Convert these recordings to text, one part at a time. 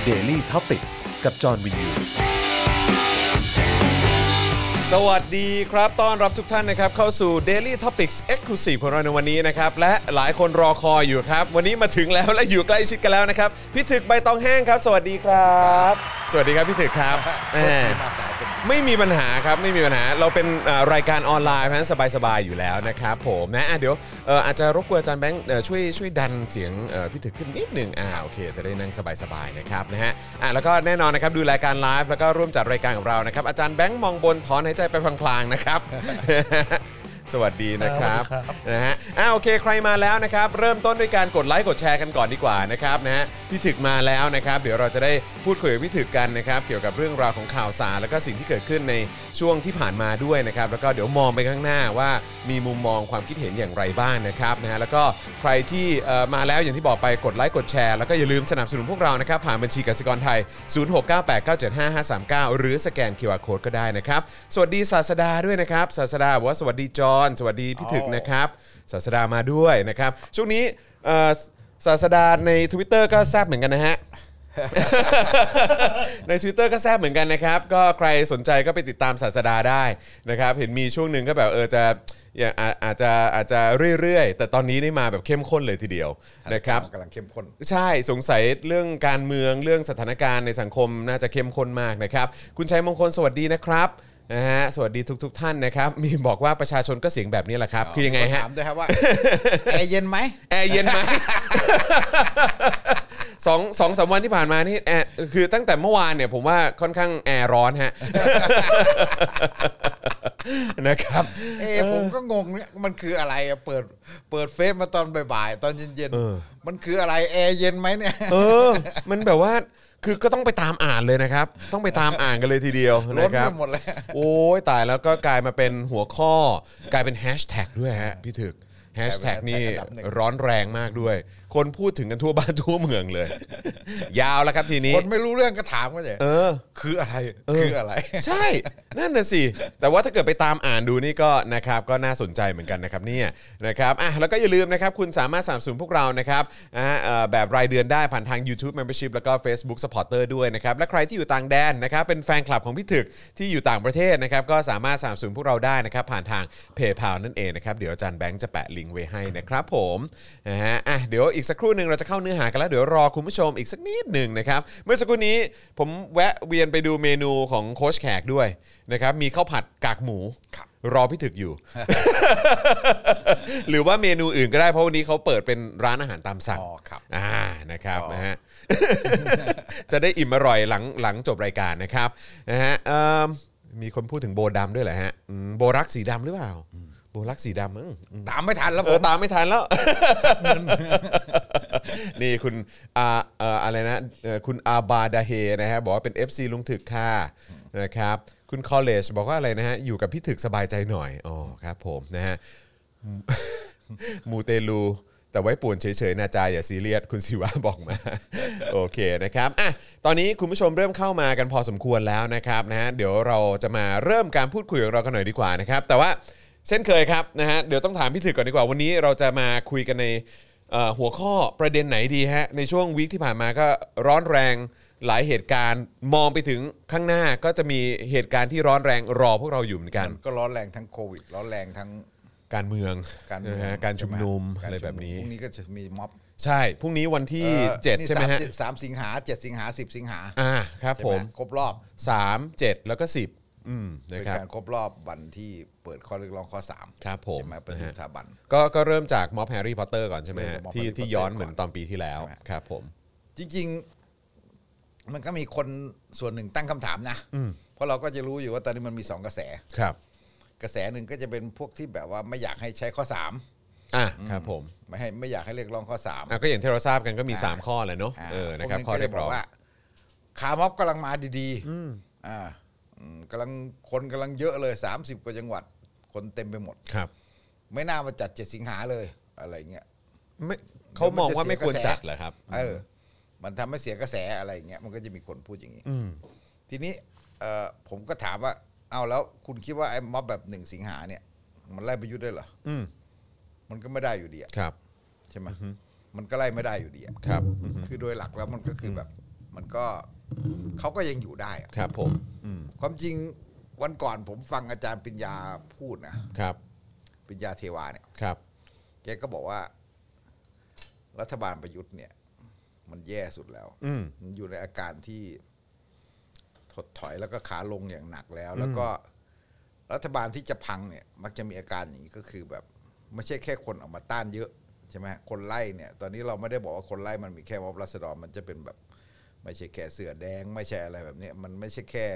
Daily Topics กับจอห์นวินยูสวัสดีครับต้อนรับทุกท่านนะครับเข้าสู่ Daily Topics Exclusive ของเราในวันนี้นะครับและหลายคนรอคอยอยู่ครับวันนี้มาถึงแล้วและอยู่ใกล้ชิดกันแล้วนะครับพี่ถึกใบตองแห้งครับสวัสดีครับสวัสดีครับพี่ถึกครับไม่มีปัญหาครับไม่มีปัญหาเราเป็นรายการออนไลน์เพราะฉะนั้นสบายๆอยู่แล้วนะครับผมนะเดี๋ยวอาจจะรบกวนอาจารย์แบงค์ช่วยดันเสียงพี่ถึกขึ้นนิดนึงโอเคจะได้นั่งสบายๆนะครับนะฮะแล้วก็แน่นอนนะครับดูรายการไลฟ์แล้วก็ร่วมจัดรายการกับเรานะครับอาจารย์แบงค์มองบนถอนหายใจไปพลางๆนะครับ สวัสดีนะครับนะฮะโอเคใครมาแล้วนะครับเริ่มต้นด้วยการกดไลค์กดแชร์กันก่อนดีกว่านะครับนะฮะพี่ถึกมาแล้วนะครับเดี๋ยวเราจะได้พูดคุยกับพี่ถึกกันนะครับเกี่ยวกับเรื่องราวของข่าวสารแล้วก็สิ่งที่เกิดขึ้นในช่วงที่ผ่านมาด้วยนะครับแล้วก็เดี๋ยวมองไปข้างหน้าว่ามีมุมมองความคิดเห็นอย่างไรบ้างนะครับนะฮะแล้วก็ใครที่มาแล้วอย่างที่บอกไปกดไลค์กดแชร์แล้วก็อย่าลืมสนับสนุนพวกเรานะครับผ่านบัญชีกสิกรไทย0698975539หรือสแกน QR Code ก็ได้นะครับสวัสดีศาสดาด้วยนะครับศาสดาบอกว่าสวัสดีจอห์นสวัสดีพี่ถึกนะครับศาสดามาด้วยนะครับช่วงนี้ศาสดาใน Twitter ก็แซ่บเหมือนกันนะฮะ ใน Twitter ก็แซ่บเหมือนกันนะครับก็ใครสนใจก็ไปติดตามศาสดาได้นะครับเห็นมีช่วงหนึ่งก็แบบจะอาจจะเรื่อยๆแต่ตอนนี้ได้มาแบบเข้มข้นเลยทีเดียวนะครับกำลังเข้มข้นใช่สงสัยเรื่องการเมืองเรื่องสถานการณ์ในสังคมน่าจะเข้มข้นมากนะครับคุณชัยมงคลสวัสดีนะครับนะฮะสวัสดีทุกท่านนะครับมีบอกว่าประชาชนก็เสียงแบบนี้แหละครับคือยังไงฮะถามด้วยครับว่าแอร์เย็นไหมแอร์เย็นไหม 2-3 วันที่ผ่านมานี่คือตั้งแต่เมื่อวานเนี่ยผมว่าค่อนข้างแอร์ร้อนฮะ นะครับผมก็งงมันคืออะไรเปิดเฟซมาตอนบ่ายๆตอนเย็นๆมันคืออะไรแอร์เย็นไหมเนี่ยมันแบบว่าคือก็ต้องไปตามอ่านเลยนะครับต้องไปตามอ่านกันเลยทีเดียวนะครับหมดเลยโอ้ยตายแล้วก็กลายมาเป็นหัวข้อกลายเป็นแฮชแท็กด้วยฮะพี่ถึกแฮชแท็กนี่ร้อนแรงมากด้วยคนพูดถึงกันทั่วบ้านทั่วเมืองเลยยาวแล้วครับทีนี้คนไม่รู้เรื่องก็ถามกันเลยคืออะไรคืออะไรใช่นั่นน่ะสิแต่ว่าถ้าเกิดไปตามอ่านดูนี่ก็นะครับก็น่าสนใจเหมือนกันนะครับเนี่ยนะครับแล้วก็อย่าลืมนะครับคุณสามารถสนับสนุนพวกเรานะครับแบบรายเดือนได้ผ่านทาง YouTube Membership แล้วก็ Facebook Supporter ด้วยนะครับและใครที่อยู่ต่างแดนนะครับเป็นแฟนคลับของพี่ถึกที่อยู่ต่างประเทศนะครับก็สามารถสนับสนุนพวกเราได้นะครับผ่านทาง PayPal นั่นเองนะครับเดี๋ยวอาจารย์แบงค์จะแปะลิงก์ไว้ให้นะครับผมนะฮะเดี๋ยวอีกสักครู่นึงเราจะเข้าเนื้อหากันแล้วเดี๋ยวรอคุณผู้ชมอีกสักนิดหนึ่งนะครับเมื่อสักครู่นี้ผมแวะเวียนไปดูเมนูของโค้ชแขกด้วยนะครับมีข้าวผัดกากหมูรอพี่ถึกอยู่ หรือว่าเมนูอื่นก็ได้เพราะวันนี้เขาเปิดเป็นร้านอาหารตามสั่งนะครับนะฮะ จะได้อิ่มอร่อยหลังจบรายการนะครับนะฮะมีคนพูดถึงโบดำด้วยเหรอฮะโบรักสีดำหรือเปล่าโบรักสีดำมั้งตามไม่ทันแล้วตามไม่ทันแล้ว นี่คุณอะไรนะคุณอาบาดาเฮนะฮะบอกว่าเป็น FC ลุงถึกค่ะนะครับคุณคอลเลจบอกว่าอะไรนะฮะอยู่กับพี่ถึกสบายใจหน่อยอ๋อครับผมนะฮะ มูเตลูแต่ไว้ป่วนเฉยๆนาจาอย่าซีเรียสคุณศิวะบอกมา โอเคนะครับตอนนี้คุณผู้ชมเริ่มเข้ามากันพอสมควรแล้วนะครับนะฮะเดี๋ยวเราจะมาเริ่มการพูดคุยของเรากันหน่อยดีกว่านะครับแต่ว่าเช่นเคยครับนะฮะเดี๋ยวต้องถามพี่ถึกก่อนดีกว่าวันนี้เราจะมาคุยกันในหัวข้อประเด็นไหนดีฮะในช่วงวีคที่ผ่านมาก็ร้อนแรงหลายเหตุการณ์มองไปถึงข้างหน้าก็จะมีเหตุการณ์ที่ร้อนแรงรอพวกเราอยู่เหมือนกันก็ร้อนแรงทั้งโควิดร้อนแรงทั้งการเมืองนะฮะการชุมนุมอะไรแบบนี้พรุ่งนี้ก็จะมีม็อบใช่พรุ่งนี้วันที่7ใช่ไหมฮะ 3 สิงหา7 สิงหา10 สิงหาครับผมครบรอบ 3 7แล้วก็10 นะครับเป็นการครบรอบวันที่เปิดข้อเรียกร้องข้อ3 ครับผมใช่ไหมเป็นสถาบันก็เริ่มจากม็อบแฮร์รี่พอตเตอร์ก่อนใช่ไหมฮะที่ย้อนเหมือนตอนปีที่แล้วครับผมจริงๆมันก็มีคนส่วนหนึ่งตั้งคำถามนะเพราะเราก็จะรู้อยู่ว่าตอนนี้มันมี2กระแสครับกระแสหนึ่งก็จะเป็นพวกที่แบบว่าไม่อยากให้ใช้ข้อครับผมไม่อยากให้เรียกร้องข้อ3 ก็อย่างที่เราทราบกันก็มี3ข้อแหละเนาะนะครับข้อเรียกร้องว่าขาม็อบกำลังมาดีกำลังคนกำลังเยอะเลย30 กว่าจังหวัดคนเต็มไปหมดครับไม่น่ามาจัด7 สิงหาเลยอะไรเงี้ยไม่เขามองว่าไม่ควรจัดเหรอครับมันทำให้เสียกระแสอะไรเงี้ยมันก็จะมีคนพูดอย่างนี้ทีนี้ผมก็ถามว่าเอาแล้วคุณคิดว่าไอ้ม็อบแบบ1 สิงหาเนี่ยมันไล่ประยุทธ์ได้เหรอมันก็ไม่ได้อยู่ดีครับใช่ไหมมันก็ไล่ไม่ได้อยู่ดีครับคือโดยหลักแล้วมันก็คือแบบมันก็เขาก็ยังอยู่ได้ครับผมความจริงวันก่อนผมฟังอาจารย์ปริญญาพูดนะครับปริญญาเทวาเนี่ยครับแกก็บอกว่ารัฐบาลประยุทธ์เนี่ยมันแย่สุดแล้วมันอยู่ในอาการที่ถดถอยแล้วก็ขาลงอย่างหนักแล้วก็รัฐบาลที่จะพังเนี่ยมักจะมีอาการอย่างนี้ก็คือแบบไม่ใช่แค่คนออกมาต้านเยอะใช่ไหมคนไล่เนี่ยตอนนี้เราไม่ได้บอกว่าคนไล่มันมีแค่ม็อบราษฎรมันจะเป็นแบบไม่ใช่แค่เสือแดงไม่ใช่อะไรแบบนี้มันไม่ใช่แค่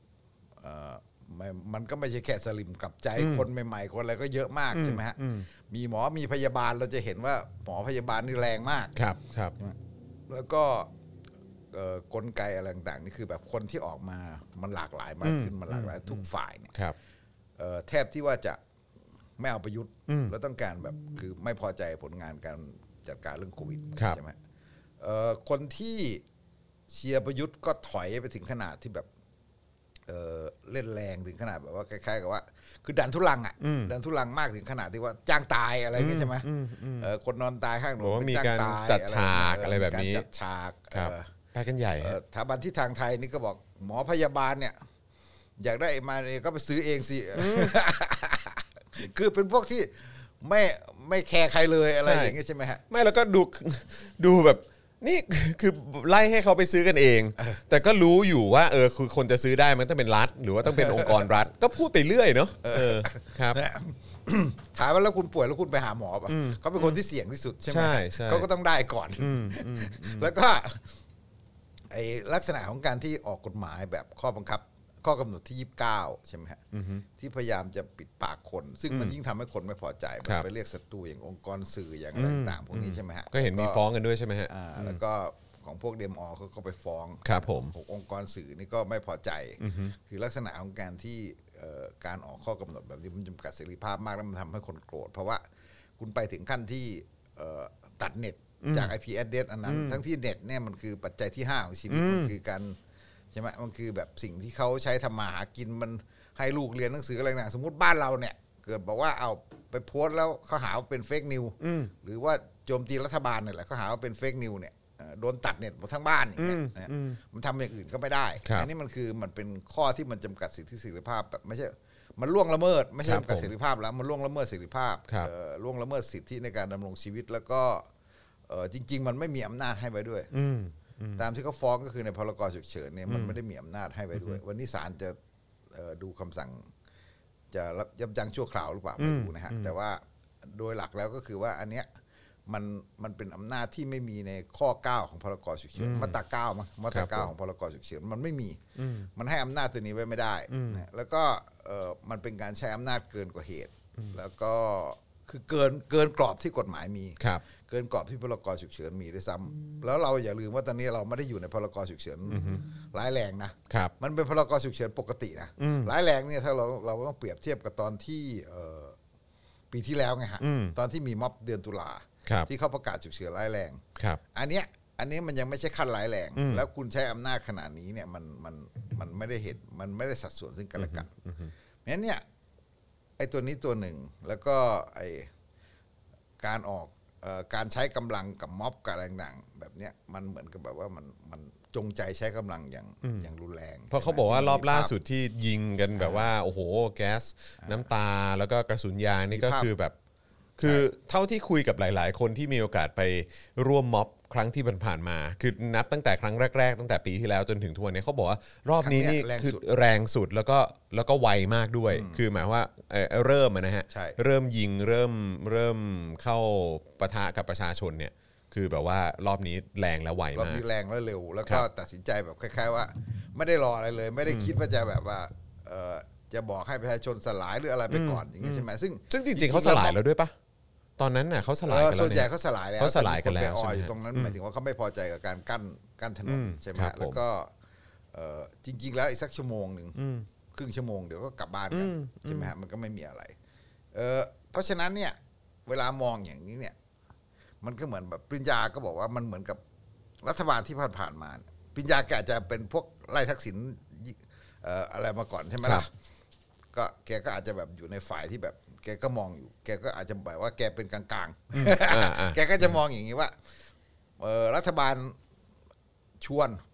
มันก็ไม่ใช่แค่สลิมกลับใจคนใหม่ๆคนอะไรก็เยอะมากใช่ไหมฮะมีหมอมีพยาบาลเราจะเห็นว่าหมอพยาบาลนี่แรงมากครับแล้วก็กลไกอะไรต่างๆนี่คือแบบคนที่ออกมามันหลากหลายมากขึ้นมันหลากหลายทุกฝ่ายเนี่ยแทบที่ว่าจะไม่เอาประยุทธ์แล้วต้องการแบบคือไม่พอใจผลงานการจัดการเรื่องโควิดใช่ไหมคนที่เชียร์ประยุทธ์ก็ถอยไปถึงขนาดที่แบบเล่นแรงถึงขนาดแบบว่าคล้ายๆกับว่าคือดันทุลังดันทุลังมากถึงขนาดที่ว่าจ้างตายอะไรอย่างเงี้ยใช่ไหมคนนอนตายข้างถนนมีการจัดฉากอะไรแบบนี้จัดฉากไปกันใหญ่สถาบันที่ทางไทยนี่ก็บอกหมอพยาบาลเนี่ยอยากได้มาเนี่ยก็ไปซื้อเองสิคือเป็นพวกที่ไม่แคร์ใครเลยอะไรอย่างเงี้ยใช่ไหมฮะไม่แล้วก็ดูแบบนี่คือไล่ให้เขาไปซื้อกันเองแต่ก็รู้อยู่ว่าคือคนจะซื้อได้มันต้องเป็นรัฐหรือว่าต้องเป็นองค์กรรัฐก็พูดไปเรื่อยเนาะครับถามว่าแล้วคุณป่วยแล้วคุณไปหาหมอป่ะเขาเป็นคนที่เสี่ยงที่สุดใช่ไหมเขาก็ต้องได้ก่อนแล้วก็ไอ้ลักษณะของการที่ออกกฎหมายแบบข้อบังคับข้อกำหนดที่29ใช่ไหมฮะที่พยายามจะปิดปากคนซึ่งมันยิ่งทำให้คนไม่พอใจไปเรียกศัตรูอย่างองค์กรสื่ออย่างอะไรต่างๆพวกนี้ใช่ไหมฮะก็เห็นมีฟ้องกันด้วยใช่ไหมฮะแล้วก็ของพวกเดมอเขาก็ไปฟ้องครับผมองค์กรสื่อนี่ก็ไม่พอใจคือลักษณะของการที่การออกข้อกำหนดแบบนี้มันจำกัดเสรีภาพมากแล้วมันทำให้คนโกรธเพราะว่าคุณไปถึงขั้นที่ตัดเน็ตจาก IP address อันนั้นทั้งที่เน็ตเนี่ยมันคือปัจจัยที่5ของชีวิตมันคือการใช่ไหมมันคือแบบสิ่งที่เขาใช้ทำมาหากินมันให้ลูกเรียนหนังสืออะไรต่างสมมติบ้านเราเนี่ยเกิดบอกว่าเอาไปโพสต์แล้วเขาหาว่าเป็นเฟกนิวหรือว่าโจมตีรัฐบาลเนี่ยแหละเขาหาว่าเป็นเฟกนิวเนี่ยโดนตัดเน็ตหมดทั้งบ้านอย่างเงี้ยมันทำอย่างอื่นก็ไม่ได้อันนี้มันคือมันเป็นข้อที่มันจำกัดสิทธิเสรีภาพแบบไม่ใช่มันล่วงละเมิดไม่ใช่จำกัดเสรีภาพแล้วมันล่วงละเมิดเสรีภาพล่วงละเมิดสิทธิในการดำรงชีวิตแล้วก็จริงๆมันไม่มีอำนาจให้ไว้ด้วยตามที่เขาฟ้องก็คือในพรกฉุกเฉินเนี่ยมันไม่ได้มีอำนาจให้ไว้ด้วยวันนี้ศาลจะดูคำสั่งจะยับยั้งชั่วคราวหรือเปล่าไม่รู้นะฮะแต่ว่าโดยหลักแล้วก็คือว่าอันเนี้ยมันเป็นอำนาจที่ไม่มีในข้อ9ของพรกฉุกเฉินมาตรา9มั้งมาตรา9ของพรกฉุกเฉินมันไม่มีมันให้อำนาจตัวนี้ไว้ไม่ได้แล้วก็มันเป็นการใช้อำนาจเกินกว่าเหตุแล้วก็คือเกินกรอบที่กฎหมายมีเกินกรอบที่พรกฉุกเฉินมีด้วยซ้ำแล้วเราอย่าลืมว่าตอนนี้เราไม่ได้อยู่ในพรกฉุกเฉินร้ายแรงนะมันเป็นพรกฉุกเฉินปกตินะร้ายแรงเนี่ยถ้าเราต้องเปรียบเทียบกับตอนที่ปีที่แล้วไงฮะตอนที่มีม็อบเดือนตุลาที่เขาประกาศฉุกเฉินร้ายแรงอันนี้มันยังไม่ใช่ขั้นร้ายแรงแล้วคุณใช้อำนาจขนาดนี้เนี่ยมันไม่ได้เห็นมันไม่ได้สัดส่วนซึ่งกันและกันเพราะฉะนั้นเนี่ยไอ้ตัวนี้ตัวหนึ่งแล้วก็ไอ้การใช้กำลังกับม็อบกับอะไรต่างๆแบบเนี้ยมันเหมือนกับแบบว่ามันจงใจใช้กำลังอย่างรุนแรงเพราะเขาบอกว่ารอบล่าสุดที่ยิงกันแบบว่าโอ้โหแก๊สน้ำตาแล้วก็กระสุนยางนี่ก็คือแบบคือเท่าที่คุยกับหลายๆคนที่มีโอกาสไปร่วมม็อบครั้งที่ผ่านมาคือนับตั้งแต่ครั้งแรกๆตั้งแต่ปีที่แล้วจนถึงทุกวันนี้เขาบอกว่ารอบนี้นี่คือแรงสุดแล้วก็ไวมากด้วยคือหมายว่าเริ่มนะฮะเริ่มยิงเริ่มเข้าปะทะกับประชาชนเนี่ยคือแบบว่ารอบนี้แรงและไวมากรอบนี้แรงและเร็วแล้วก็ตัดสินใจแบบคล้ายๆว่าไม่ได้รออะไรเลยไม่ได้คิดว่าจะแบบว่าจะบอกให้ประชาชนสลายหรืออะไรไปก่อนอย่างนี้ใช่ไหมซึ่งจริงๆเขาสลายแล้วด้วยปะตอนนั้นน่ะเขาสลายกันแล้วส่วนใหญ่เขาสลายแล้วเขาสลายกันแล้วใช่ไหมอยู่ตรงนั้นหมายถึงว่าเขาไม่พอใจกับการกั้นถนนใช่ไหมแล้วก็จริงๆแล้วอีกสักชั่วโมงนึงครึ่งชั่วโมงเดี๋ยวก็กลับบ้านกันใช่ไหมฮะมันก็ไม่มีอะไรเพราะฉะนั้นเนี่ยเวลามองอย่างนี้เนี่ยมันก็เหมือนแบบปริญญาก็บอกว่ามันเหมือนกับรัฐบาลที่ผ่านมาปริญญาแกจะเป็นพวกไล่ทักษิณอะไรมาก่อนใช่ไหมล่ะก็แกก็อาจจะแบบอยู่ในฝ่ายที่แบบแกก็มองอยู่แกก็อาจจะแบบว่าแกเป็นกลางๆแกก็จะมองอย่างนี้ว่ารัฐบาลชวน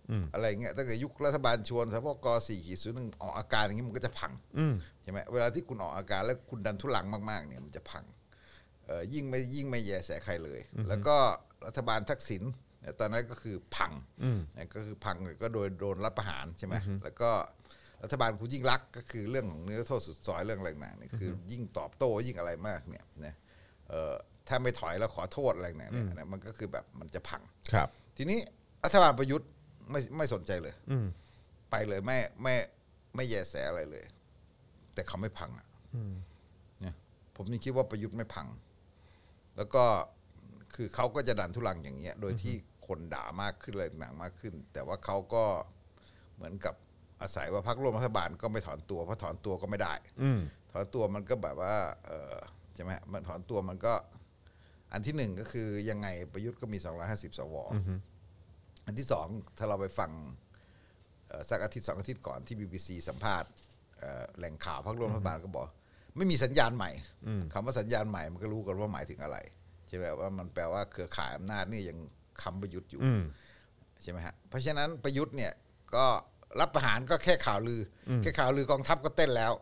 อะไรเงี้ยตั้งแต่ยุครัฐบาลชวนสพก4.01ออกอาการอย่างนี้มันก็จะพังใช่ไหมเวลาที่คุณออกอาการแล้วคุณดันทุลังมากๆเนี่ยมันจะพังยิ่งไม่แยแสใครเลยแล้วก็รัฐบาลทักษิณตอนนั้นก็คือพังก็คือพังก็โดนรัฐประหารใช่ไหมแล้วก็รัฐบาลคุณยิ่งรักก็คือเรื่องของนิรโทษสุดซอยเรื่องอะไรต่างๆเนี่ยคือยิ่งตอบโต้ยิ่งอะไรมากเนี่ยนะถ้าไม่ถอยแล้วขอโทษอะไรเนี่ยมันก็คือแบบมันจะพังครับทีนี้รัฐบาลประยุทธ์ไม่สนใจเลยไปเลยไม่แยแสอะไรเลยแต่เขาไม่พังเนี่ยผมนี่คิดว่าประยุทธ์ไม่พังแล้วก็คือเขาก็จะดันทุลังอย่างเงี้ยโดยที่คนด่ามากขึ้นอะไรต่างๆมากขึ้นแต่ว่าเขาก็เหมือนกับอาศัยว่าพรรคร่วมรัฐบาลก็ไม่ถอนตัวเพราะถอนตัวก็ไม่ได้ถอนตัวมันก็แบบว่าใช่ไหมมันถอนตัวมันก็อันที่หนึ่งก็คือยังไงประยุทธ์ก็มี250 สวอันที่สองถ้าเราไปฟังสักอาทิตย์2 อาทิตย์ก่อนที่ BBC สัมภาษณ์แหล่งข่าวพรรคร่วมรัฐบาลก็บอกไม่มีสัญญาณใหม่คำว่าสัญญาณใหม่มันก็รู้กันว่าหมายถึงอะไรใช่ไหมว่ามันแปลว่าเครือข่ายอำนาจนี่ยังค้ำประยุทธ์อยู่ใช่ไหมฮะเพราะฉะนั้นประยุทธ์เนี่ยก็รับประหารก็แค่ข่าวลือแค่ข่าวลือกองทัพก็เต้นแล้ว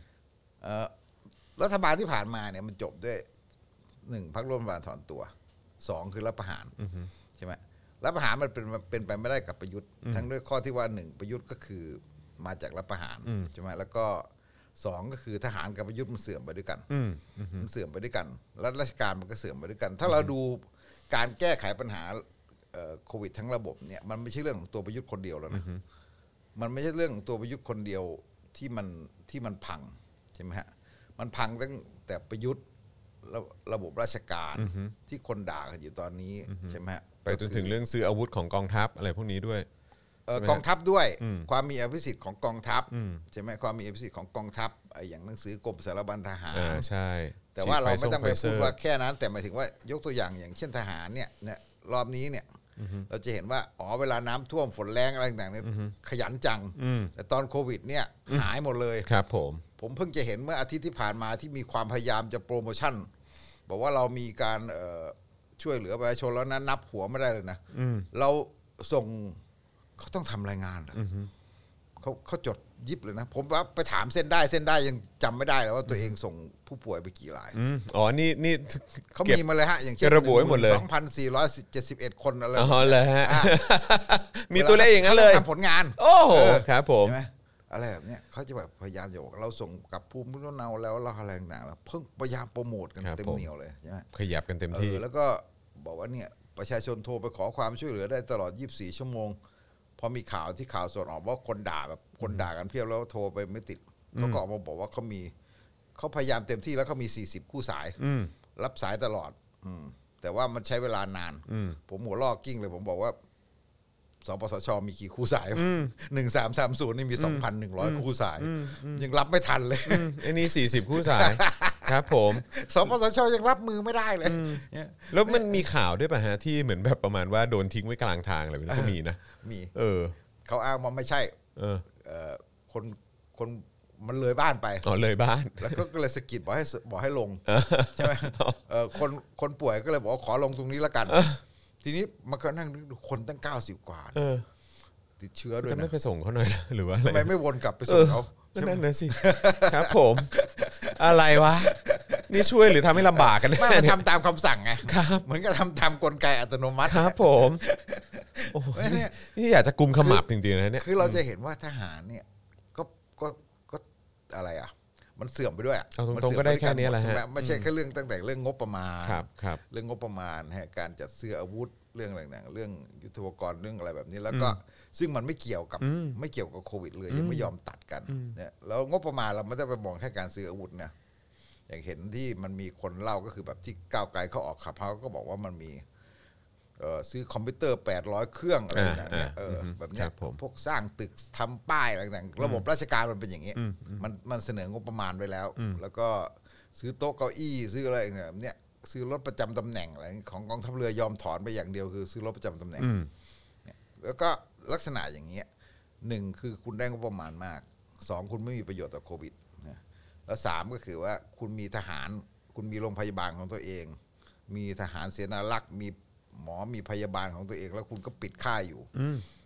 รัฐบาลที่ผ่านมาเนี่ยมันจบด้วย1พรรคร่วมรัฐบาลถอนตัว2คือรับประหารใช่ไหมรับประหารมันเป็นไปไม่ได้กับประยุทธ์ทั้งด้วยข้อที่ว่า1ประยุทธ์ก็คือมาจากรับประหารใช่ไหมแล้วก็2ก็คือทหารกับประยุทธ์มันเสื่อมไปด้วยกันมันเสื่อมไปด้วยกันรัฐราชการมันก็เสื่อมไปด้วยกันถ้าเราดูการแก้ไขปัญหาโควิดทั้งระบบเนี่ยมันไม่ใช่เรื่องของตัวประยุทธ์คนเดียวแล้วนะมันไม่ใช่เรื่องของตัวประยุทธ์คนเดียวที่มันพังใช่ไหมฮะมันพังตั้งแต่ประยุทธ์ระบบราชการที่คนด่ากันอยู่ตอนนี้ใช่ไหมฮะไปจนถึงเรื่องซื้ออาวุธของกองทัพอะไรพวกนี้ด้วยกองทัพด้วยความมีอภิสิทธิ์ของกองทัพใช่ไหมความมีอภิสิทธิ์ของกองทัพอย่างหนังสือกรมสารบัญทหารใช่แต่ว่าเราไม่ต้องไปพูดว่าแค่นั้นแต่หมายถึงว่ายกตัวอย่างเช่นทหารเนี่ยรอบนี้เนี่ยเราจะเห็นว่าเวลาน้ำท่วมฝนแรงอะไรต่างๆเนี่ยขยันจังแต่ตอนโควิดเนี่ยหายหมดเลยครับผมเพิ่งจะเห็นเมื่ออาทิตย์ที่ผ่านมาที่มีความพยายามจะโปรโมชั่นบอกว่าเรามีการช่วยเหลือประชาชนแล้วนั้นนับหัวไม่ได้เลยนะเราส่งเขาต้องทำรายงานเหรอเขาจดยิบเลยนะผมว่าไปถามเส้นได้ยังจำไม่ได้แล้วว่าตัวเองส่งผู้ป่วยไปกี่รายนี่เขามีมาเลยฮะอย่างเช่นระบุไว้หมดเลย 2,471 คนอะไรเลยฮะมีตัวเลขอย่างนั้นเลยทำผลงานโอ้โหครับผมอะไรแบบนี้เขาจะแบบพยายามจะบอกเราส่งกับภูมิลำเนาแล้วเราอะไรต่างๆแล้วเพิ่งพยายามโปรโมทกันเต็มเหนียวเลยใช่ไหมขยับกันเต็มที่แล้วก็บอกว่าเนี่ยประชาชนโทรไปขอความช่วยเหลือได้ตลอด24 ชั่วโมงพอมีข่าวสดออกว่าคนด่ากันเพียบแล้วโทรไปไม่ติดเขาก็ออกมาบอกว่าเขาพยายามเต็มที่แล้วเขามี40 คู่สายรับสายตลอดแต่ว่ามันใช้เวลานานผมหัวลอกกิ้งเลยผมบอกว่าสปสช.มีกี่คู่สาย1330นี่มี 2,100 คู่สายยังรับไม่ทันเลยอันนี้40 คู่สายครับผมสปสช.ยังรับมือไม่ได้เลยแล้วมันมีข่าวด้วยป่ะฮะที่เหมือนแบบประมาณว่าโดนทิ้งไว้กลางทางอะไรแบบนี้ก็มีนะมีเขาอ้างว่าไม่ใช่คนมันเลยบ้านไปเลยบ้านแล้วก็เลยสะกิดบอกให้ลงใช่ไหมคนป่วยก็เลยบอกว่าขอลงตรงนี้แล้วกันทีนี้มันก็นั่งดูคนตั้ง90 กว่าติดเชื้อด้วยนะจะไม่ไปส่งเขาหน่อยหรือว่าทำไมไม่วนกลับไปส่งเขานั่นนะสิครับผมอะไรวะนี่ช่วยหรือทำให้ลำบากกันไม่ทำตามคำสั่งไงเหมือนกับทำตามกลไกอัตโนมัติครับผมโอ้นี่อยากจะกุมขมับจริงๆนะเนี่ยคือเราจะเห็นว่าทหารเนี่ยก็อะไรอ่ะมันเสื่อมไปด้วยตรงๆก็ได้แค่นี้แหละฮะไม่ใช่แค่เรื่องตั้งแต่เรื่องงบประมาณครับเรื่องงบประมาณการจัดซื้ออาวุธเรื่องต่างๆเรื่องยุทโธปกรณ์เรื่องอะไรแบบนี้แล้วก็ซึ่งมันไม่เกี่ยวกับโควิดเลยยังไม่ยอมตัดกันเนี่ยแล้วงบประมาณเราไม่ได้ไปมองแค่การซื้ออาวุธนะอย่างเห็นที่มันมีคนเล่าก็คือแบบที่ก้าวไกลเขาออกข่าวเขาก็บอกว่ามันมีซื้อคอมพิวเตอร์800 เครื่องอะไรอย่างเงี้ยแบบนี้พวกสร้างตึกทำป้ายอะไรต่างๆระบบราชการมันเป็นอย่างนี้มันเสนองบประมาณไว้แล้วแล้วก็ซื้อโต๊ะเก้าอี้ซื้ออะไรแบบนี้ซื้อรถประจำตำแหน่งอะไรของกองทัพเรือยอมถอนไปอย่างเดียวคือซื้อรถประจำตำแหน่งแล้วก็ลักษณะอย่างเงี้ย1คือคุณได้งบประมาณมาก2คุณไม่มีประโยชน์ต่อโควิดแล้ว3ก็คือว่าคุณมีทหารคุณมีโรงพยาบาลของตัวเองมีทหารเสนารักษ์มีหมอมีพยาบาลของตัวเองแล้วคุณก็ปิดค่ายอยู่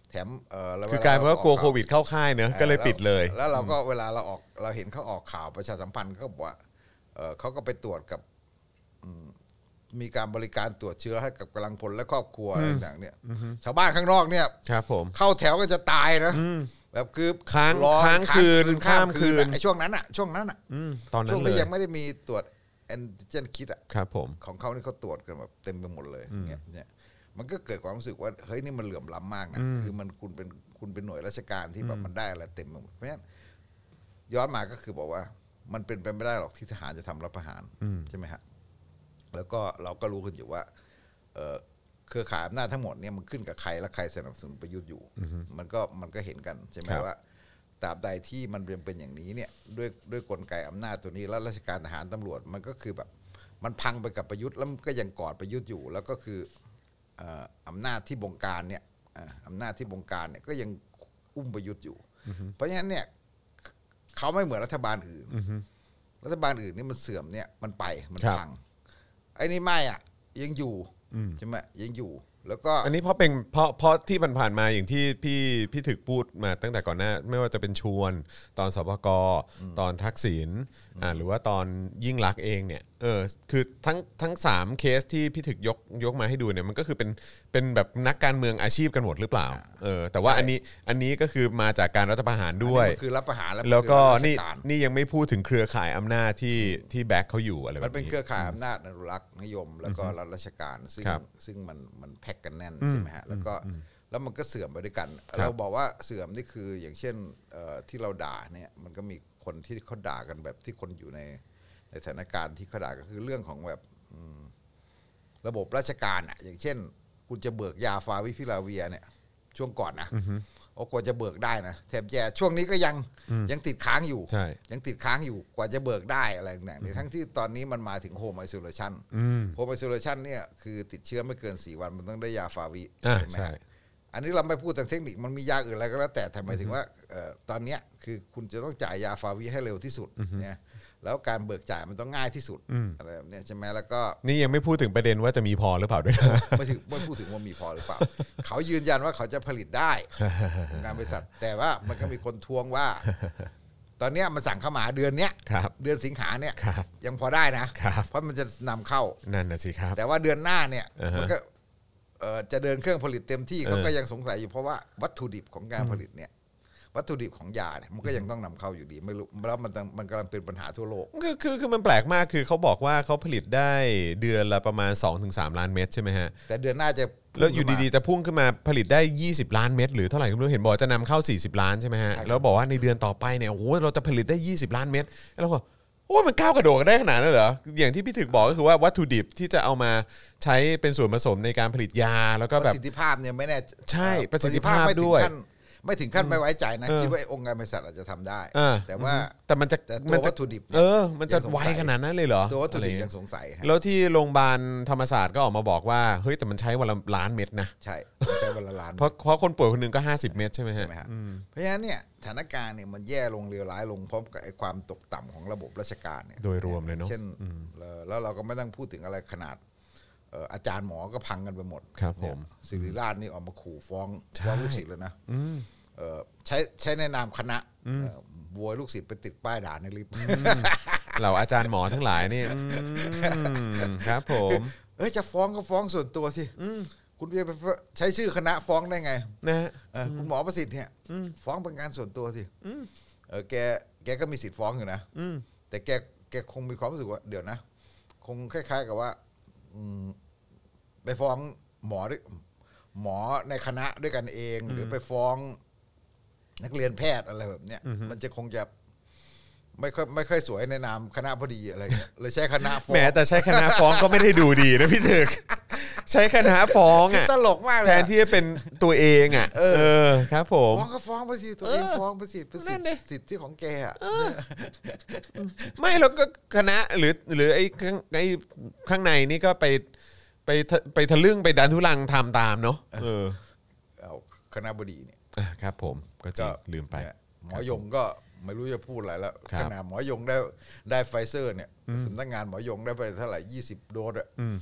แถมคือกลายเป็นว่ากลัวโควิดเข้าค่ายเนอะก็เลยปิดเลยแล้วเราก็เวลาเราเห็นเขาออกข่าวประชาสัมพันธ์เขาบอกว่าเขาก็ไปตรวจกับมีการบริการตรวจเชื้อให้กับกำลังพลและครอบครัวอะไรต่างๆเนี่ยชาวบ้านข้างนอกเนี่ยครับผมเข้าแถวก็จะตายนะแบบคือค้างคืนข้ามคืนไอ้ช่วงนั้นอ่ะตอนนั้นเลยช่วงที่ยังไม่ได้มีตรวจแอนติเจนคิดอ่ะครับผมของเขานี่เขาตรวจกันแบบเต็มไปหมดเลยเนี่ยมันก็เกิดความรู้สึกว่าเฮ้ยนี่มันเหลื่อมล้ำมากนะคือมันคุณเป็นหน่วยราชการที่แบบมันได้อะไรเต็มไปหมดเพราะฉะนั้นย้อนมาก็คือบอกว่ามันเป็นไปไม่ได้หรอกที่ทหารจะทำรัฐประหารใช่ไหมฮะแล้วก็เราก็รู้กันอยู่ว่าเครือข่ายอำนาจทั้งหมดเนี่ยมันขึ้นกับใครและใครสนับสนุนประยุทธ์อยู่มันก็เห็นกันใช่ไหมว่าตราบใดที่มันเป็นอย่างนี้เนี่ยด้วยกลไกอำนาจตัวนี้แล้วราชการทหารตำรวจมันก็คือแบบมันพังไปกับประยุทธ์แล้วมันก็ยังกอดประยุทธ์อยู่แล้วก็คืออำนาจที่บงการเนี่ยอำนาจที่บงการเนี่ยก็ยังอุ้มประยุทธ์อยู่เพราะฉะนั้นเนี่ยเขาไม่เหมือนรัฐบาลอื่นรัฐบาลอื่นนี่มันเสื่อมเนี่ยมันไปมันพังไอ้นี่ไม่อ่ะยังอยู่ใช่ไหมยังอยู่แล้วก็อันนี้เพราะที่ผ่านมาอย่างที่พี่ถึกพูดมาตั้งแต่ก่อนหน้าไม่ว่าจะเป็นชวนตอนสปก.ตอนทักษิณหรือว่าตอนยิ่งลักษณ์เองเนี่ยคือทั้ง3เคสที่พี่ถึกยกมาให้ดูเนี่ยมันก็คือเป็นแบบนักการเมืองอาชีพกันหมดหรือเปล่าแต่ว่าอันนี้ก็คือมาจากการรัฐประหารด้วยคือรัฐประหารแล้วก็นี่ยังไม่พูดถึงเครือข่ายอำนาจที่แบ็คเขาอยู่อะไรแบบนี้มันเป็นเครือข่ายอำนาจอนุรักษ์นิยมแล้วก็รัฐราชการซึ่งมันแพ็กกันแน่นใช่ไหมฮะแล้วมันก็เสื่อมไปด้วยกันเราบอกว่าเสื่อมนี่คืออย่างเช่นที่เราด่าเนี่ยมันก็มีคนที่เขาด่ากันแบบที่คนอยู่ในสถานการณ์ที่เขาด่าก็คือเรื่องของแบบระบบราชการอ่ะอย่างเช่นคุณจะเบิกยาฟาวิพิลาเวียเนี่ยช่วงก่อนนะกว่าจะเบิกได้นะแถบแย่ช่วงนี้ก็ยังติดค้างอยู่ยังติดค้างอยู่กว่าจะเบิกได้อะไรต่างๆทั้งที่ตอนนี้มันมาถึงโฮมไอโซเลชันเนี่ยคือติดเชื้อไม่เกิน4 วันมันต้องได้ยาฟาวิใช่ไหมอันนี้เราไม่พูดทางเทคนิคมันมียาอื่นอะไรก็แล้วแต่หมายถึงว่าตอนนี้คือคุณจะต้องจ่ายยาฟาวิให้เร็วที่สุดเนี่ยแล้วการเบิกจ่ายมันต้องง่ายที่สุดอะไรแบบนี้ใช่ไหมแล้วก็นี่ยังไม่พูดถึงประเด็นว่าจะมีพอหรือเปล่าด้วยนะไม่พูดถึงว่ามีพอหรือเปล่าเขายืนยันว่าเขาจะผลิตได้งานบริษัทแต่ว่ามันก็มีคนทวงว่าตอนนี้มันสั่งเข้ามาเดือนนี้เดือนสิงหาเนี่ยยังพอได้นะเพราะมันจะนำเข้านั่นน่ะสิครับแต่ว่าเดือนหน้าเนี่ยมันก็จะเดินเครื่องผลิตเต็มที่เขาก็ยังสงสัยอยู่เพราะว่าวัตถุดิบของการผลิตเนี่ยวัตถุดิบของยาเนี่ยมันก็ยังต้องนำเข้าอยู่ดีไม่รู้แล้วมันกำลังเป็นปัญหาทั่วโลกคือมันแปลกมากคือเขาบอกว่าเขาผลิตได้เดือนละประมาณ 2-3 ล้านเม็ดใช่ไหมฮะแต่เดือนหน้าจะแล้วอยู่ดีๆจะพุ่งขึ้นมาผลิตได้20ล้านเม็ดหรือเท่าไหร่ไม่รู้เห็นบอกจะนำเข้า40ล้านใช่ไหมฮะแล้วบอกว่าในเดือนต่อไปเนี่ยโอ้โหเราจะผลิตได้20ล้านเม็ดแล้วก็โอ้มันก้าวกระโดดกันได้ขนาดนั้นเหรออย่างที่พี่ถึกบอกก็คือว่าวัตถุดิบที่จะเอามาใช้เป็นส่วนผสมในการผลิตยาแล้วก็แบบประสิทธิภาพเนี่ยไม่แน่ใช่ประสิทธิภาพด้วยไม่ถึงขั้นไม่ไว้ใจนะคิดว่าองค์การบริษัทอาจจะทำได้แต่มันจะตัววัตถุดิบมันจะไวขนาดนั้นเลยเหรอตัววัตถุดิบยังสงสัยแล้วที่โรงพยาบาลธรรมศาสตร์ก็ออกมาบอกว่าเฮ้ยแต่มันใช้วันละล้านเม็ดนะใช่ใช้วันละล้านเพราะคนป่วยคนนึงก็50เม็ดใช่ไหมฮะเพราะฉะนั้นเนี่ยสถานการณ์เนี่ยมันแย่ลงเลวร้ายลงพร้อมกับความตกต่ำของระบบราชการเนี่ยโดยรวมเลยเนาะเช่นแล้วเราก็ไม่ต้องพูดถึงอะไรขนาดอาจารย์หมอก็พังกันไปหมดครับผมศิริราชนี่ออกมาขู่ฟ้องลูกศิษย์เลยนะใช้ในนามคณะบวยลูกศิษย์ไปติดป้ายด่าในลิฟต์เหล่าอาจารย์หมอทั้งหลายนี่ครับผมจะฟ้องก็ฟ้องส่วนตัวสิคุณจะไปใช้ชื่อคณะฟ้องได้ไงนะคุณหมอประสิทธิ์เนี่ยฟ้องเป็นการส่วนตัวสิแกก็มีสิทธิ์ฟ้องอยู่นะแต่แกคงมีความรู้สึกว่าเดี๋ยวนะคงคล้ายๆกับว่าไปฟ้องหมอในคณะด้วยกันเองหรือไปฟ้องนักเรียนแพทย์อะไรแบบเนี้ยมันจะคงจะไม่ค่อยสวยในนามคณะพอดีอะไรเงี้ยเลยใช้คณะฟ้องแหมแต่ใช้คณะฟ้องก็ไม่ได้ดูดีนะพี่ถึกใช้คณะฟ้องอ่ะตลกมากเลยแทนที่จะเป็นตัวเองอ่ะครับผมฟ้องก็ฟ้องไปสิตัวเองฟ้องไปสิเป็นสิทธิของแกอ่ะไม่แล้วก็คณะหรือไอ้ข้างในนี่ก็ไปทะลึ่งไปดันทุลังทำตามเนาะเอาคณะบดีเนี่ยครับผมก็จะลืมไปหมอยงก็ไม่รู้จะพูดอะไรแล้วขนาดหมอยงได้ไฟเซอร์เนี่ยสำนักงานหมอยงได้ไปเท่าไหร่20 โดสอ่ะ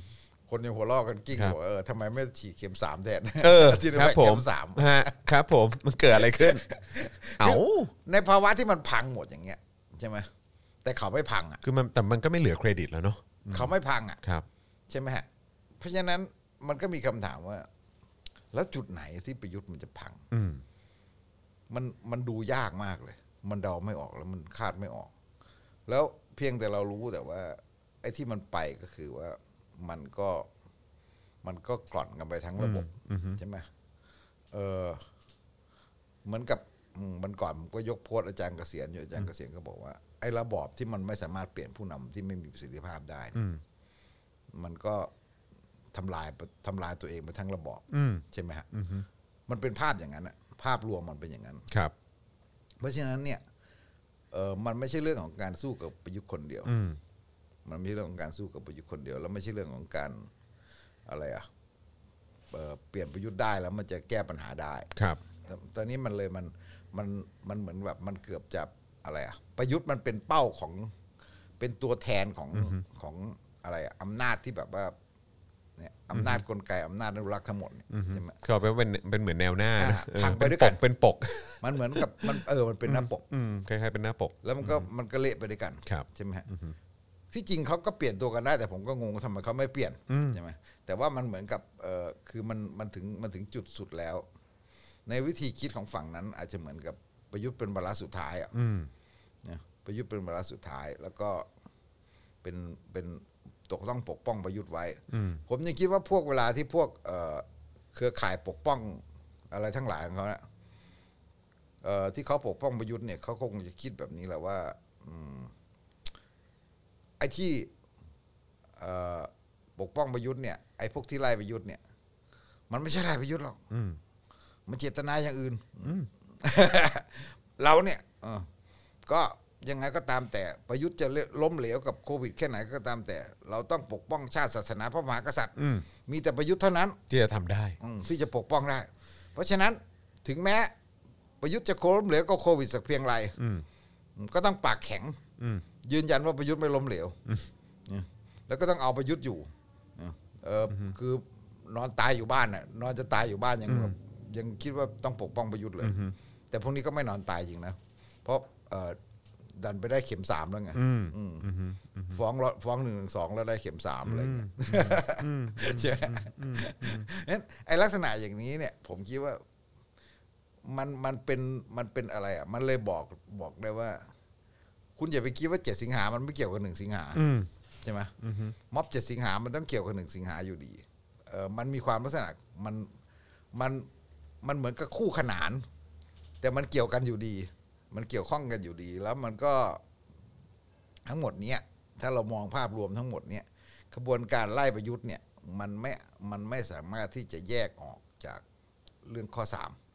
คนยังหัวเราะกันกิ้งหัวทำไมไม่ฉีดเข็ม3แทนที่ครับผมเข็ม3 ฮะครับผมมันเกิดอะไรขึ้นในภาวะที่มันพังหมดอย่างเงี้ยใช่ไหมแต่เขาไม่พังอ่ะคือมันก็ไม่เหลือเครดิตแล้วเนาะเขาไม่พังอ่ะครับใช่ไหมฮะเพราะฉะนั้นมันก็มีคำถามว่า แล้วจุดไหนที่ประยุทธ์มันจะพังมันดูยากมากเลยมันเดาไม่ออกแล้วมันคาดไม่ออก แล้วเพียงแต่เรารู้แต่ว่าไอ้ที่มันไปก็คือว่ามันก็กร่อนกันไปทั้งระบบใช่ไหมเหมือนกับมันก่อนผมก็ยกโพสต์อาจารย์เกษียณอยู่อาจารย์เกษียณก็บอกว่าไอ้ระบอบที่มันไม่สามารถเปลี่ยนผู้นำที่ไม่มีประสิทธิภาพได้มันก็ทำลายตัวเองไปทั้งระบอบใช่ไหมฮะมันเป็นภาพอย่างนั้นอะภาพรวมมันเป็นอย่างนั้นครับเพราะฉะนั้นเนี่ยมันไม่ใช่เรื่องของการสู้กับประยุทธ์คนเดียวมันไม่ใช่เรื่องของการสู้กับประยุทธ์คนเดียวแล้วไม่ใช่เรื่องของการอะไรอะเปลี่ยนประยุทธ์ได้แล้วมันจะแก้ปัญหาได้ครับตอนนี้มันเลยมันเหมือนแบบมันเกือบจะอะไรอะประยุทธ์มันเป็นเป้าของเป็นตัวแทนของอะไรอะอำนาจที่แบบว่าเนี่ยอำนาจกลไกอำนาจอนุรักษ์ทั้งหมดใช่ไหมก็เป็นเหมือนแนวหน้าพังไปด้วยกันเป็นปกมันเหมือนกับมันเป็นหน้าปกคล้ายๆเป็นหน้าปกแล้วมันก็เละไปด้วยกันใช่ไหมฮะที่จริงเขาก็เปลี่ยนตัวกันได้แต่ผมก็งงทำไมเขาไม่เปลี่ยนใช่ไหมแต่ว่ามันเหมือนกับคือมันถึงจุดสุดแล้วในวิธีคิดของฝั่งนั้นอาจจะเหมือนกับประยุทธ์เป็นวาระสุดท้ายอ่ะประยุทธ์เป็นวาระสุดท้ายแล้วก็เป็นต้องปกป้องประยุทธ์ไว้ผมยังคิดว่าพวกเวลาที่พวกเครือข่ายปกป้องอะไรทั้งหลายของเขาเนี่ยที่เขาปกป้องประยุทธ์เนี่ยเขาคงจะคิดแบบนี้แหละว่าไอ้ที่ปกป้องประยุทธ์เนี่ยไอ้พวกที่ไล่ประยุทธ์เนี่ยมันไม่ใช่ไล่ประยุทธ์หรอกมันเจตนาอย่างอื่นเราเนี่ยก็ยังไงก็ตามแต่ประยุทธ์จะล้มเหลวกับโควิดแค่ไหนก็ตามแต่เราต้องปกป้องชาติศาสนาพระมหากษัตริย์มีแต่ประยุทธ์เท่านั้นที่จะทำได้ที่จะปกป้องได้เพราะฉะนั้นถึงแม้ประยุทธ์จะล้มเหลวก็โควิดสักเพียงไรก็ต้องปากแข็งยืนยันว่าประยุทธ์ไม่ล้มเหลวแล้วก็ต้องเอาประยุทธ์อยู่คือนอนตายอยู่บ้านน่ะนอนจะตายอยู่บ้านยังคิดว่าต้องปกป้องประยุทธ์เลยแต่พวกนี้ก็ไม่นอนตายจริงนะเพราะดันไปได้เข็ม3แล้วไงฟ้อง112แล้วได้เข็ม3อะไรเงี้ยใช่ไหมงั้นไอ้ลักษณะอย่างนี้เนี่ยผมคิดว่ามันเป็นอะไรอ่ะมันเลยบอกได้ว่าคุณอย่าไปคิดว่า7 สิงหามันไม่เกี่ยวกับ1 สิงหาใช่ไหมม็อบ7 สิงหามันต้องเกี่ยวกับ1 สิงหาอยู่ดีมันมีความลักษณะมันเหมือนกับคู่ขนานแต่มันเกี่ยวกันอยู่ดีมันเกี่ยวข้องกันอยู่ดีแล้วมันก็ทั้งหมดเนี้ยถ้าเรามองภาพรวมทั้งหมดเนี้ยกระบวนการไล่ประยุทธ์เนี่ยมันไม่สามารถที่จะแยกออกจากเรื่องข้อ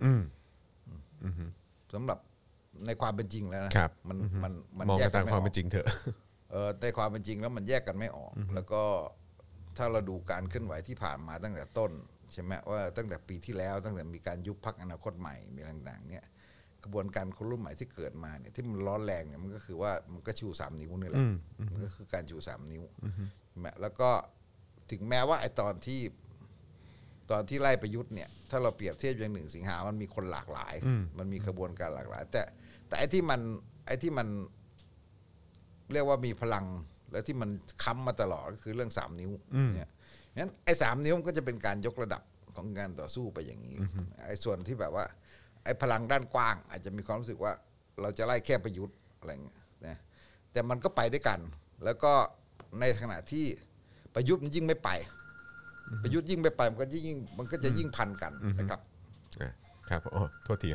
3สำหรับในความเป็นจริงแล้วนะมันแยกกันไม่ออกความเป็นจริงเถอะในความเป็นจริงแล้วมันแยกกันไม่ออกแล้วก็ถ้าเราดูการเคลื่อนไหวที่ผ่านมาตั้งแต่ต้นใช่ไหมว่าตั้งแต่ปีที่แล้วตั้งแต่มีการยุบพรรคอนาคตใหม่มีต่างๆเนี่ยกระบวนการคนรุ่นใหม่ที่เกิดมาเนี่ยที่มันร้อนแรงเนี่ยมันก็คือว่ามันก็ชู3 นิ้วนี่แหละมันก็คือการชู3 นิ้วแล้วก็ถึงแม้ว่าไอ้ตอนที่ไล่ประยุทธ์เนี่ยถ้าเราเปรียบเทียบอย่าง1 สิงหามันมีคนหลากหลายมันมีกระบวนการหลากหลายแต่ไอ้ที่มันเรียกว่ามีพลังแล้วที่มันค้ำมาตลอดก็คือเรื่อง3 นิ้วเนี่ยงั้นไอ้3 นิ้วมันก็จะเป็นการยกระดับของการต่อสู้ไปอย่างนี้ไอ้ส่วนที่แบบว่าไอ้พลังด้านกว้างอาจจะมีความรู้สึกว่าเราจะไล่แค่ประยุทธ์อะไรเงี้ยนะแต่มันก็ไปด้วยกันแล้วก็ในขณะที่ประยุทธ์มันยิ่งไม่ไปประยุทธ์ยิ่งไม่ไปมันก็จะยิ่งพันกันนะครับครับโทษที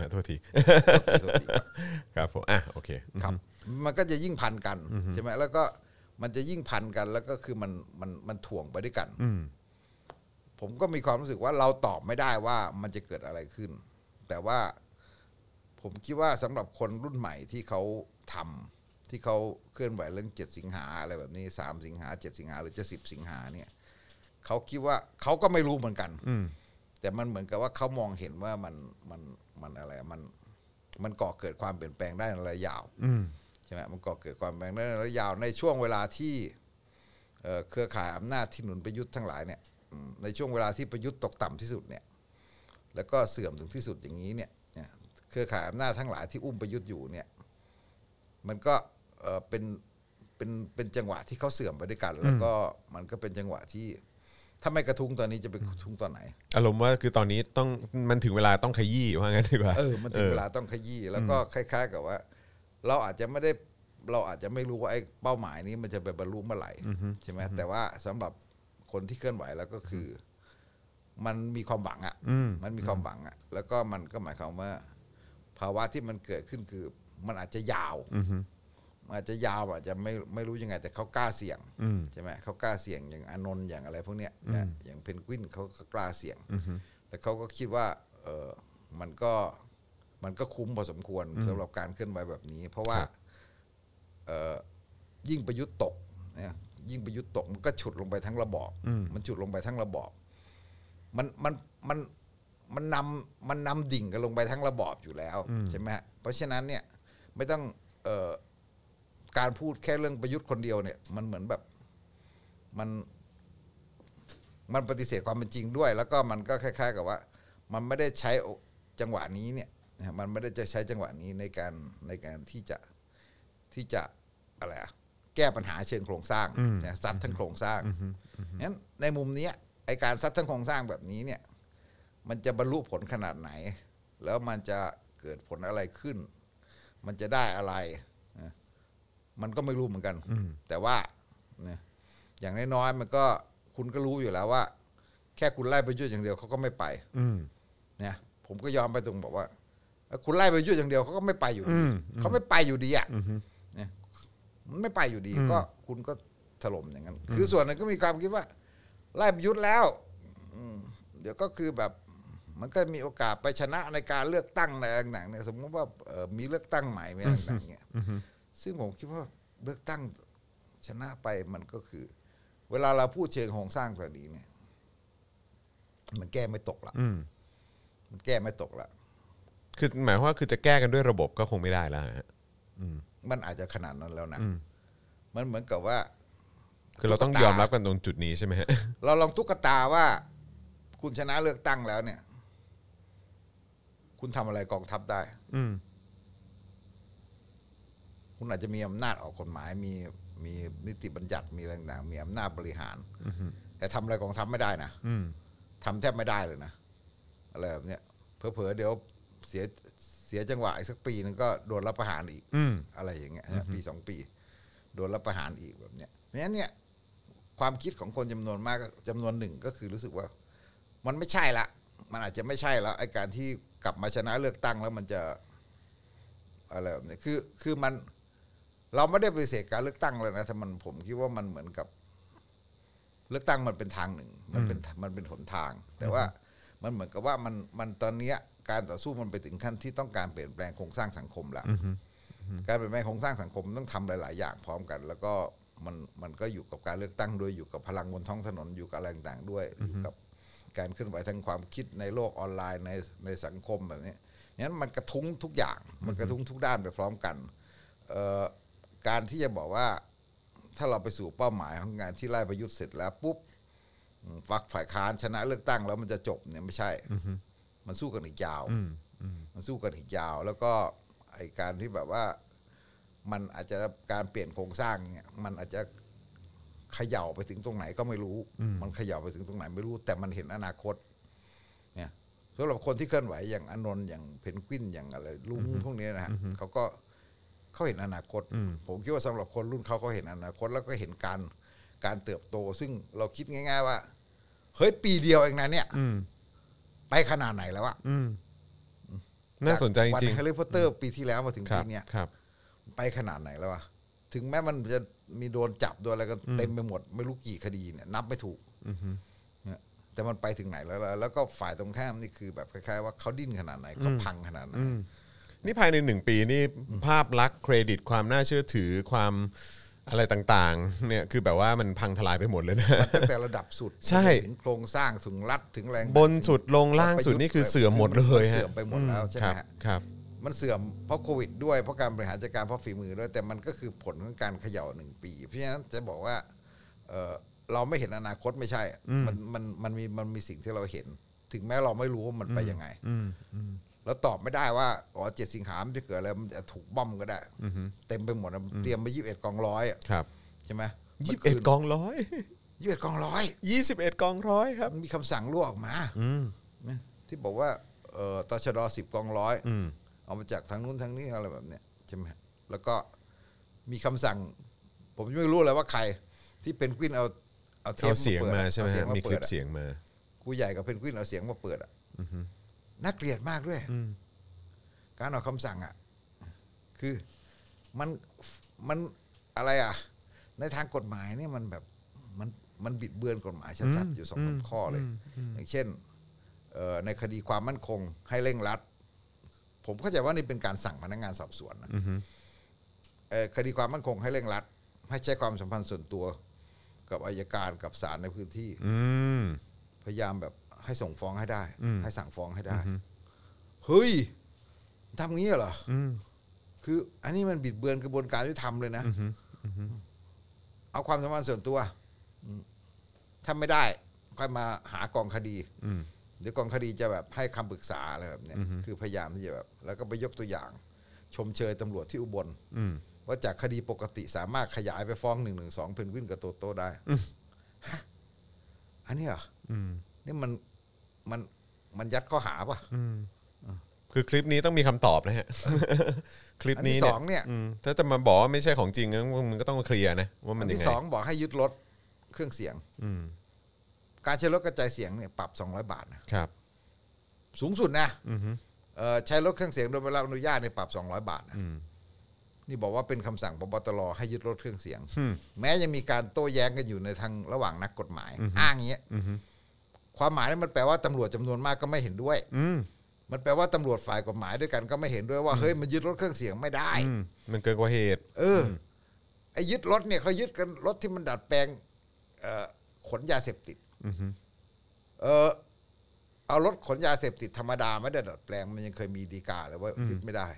ครับผมโอเคครับมันก็จะยิ่งพันกันใช่ไหมแล้วก็มันจะยิ่งพันกันแล้วก็คือมันถ่วงไปด้วยกันผมก็มีความรู้สึกว่าเราตอบไม่ได้ว่ามันจะเกิดอะไรขึ้นแต่ว่าผมคิดว่าสำหรับคนรุ่นใหม่ที่เขาทำที่เขาเคลื่อนไหวเรื่อง7 สิงหาอะไรแบบนี้3 สิงหา7 สิงหาหรือจะ10 สิงหาเนี่ยเขาคิดว่าเขาก็ไม่รู้เหมือนกันแต่มันเหมือนกับว่าเขามองเห็นว่ามันอะไรมันก่อเกิดความเปลี่ยนแปลงได้ในระยะยาวใช่ไหมมันก่อเกิดความเปลี่ยนแปลงได้ในระยะยาวในช่วงเวลาที่เครือข่ายอำนาจที่หนุนประยุทธ์ทั้งหลายเนี่ยในช่วงเวลาที่ประยุทธ์ตกต่ำที่สุดเนี่ยแล้วก็เสื่อมถึงที่สุดอย่างนี้เนี่ยเครือข่ายอำนาจทั้งหลายที่อุ้มประยุทธ์อยู่เนี่ยมันก็เป็นจังหวะที่เขาเสื่อมไปด้วยกันแล้วก็มันก็เป็นจังหวะที่ถ้าไม่กระทุ้งตอนนี้จะไปกระทุ้งตอนไหนอารมณ์ว่าคือตอนนี้ต้องมันถึงเวลาต้องขยี้ว่างั้นดีกว่ามันถึงเวลาต้องขยี้แล้วก็คล้ายๆกับว่าเราอาจจะไม่รู้ว่าไอ้เป้าหมายนี้มันจะไปบรรลุเมื่อไหร่ใช่ไหมแต่ว่าสำหรับคนที่เคลื่อนไหวแล้วก็คือมันมีความหวังอ่ะมันมีความหวังอ่ะแล้วก็มันก็หมายความว่าภาวะที่มันเกิดขึ้นคือมันอาจจะยาวอาจจะยาวอาจจะไม่รู้ยังไงแต่เขากล้าเสี่ยงใช่ไหมเขากล้าเสี่ยงอย่างอานนท์อย่างอะไรพวกเนี้ยอย่างเพนกวินเขาก็กล้าเสี่ยงแล้วเขาก็คิดว่ามันก็คุ้มพอสมควรสำหรับการเคลื่อนไหวแบบนี้เพราะว่ายิ่งประยุทธ์ตกเนี่ยยิ่งประยุทธ์ตกมันก็ฉุดลงไปทั้งระบอบมันฉุดลงไปทั้งระบอบมันนำดิ่งกันลงไปทั้งระบอบอยู่แล้วใช่ไหมฮะเพราะฉะนั้นเนี่ยไม่ต้องการพูดแค่เรื่องประยุทธ์คนเดียวเนี่ยมันเหมือนแบบมันปฏิเสธความเป็นจริงด้วยแล้วก็มันก็คล้ายๆกับว่ามันไม่ได้ใช้จังหวะนี้เนี่ยมันไม่ได้จะใช้จังหวะนี้ในการที่จะอะไรแก้ปัญหาเชิงโครงสร้างซัดทั้งโครงสร้างงั้นในมุมนี้ไอการซัดทั้งโครงสร้างแบบนี้เนี่ยมันจะบรรลุผลขนาดไหนแล้วมันจะเกิดผลอะไรขึ้นมันจะได้อะไรมันก็ไม่รู้เหมือนกันแต่ว่าอย่างน้อยๆมันก็คุณก็รู้อยู่แล้วว่าแค่คุณไล่ประยุทธ์อย่างเดียวเขาก็ไม่ไปเนี่ยผมก็ยอมไปตรงบอกว่าคุณไล่ประยุทธ์อย่างเดียวเขาก็ไม่ไปอยู่ดีเขาไม่ไปอยู่ดีอ่ะเนี่ยมันไม่ไปอยู่ดีก็คุณก็ถล่มอย่างนั้นคือส่วนหนึ่งก็มีความคิดว่าไล่ประยุทธ์แล้วเดี๋ยวก็คือแบบมันก็มีโอกาสไปชนะในการเลือกตั้งในต่างๆเนี่ยสมมติว่ามีเลือกตั้งใหม่มีอะไรต่างๆเนี่ยซึ่งผมคิดว่าเลือกตั้งชนะไปมันก็คือเวลาเราพูดเชิงโครงสร้างแบบนี้เนี่ยมันแก้ไม่ตกละมันแก้ไม่ตกละคือหมายว่าคือจะแก้กันด้วยระบบก็คงไม่ได้แล้วฮะมันอาจจะขนาดนั้นแล้วนะมันเหมือนกับว่าคือเราต้องยอมรับกันตรงจุดนี้ใช่ไหมฮะเราลองตุ๊กตาว่าคุณชนะเลือกตั้งแล้วเนี่ยคุณทำอะไรกองทัพได้คุณอาจจะมีอำนาจออกกฎหมายมีนิติบัญญัติมีอะไรต่างๆมีอำนาจบริหารแต่ทำอะไรกองทัพไม่ได้นะทำแทบไม่ได้เลยนะอะไรแบบเนี้ยเผลอๆเดี๋ยวเสียจังหวะอีกสักปีนึงก็โดนรับประหารอีกอะไรอย่างเงี้ยปี2 ปีโดนรับประหารอีกแบบเนี้ยเพราะฉะนั้นเนี่ยความคิดของคนจำนวนมากจำนวนหนึ่งก็คือรู้สึกว่ามันไม่ใช่ละมันอาจจะไม่ใช่แล้วไอ้การที่กลับมาชนะเลือกตั้งแล้วมันจะอะไรแบบนี้คือมันเราไม่ได้ปฏิเสธการเลือกตั้งเลยนะแต่ผมคิดว่ามันเหมือนกับเลือกตั้งมันเป็นทางหนึ่งมันเป็นหนทางแต่ว่ามันเหมือนกับว่ามันตอนนี้การต่อสู้มันไปถึงขั้นที่ต้องการเปลี่ยนแปลงโครงสร้างสังคมแล้วการเปลี่ยนแปลงโครงสร้างสังคมต้องทำหลายๆอย่างพร้อมกันแล้วก็มันก็อยู่กับการเลือกตั้งด้วยอยู่กับพลังบนท้องถนนอยู่กับอะไรต่างๆด้วยอยู่กับการเคลื่อนไหวทางความคิดในโลกออนไลน์ในสังคมแบบนี้งั้นมันกระทุ้งทุกอย่างมันกระทุ้งทุกด้านไปพร้อมกันการที่จะบอกว่าถ้าเราไปสู่เป้าหมายของงานที่ไล่ประยุทธ์เสร็จแล้วปุ๊บฝักฝ่ายค้านชนะเลือกตั้งแล้วมันจะจบเนี่ยไม่ใช่มันสู้กันอีกยาวมันสู้กันอีกยาวแล้วก็ไอการที่แบบว่ามันอาจจะการเปลี่ยนโครงสร้างเนี่ยมันอาจจะเขย่าไปถึงตรงไหนก็ไม่รู้มันเขย่าไปถึงตรงไหนไม่รู้แต่มันเห็นอนาคตเนี่ยสำหรับคนที่เคลื่อนไหวอย่างอานนท์อย่างเพนกวินอย่างอะไรลุงพวกนี้นะฮะเขาเห็นอนาคตผมคิดว่าสำหรับคนรุ่นเขาเห็นอนาคตแล้วก็เห็นการเติบโตซึ่งเราคิดง่ายๆว่าเฮ้ยปีเดียวเองนะเนี่ยไปขนาดไหนแล้วอะน่าสนใจจริงๆแฮร์รี่พอตเตอร์ปีที่แล้วมาถึงปีนี้ไปขนาดไหนแล้วอะถึงแม้มันจะมีโดนจับโดนอะไรก็เต็มไปหมดไม่รู้กี่คดีเนี่ยนับไม่ถูกแต่มันไปถึงไหนแล้วก็ฝ่ายตรงข้ามนี่คือแบบคล้ายๆว่าเขาดิ้นขนาดไหนเขาพังขนาดไหนนี่ภายใน1 ปีนี่ภาพลักษณ์เครดิตความน่าเชื่อถือความอะไรต่างๆเนี่ยคือแบบว่ามันพังทลายไปหมดเลยนะตั้งแต่ระดับสุดใช่ถึงโครงสร้างถึงรัฐถึงแรงบนสุดลงล่างสุดนี่คือเสื่อมหมดเลยฮะเสื่อมไปหมดแล้วใช่ไหมครับมันเสื่อมเพราะโควิดด้วยเพราะการบริหารจัดการเพราะฝีมือด้วยแต่มันก็คือผลของการเขย่า1 ปีเพราะฉะนั้นจะบอกว่าเราไม่เห็นอนาคตไม่ใช่มันมีสิ่งที่เราเห็น ถึงแม้เราไม่รู้ว่ามันไปยังไงแล้วตอบไม่ได้ว่า7 สิงหาคมจะเกิดอะไรมันจะถูกบ้อมก็ได้เต็มไปหมดเตรียมไป21 กองร้อยใช่ไหม 21 กองร้อย 21 กองร้อย 21 กองร้อยครับมีคำสั่งรั่วออกมาที่บอกว่าตชด10 กองร้อยเอามาจากทางนู้นทางนี้อะไรแบบเนี้ยใช่ไหมแล้วก็มีคำสั่งผมไม่รู้เลยว่าใครที่เพนกวินเอาเทปเสียงมาใช่ไหมมีคลิปเสียงมาครูใหญ่กับเพนกวินเอาเสียงมาเปิดน่าเกลียดมากด้วยการออกคำสั่งคือมันอะไรในทางกฎหมายเนี่ยมันแบบมันบิดเบือนกฎหมายชัดๆอยู่2-3 ข้อเลยอย่างเช่นในคดีความมั่นคงให้เร่งรัดผมเข้าใจว่านี่เป็นการสั่งพนักงานสอบสวนนะคดีความมั่นคงให้เร่งรัดให้ใช้ความสัมพันธ์ส่วนตัวกับอัยการกับศาลในพื้นที่พยายามแบบให้ส่งฟ้องให้ได้ให้สั่งฟ้องให้ได้เฮ้ยทำงี้เหรอคืออันนี้มันบิดเบือนกระบวนการยุติธรรมเลยนะเอาความสัมพันธ์ส่วนตัวถ้าไม่ได้ค่อยมาหากองคดีเดี๋ยวกองคดีจะแบบให้คำปรึกษาอะไรแบบนี้คือพยายามที่จะแบบแล้วก็ไปยกตัวอย่างชมเชยตำรวจที่อุบลว่าจากคดีปกติสามารถขยายไปฟ้อง112เพนกวินกับโตโต้ได้อันนี้เหรอนี่มันยัดข้อหาป่ะคือคลิปนี้ต้องมีคำตอบนะฮะคลิปนี้เนี่ยถ้าจะมาบอกว่าไม่ใช่ของจริงมันก็ต้องมาเคลียร์นะว่ามันยังไงที่2บอกให้ยึดรถเครื่องเสียงการใช้รถกระจายเสียงเนี่ยปรับ200 บาทนะครับสูงสุดนะใช้รถเครื่องเสียงโดยไม่รับอนุญาตเนี่ยปรับ200 บาทนะนี่บอกว่าเป็นคำสั่งปปตรให้ยึดรถเครื่องเสียงแม้ยังมีการโต้แย้งกันอยู่ในทางระหว่างนักกฎหมายอ้างอย่างเงี้ยความหมายนั้นมันแปลว่าตำรวจจำนวนมากก็ไม่เห็นด้วยมันแปลว่าตำรวจฝ่ายกฎหมายด้วยกันก็ไม่เห็นด้วยว่าเฮ้ยมันยึดรถเครื่องเสียงไม่ได้มันเกินกว่าเหตุไอ้ยึดรถเนี่ยเขายึดกันรถที่มันดัดแปลงขนยาเสพติดเอารถขนยาเสพติดธรรมดาไม่ได้ดัดแปลงมันยังเคยมีฎีกาเลยว่ายึดไม่ได้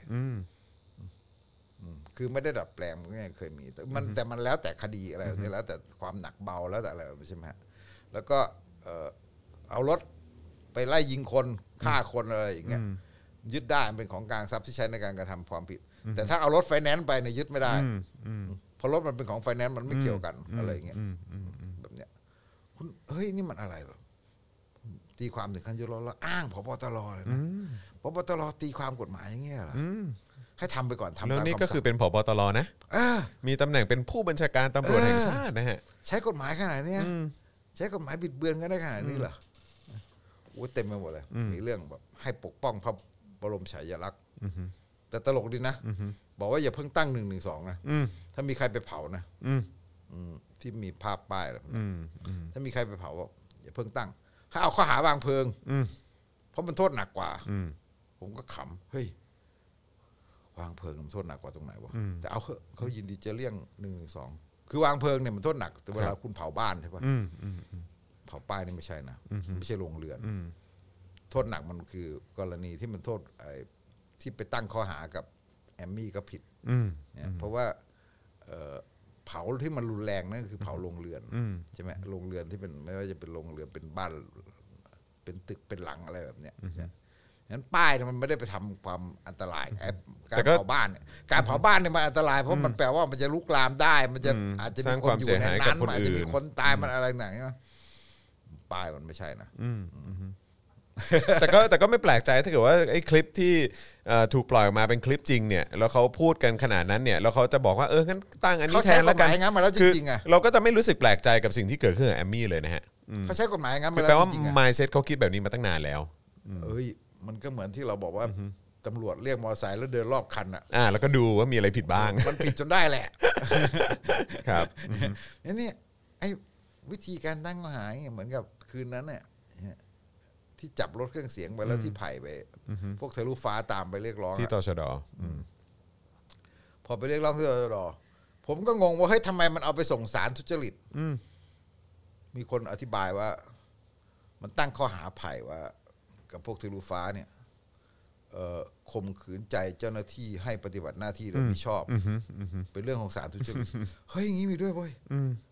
คือไม่ได้ดัดแปลงมันก็ยังเคยมีแต่มันแล้วแต่คดีอะไรนี่แล้วแต่ความหนักเบาแล้วแต่อะไรใช่ไหมแล้วก็เอารถไปไล่ยิงคนฆ่าคนอะไรอย่างเงี้ยยึดได้เป็นของกลางทรัพย์ที่ใช้ในการกระทำความผิดแต่ถ้าเอารถไฟแนนซ์ไปเนี่ยยึดไม่ได้เพราะรถมันเป็นของไฟแนนซ์มันไม่เกี่ยวกันอะไรอย่างเงี้ยแบบเนี้ยคุณเฮ้ยนี่มันอะไรหรอตีความถึงขั้นยึดรถแล้วอ้างผบ.ตร.เลยนะผบ.ตร.ตีความกฎหมายอย่างเงี้ยเหรอให้ทำไปก่อนทำแล้วนี่ก็คือเป็นผบ.ตร.นะมีตำแหน่งเป็นผู้บัญชาการตำรวจแห่งชาตินะฮะใช้กฎหมายขนาดนี้ใช้กฎหมายบิดเบือนกันได้ขนาดนี้เหรอโอ้เต็มไปหมดเลยมีเรื่องแบบให้ปกป้องพระบรมฉายาลักษณ์แต่ตลกดีนะบอกว่าอย่าเพิ่งตั้ง112นะถ้ามีใครไปเผานะที่มีภาพป้ายถ้ามีใครไปเผาอย่าเพิ่งตั้งถ้าเอาข้อหาวางเพลิงเพราะมันโทษหนักกว่าผมก็ขำเฮ้ยวางเพลิงมันโทษหนักกว่าตรงไหนวะแต่เอาเขายินดีจะเลี่ยง112คือวางเพลิงเนี่ยมันโทษหนักแต่เวลาคุณเผาบ้านใช่ปะเผาป้ายนี่ไม่ใช่นะไม่ใช่โรงเรือนโทษหนักมันคือกรณีที่มันโทษที่ไปตั้งข้อหากับแอมมี่ก็ผิดเนี่ยเพราะว่าเผาที่มันรุนแรงนั่นคือเผาโรงเรือนใช่ไหมโรงเรือนที่เป็นไม่ว่าจะเป็นโรงเรือนเป็นบ้านเป็นตึกเป็นหลังอะไรแบบเนี้ยงั้นป้ายมันไม่ได้ไปทำความอันตรายการเผาบ้านเนี่ยการเผาบ้านเนี่ยมันอันตรายเพราะมันแปลว่ามันจะลุกลามได้มันจะอาจจะมีคนอยู่ในนั้นมันอาจจะมีคนตายมันอะไรต่างๆป้ายมันไม่ใช่นะแต่ก็ไม่แปลกใจถ้าเกิดว่าไอ้คลิปที่ถูกปล่อยออกมาเป็นคลิปจริงเนี่ยแล้วเขาพูดกันขนาดนั้นเนี่ยแล้วเขาจะบอกว่างั้นตั้งอันนี้แทนแล้วกันคือเราก็จะไม่รู้สึกแปลกใจกับสิ่งที่เกิดขึ้นกับแอมมี่เลยนะฮะเขาใช้กฎหมายงั้นมาแล้วแปลว่า mindset เขาคิดแบบนี้มาตั้งนานแล้วมันก็เหมือนที่เราบอกว่าตำรวจเรียกมอเตอร์ไซค์แล้วเดินรอบคันแล้วก็ดูว่ามีอะไรผิดบ้างมันผิดจนได้แหละครับนี่ไอ้วิธีการตั้งข้อหาเหมือนกับคืนนั้นเนี่ยที่จับรถเครื่องเสียงไปแล้วที่ไผ่ไปพวกทะลุฟ้าตามไปเรียกร้องที่ตชด. พอไปเรียกร้องที่ตชด.ผมก็งงว่าเฮ้ยทำไมมันเอาไปส่งศาลทุจริตมีคนอธิบายว่ามันตั้งข้อหาไผ่ว่ากับพวกทะลุฟ้าเนี่ยข่มขืนใจเจ้าหน้าที่ให้ปฏิบัติหน้าที่โดยมิชอบเป็นเรื่องของศาลทุจริตเฮ้ยอย่างนี้มีด้วยเว้ย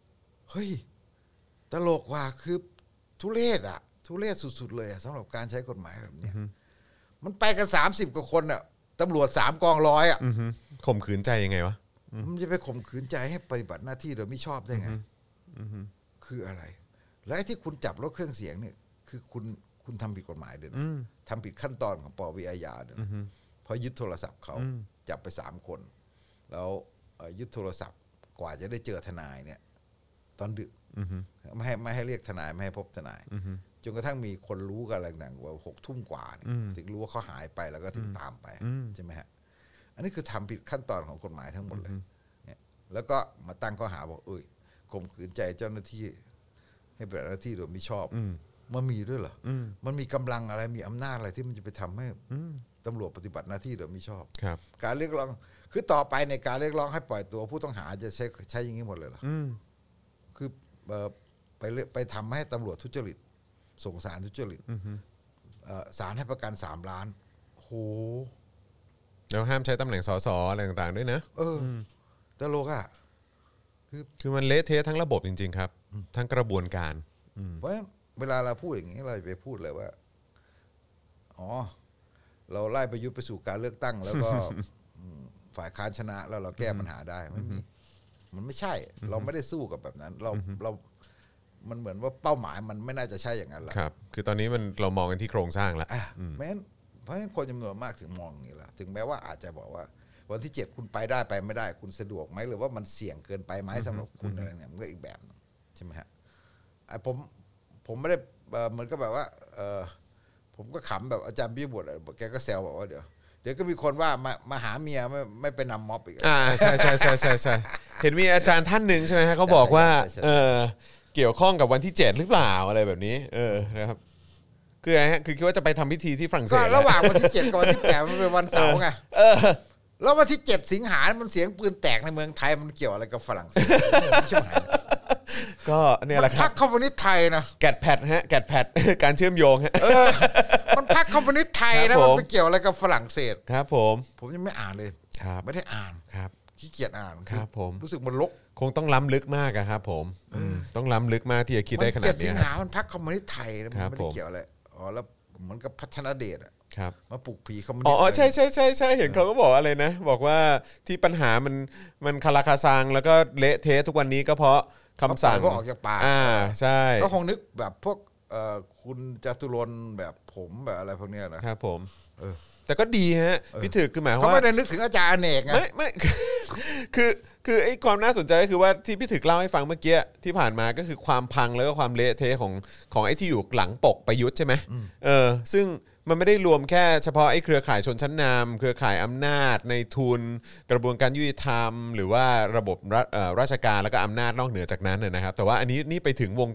เฮ้ยตลกว่ะคือทุเรศอะทุเรศสุดๆเลยสำหรับการใช้กฎหมายแบบนี้มันไปกัน30 กว่าคนอะตำรวจ3 กองร้อยอะข่มขืนใจยังไงวะมันจะไปข่มขืนใจให้ปฏิบัติหน้าที่โดยไม่ชอบได้ไงคืออะไรและไอ้ที่คุณจับรถเครื่องเสียงเนี่ยคือคุณทำผิดกฎหมายเลยนะทำผิดขั้นตอนของปวิอาญาเนี่ยเพราะยึดโทรศัพท์เขาจับไป3 คนแล้วยึดโทรศัพท์กว่าจะได้เจอทนายเนี่ยตอนดึกไม่ให้เรียกทนายไม่ให้พบทนายจนกระทั่งมีคนรู้กันอะไรต่างๆว่า6 ทุ่มกว่าถึงรู้ว่าเขาหายไปแล้วก็ถึงตามไปใช่ไหมฮะอันนี้คือทำผิดขั้นตอนของกฎหมายทั้งหมดเลยเนี่ยแล้วก็มาตั้งข้อหาบอกข่มขืนใจเจ้าหน้าที่ให้ปฏิบัติหน้าที่โดยไม่ชอบมันมีด้วยเหรอมันมีกำลังอะไรมีอำนาจอะไรที่มันจะไปทำให้ตำรวจปฏิบัติหน้าที่โดยไม่ชอบการเรียกร้องคือต่อไปในการเรียกร้องให้ปล่อยตัวผู้ต้องหาจะใช้อย่างนี้หมดเลยเหรอคือไปทำให้ตำรวจทุจริตส่งสารทุจริตศาลให้ประกัน3 ล้านโหแล้วห้ามใช้ตำแหน่งสสอะไรต่างๆด้วยนะตลกอ่ะคือมันเละเทะทั้งระบบจริงๆครับทั้งกระบวนการเพราะเวลาเราพูดอย่างนี้เราไปพูดเลยว่าเราไล่ประยุทธ์ไปสู่การเลือกตั้งแล้วก็ฝ่ายค้านชนะแล้วเราแก้ปัญหาได้มันไม่ใช่เราไม่ได้สู้กับแบบนั้นเรามันเหมือนว่าเป้าหมายมันไม่น่าจะใช่อย่างนั้นแล้วครับคือตอนนี้เรามองกันที่โครงสร้างแล้วเพราะฉะนั้นคนจำนวนมากถึงมองอย่างนี้แล้วถึงแม้ว่าอาจจะบอกว่าวันที่7คุณไปได้ไปไม่ได้คุณสะดวกไหมหรือว่ามันเสี่ยงเกินไปไหมสำหรับคุณอะไรเนี่ยมันก็อีกแบบใช่ไหมฮะผมไม่ได้เหมือนก็แบบว่าผมก็ขำแบบอาจารย์บี้บวชแกก็แซวบอกว่าเดี๋ยวก็มีคนว่ามาหาเมียไม่ไปนำม็อบอีกใช่เห็นมีอาจารย์ท่านหนึ่งใช่ไหมฮะเขาบอกว่าเกี่ยวข้องกับวันที่7หรือเปล่าอะไรแบบนี้นะครับคืออะไรฮะคือคิดว่าจะไปทำพิธีที่ฝรั่งเศสก็ระหว่างวันที่7กับวันที่8มันเป็นวันเสาร์ไงแล้ววันที่7 สิงหามันเสียงปืนแตกในเมืองไทยมันเกี่ยวอะไรกับฝรั่งเศสใช่ไหมก็เนี่ยแหละครับพรรคคอมมิวนิสต์ไทยนะแกดแพดฮะแกดแพดการเชื่อมโยงฮะมันพรรคคอมมิวนิสต์ไทยนะมันไปเกี่ยวอะไรกับฝรั่งเศสครับผมยังไม่อ่านเลยไม่ได้อ่านครับขี้เกียจอ่านครับผมรู้สึกมันรกคงต้องล้ำลึกมากครับผมต้องล้ำลึกมากที่จะคิดได้ขนาดนี้สิงหามันพรรคคอมมิวนิสต์ไทยมันไม่ได้เกี่ยวอะไรแล้วเหมือนกับพัฒนาเดชมาปลุกผีคอมมิวนิสต์ใช่เห็นเขาก็บอกอะไรนะบอกว่าที่ปัญหามันคาราคาซังแล้วก็เละเทะทุกวันนี้ก็เพราะคำสั่งก็ออกจากปากใช่ก็คงนึกแบบพวกคุณจตุรนต์แบบผมแบบอะไรพวกนี้นะครับผมแต่ก็ดีฮะพี่ถึกคือหมายว่าเขาไม่ได้นึกถึงอาจารย์อเนกไงไม่คือไอ้ความน่าสนใจก็คือว่าที่พี่ถึกเล่าให้ฟังเมื่อกี้ที่ผ่านมาก็คือความพังแล้วก็ความเละเทะของไอ้ที่อยู่หลังปกประยุทธ์ใช่ไหมซึ่งมันไม่ได้รวมแค่เฉพาะไอ้เครือข่ายชนชั้นนำเครือข่ายอำนาจในทุนกระบวนการยุติธรรมหรือว่าระบบราชการแล้วก็อำนาจนอกเหนือจากนั้นนะครับแต่ว่าอันนี้นี่ไปถึงวง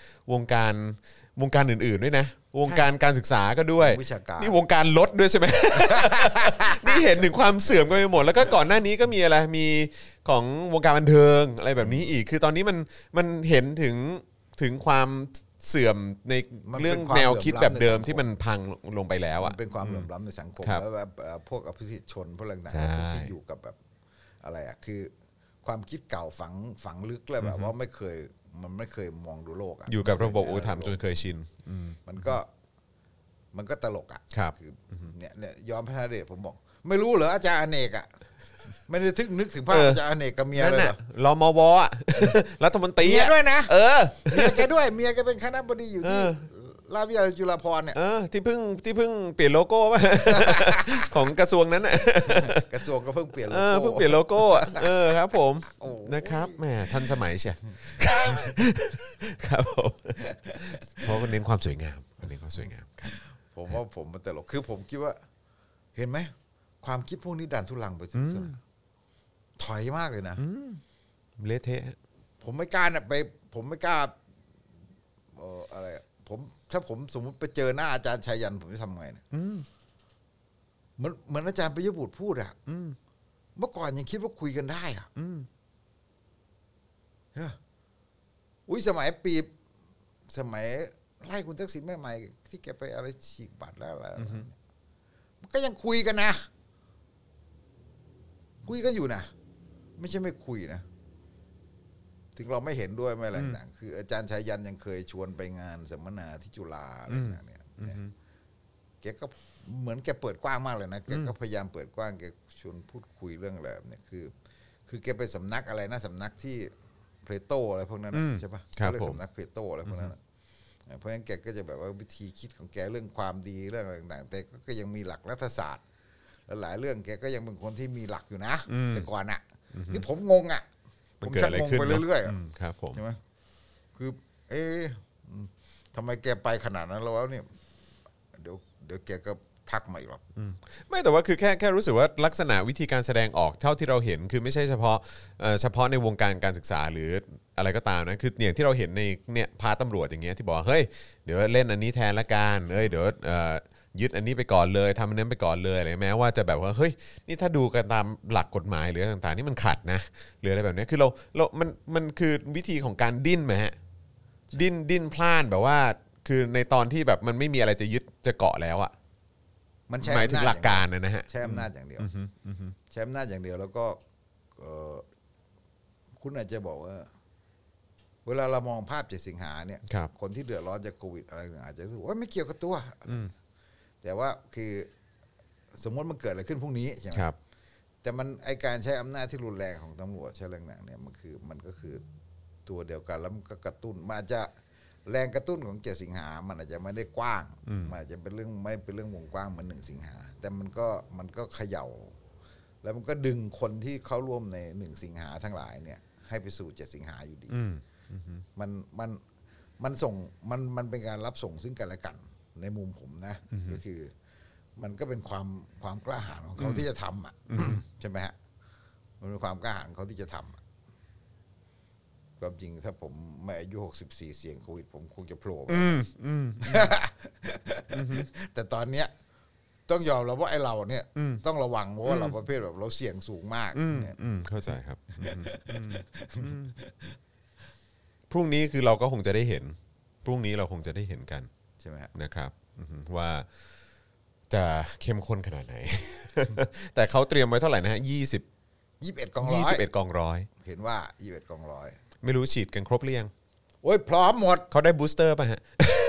การอื่นๆด้วยนะวงการการศึกษาก็ด้วยนี่วงการรถด้วยใช่ไหม นี่เห็นถึงความเสื่อมกันไปหมดแล้วก็ก่อนหน้านี้ก็มีอะไรมีของวงการบันเทิงอะไรแบบนี้อีกคือตอนนี้มันเห็นถึงความเสื่อมในเรื่องแนวคิดแบบเดิมที่มันพังลงไปแล้วอ่ะเป็นความเหลื่อมล้ำในสังคมแล้วแบบพวกอภิสิทธิชนพวกต่างๆที่อยู่กับแบบอะไรอ่ะคือความคิดเก่าฝังลึกเลยแบบว่ามันไม่เคยมองดูโลกอ่ะอยู่กับระบบอุปถัมภ์จนเคยชินมันก็ตลกอ่ะคือเนี่ยย้อนพระธเดชผมบอกไม่รู้เหรออาจารย์อเนกอ่ะไม่ได้นึกถึงภาพอาจารย์อเนกกับเมียเลยเหรอรมวอ่ะรัฐมนตรีเมียด้วยนะเมียแกด้วยเมียแกเป็นคณบดีอยู่ที่ราชวิทยาลัยจุฬาภรณ์เนี่ยที่เพิ่งเปลี่ยนโลโก้ป่ะของกระทรวงนั้นน่ะกระทรวงก็เพิ่งเปลี่ยนโลโก้เพิ่งเปลี่ยนโลโก้ครับผมนะครับแหมทันสมัยเชียครับผมเพราะคนเน้นความสวยงามครับผมว่าผมมันตลกคือผมคิดว่าเห็นไหมความคิดพวกนี้ดันทุลังไปสุดถอยมากเลยนะเละเทะผมไม่กล้าอะไรถ้าผมสมมติไปเจอหน้าอาจารย์ชัยยันผมจะทำไงเนี่ยเหมือนอาจารย์ปิยบุตรพูดอ่ะเมื่อก่อนยังคิดว่าคุยกันได้อ่ะสมัยไล่คุณทักษิณใหม่ๆที่แกไปอะไรฉีกบัตรแล้วอะไรมันก็ยังคุยกันนะคุยกันอยู่นะไม่ใช่ไม่คุยนะถึงเราไม่เห็นด้วยไม่อะไรต่างคืออาจารย์ชัยยันยังเคยชวนไปงานสัมมนาที่จุฬาอะไรต่างเนี่ยแกก็เหมือนแกเปิดกว้างมากเลยนะแกก็พยายามเปิดกว้างแกชวนพูดคุยเรื่องอะไรแบบนี้คือแกไปสำนักอะไรนะสำนักที่เพลโตอะไรพวกนั้นใช่ปะเขาเรียกสำนักเพลโตอะไรพวกนั้นเพราะฉะนั้นแกก็จะแบบว่าวิธีคิดของแกเรื่องความดีเรื่องอะไรต่างๆแต่ก็ยังมีหลักรัฐศาสตร์และหลายเรื่องแกก็ยังเป็นคนที่มีหลักอยู่นะแต่ก่อนอ่ะนี่ผมงงอ่ะผมชักงงไปเรื่อยๆครับผมใช่ไหมคือทำไมแกไปขนาดนั้นแล้วเนี่ยเดี๋ยวแกก็ทักมาอีกหรอกไม่แต่ว่าคือแค่รู้สึกว่าลักษณะวิธีการแสดงออกเท่าที่เราเห็นคือไม่ใช่เฉพาะในวงการการศึกษาหรืออะไรก็ตามนะคืออย่างที่เราเห็นในเนี่ยพาตำรวจอย่างเงี้ยที่บอกเฮ้ยเดี๋ยวเล่นอันนี้แทนละกันเดี๋ยวยึดอันนี้ไปก่อนเลยทำอันนั้นไปก่อนเลยอะไรแม้ว่าจะแบบว่าเฮ้ยนี่ถ้าดูกันตามหลักกฎหมายหรือต่างๆนี่มันขัดนะหรืออะไรแบบนี้คือมันคือวิธีของการดิ้นไหมฮะดิ้นพล่านแบบว่าคือในตอนที่แบบมันไม่มีอะไรจะยึดจะเกาะแล้วอ่ะมันใช้หมายถึงหลักการนะฮะใช้อำนาจอย่างเดียวใช้อำนาจอย่างเดียวแล้วก็คุณอาจจะบอกว่าเวลาเรามองภาพ7 สิงหาเนี่ยคนที่เดือดร้อนจากโควิดอะไรต่างๆอาจจะรู้สึกว่าไม่เกี่ยวกับตัวแต่ว่าคือสมมติมันเกิดอะไรขึ้นพรุ่งนี้ใช่ไหมแต่มันไอการใช้อำนาจที่รุนแรงของตำรวจใช้แรงหนักเนี่ยมันก็คือตัวเดียวกันแล้วมันก็กระตุ้นมันอาจจะแรงกระตุ้นของ7 สิงหามันอาจจะไม่ได้กว้างมันอาจจะเป็นเรื่องไม่เป็นเรื่องวงกว้างเหมือน1 สิงหาแต่มันก็เขย่าแล้วมันก็ดึงคนที่เข้าร่วมใน1 สิงหาทั้งหลายเนี่ยให้ไปสู่7 สิงหาอยู่ดีมันส่งมันเป็นการรับส่งซึ่งกันและกันในมุมผมนะก็คือมันก็เป็นความกล้าหาญของเขาที่จะทำใช่ไหมฮะมันเป็นความกล้าหาญของเขาที่จะทำความจริงถ้าผมไม่อายุ64เสี่ยงโควิดผมคงจะโผล่แต่ตอนเนี้ยต้องยอมรับว่าไอ้เราเนี่ยต้องระวังเพราะว่าเราประเภทแบบเราเสี่ยงสูงมากเข้าใจครับพรุ่งนี้คือเราก็คงจะได้เห็นพรุ่งนี้เราคงจะได้เห็นกันใช่ไหมนะครับว่าจะเข้มข้นขนาดไหน แต่เขาเตรียมไว้เท่าไหร่นะฮะ 21 กองร้อยเห็นว่า21 กองร้อยไม่รู้ฉีดกันครบหรือยังโอ้ยพร้อมหมดเขาได้บูสเตอร์ป่ะฮะ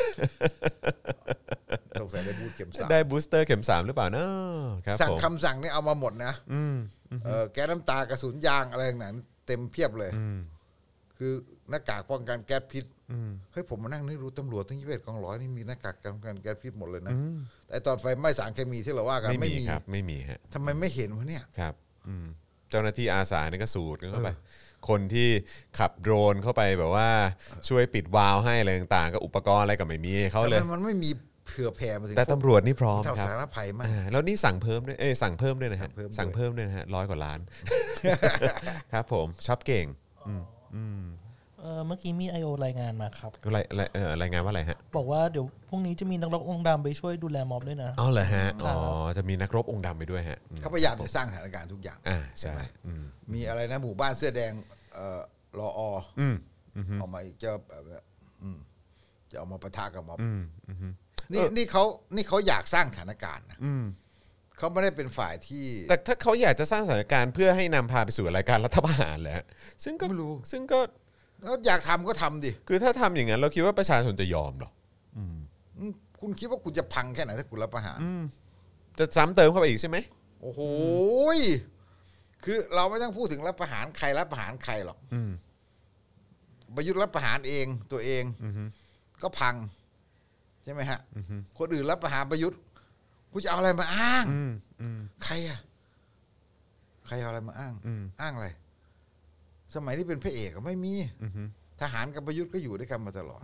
สงสัยได้บูสเข็ม 3 ได้บูสเตอร์เข็ม 3หรือเปล่าเนาะครับสั่งคำสั่งนี่เอามาหมดนะแก๊สน้ำตากระสุนยางอะไรต่างๆเต็มเพียบเลยคือหน้ากากป้องกันแก๊สพิษเฮ้ยผมมานั่งนึกรู้ตำรวจทั้ง21 กองร้อยนี่มีหน้ากากป้องกันแก๊สพิษหมดเลยนะแต่ตอนไฟไหม้สารเคมีที่เราว่ากันไม่มีครับไม่มีฮะทำไมไม่เห็นวะเนี่ยครับเจ้าหน้าที่อาสาเนี่ยก็สูดกันเข้าไปคนที่ขับโดรนเข้าไปแบบว่าช่วยปิดวาล์วให้อะไรต่างๆก็อุปกรณ์อะไรก็ไม่มีเขาเลยมันไม่มีเผื่อแผ่มาถึงแต่ตำรวจนี่พร้อมครับสารภัยมากแล้วนี่สั่งเพิ่มด้วยสั่งเพิ่มด้วยนะฮะสั่งเพิ่มด้วยนะฮะ100 กว่าล้านครับผมช็อปเก่งเมื่อกี้มี IO รายงานมาครับรายงานว่าอะไรฮะบอกว่าเดี๋ยวพรุ่งนี้จะมีนักรบองค์ดำไปช่วยดูแลม็อบด้วยนะอ๋อเหรอฮะจะมีนักรบองค์ดำไปด้วยฮะเขาพยายามจะสร้างสถานการณ์ทุกอย่างใช่มีอะไรนะหมู่บ้านเสื้อแดงรอออกมาอีกจะจะเอามาปะทะกับม็อบนี่เขาอยากสร้างสถานการณ์นะเขาไม่ได้เป็นฝ่ายที่แต่ถ้าเขาอยากจะสร้างสถานการณ์เพื่อให้นำพาไปสู่รายการรัฐประหารแหละซึ่งก็ไม่รู้ซึ่งก็อยากทำก็ทำดิคือถ้าทำอย่างนั้นเราคิดว่าประชาชนจะยอมหรอคุณคิดว่าคุณจะพังแค่ไหนถ้าคุณรัฐประหารจะซ้ำเติมเข้าไปอีกใช่ไหมโอ้โหคือเราไม่ต้องพูดถึงรัฐประหารใครรัฐประหารใครหรอกประยุทธ์รัฐประหารเองตัวเองก็พังใช่ไหมฮะคนอื่นรัฐประหารประยุทธ์คุณจะเอาอะไรมาอ้างใครอะใครเอาอะไรมาอ้างอ้างอะไรสมัยที่เป็นพระเอกก็ไม่มีทหารกับประยุทธ์ก็อยู่ด้วยกันมาตลอด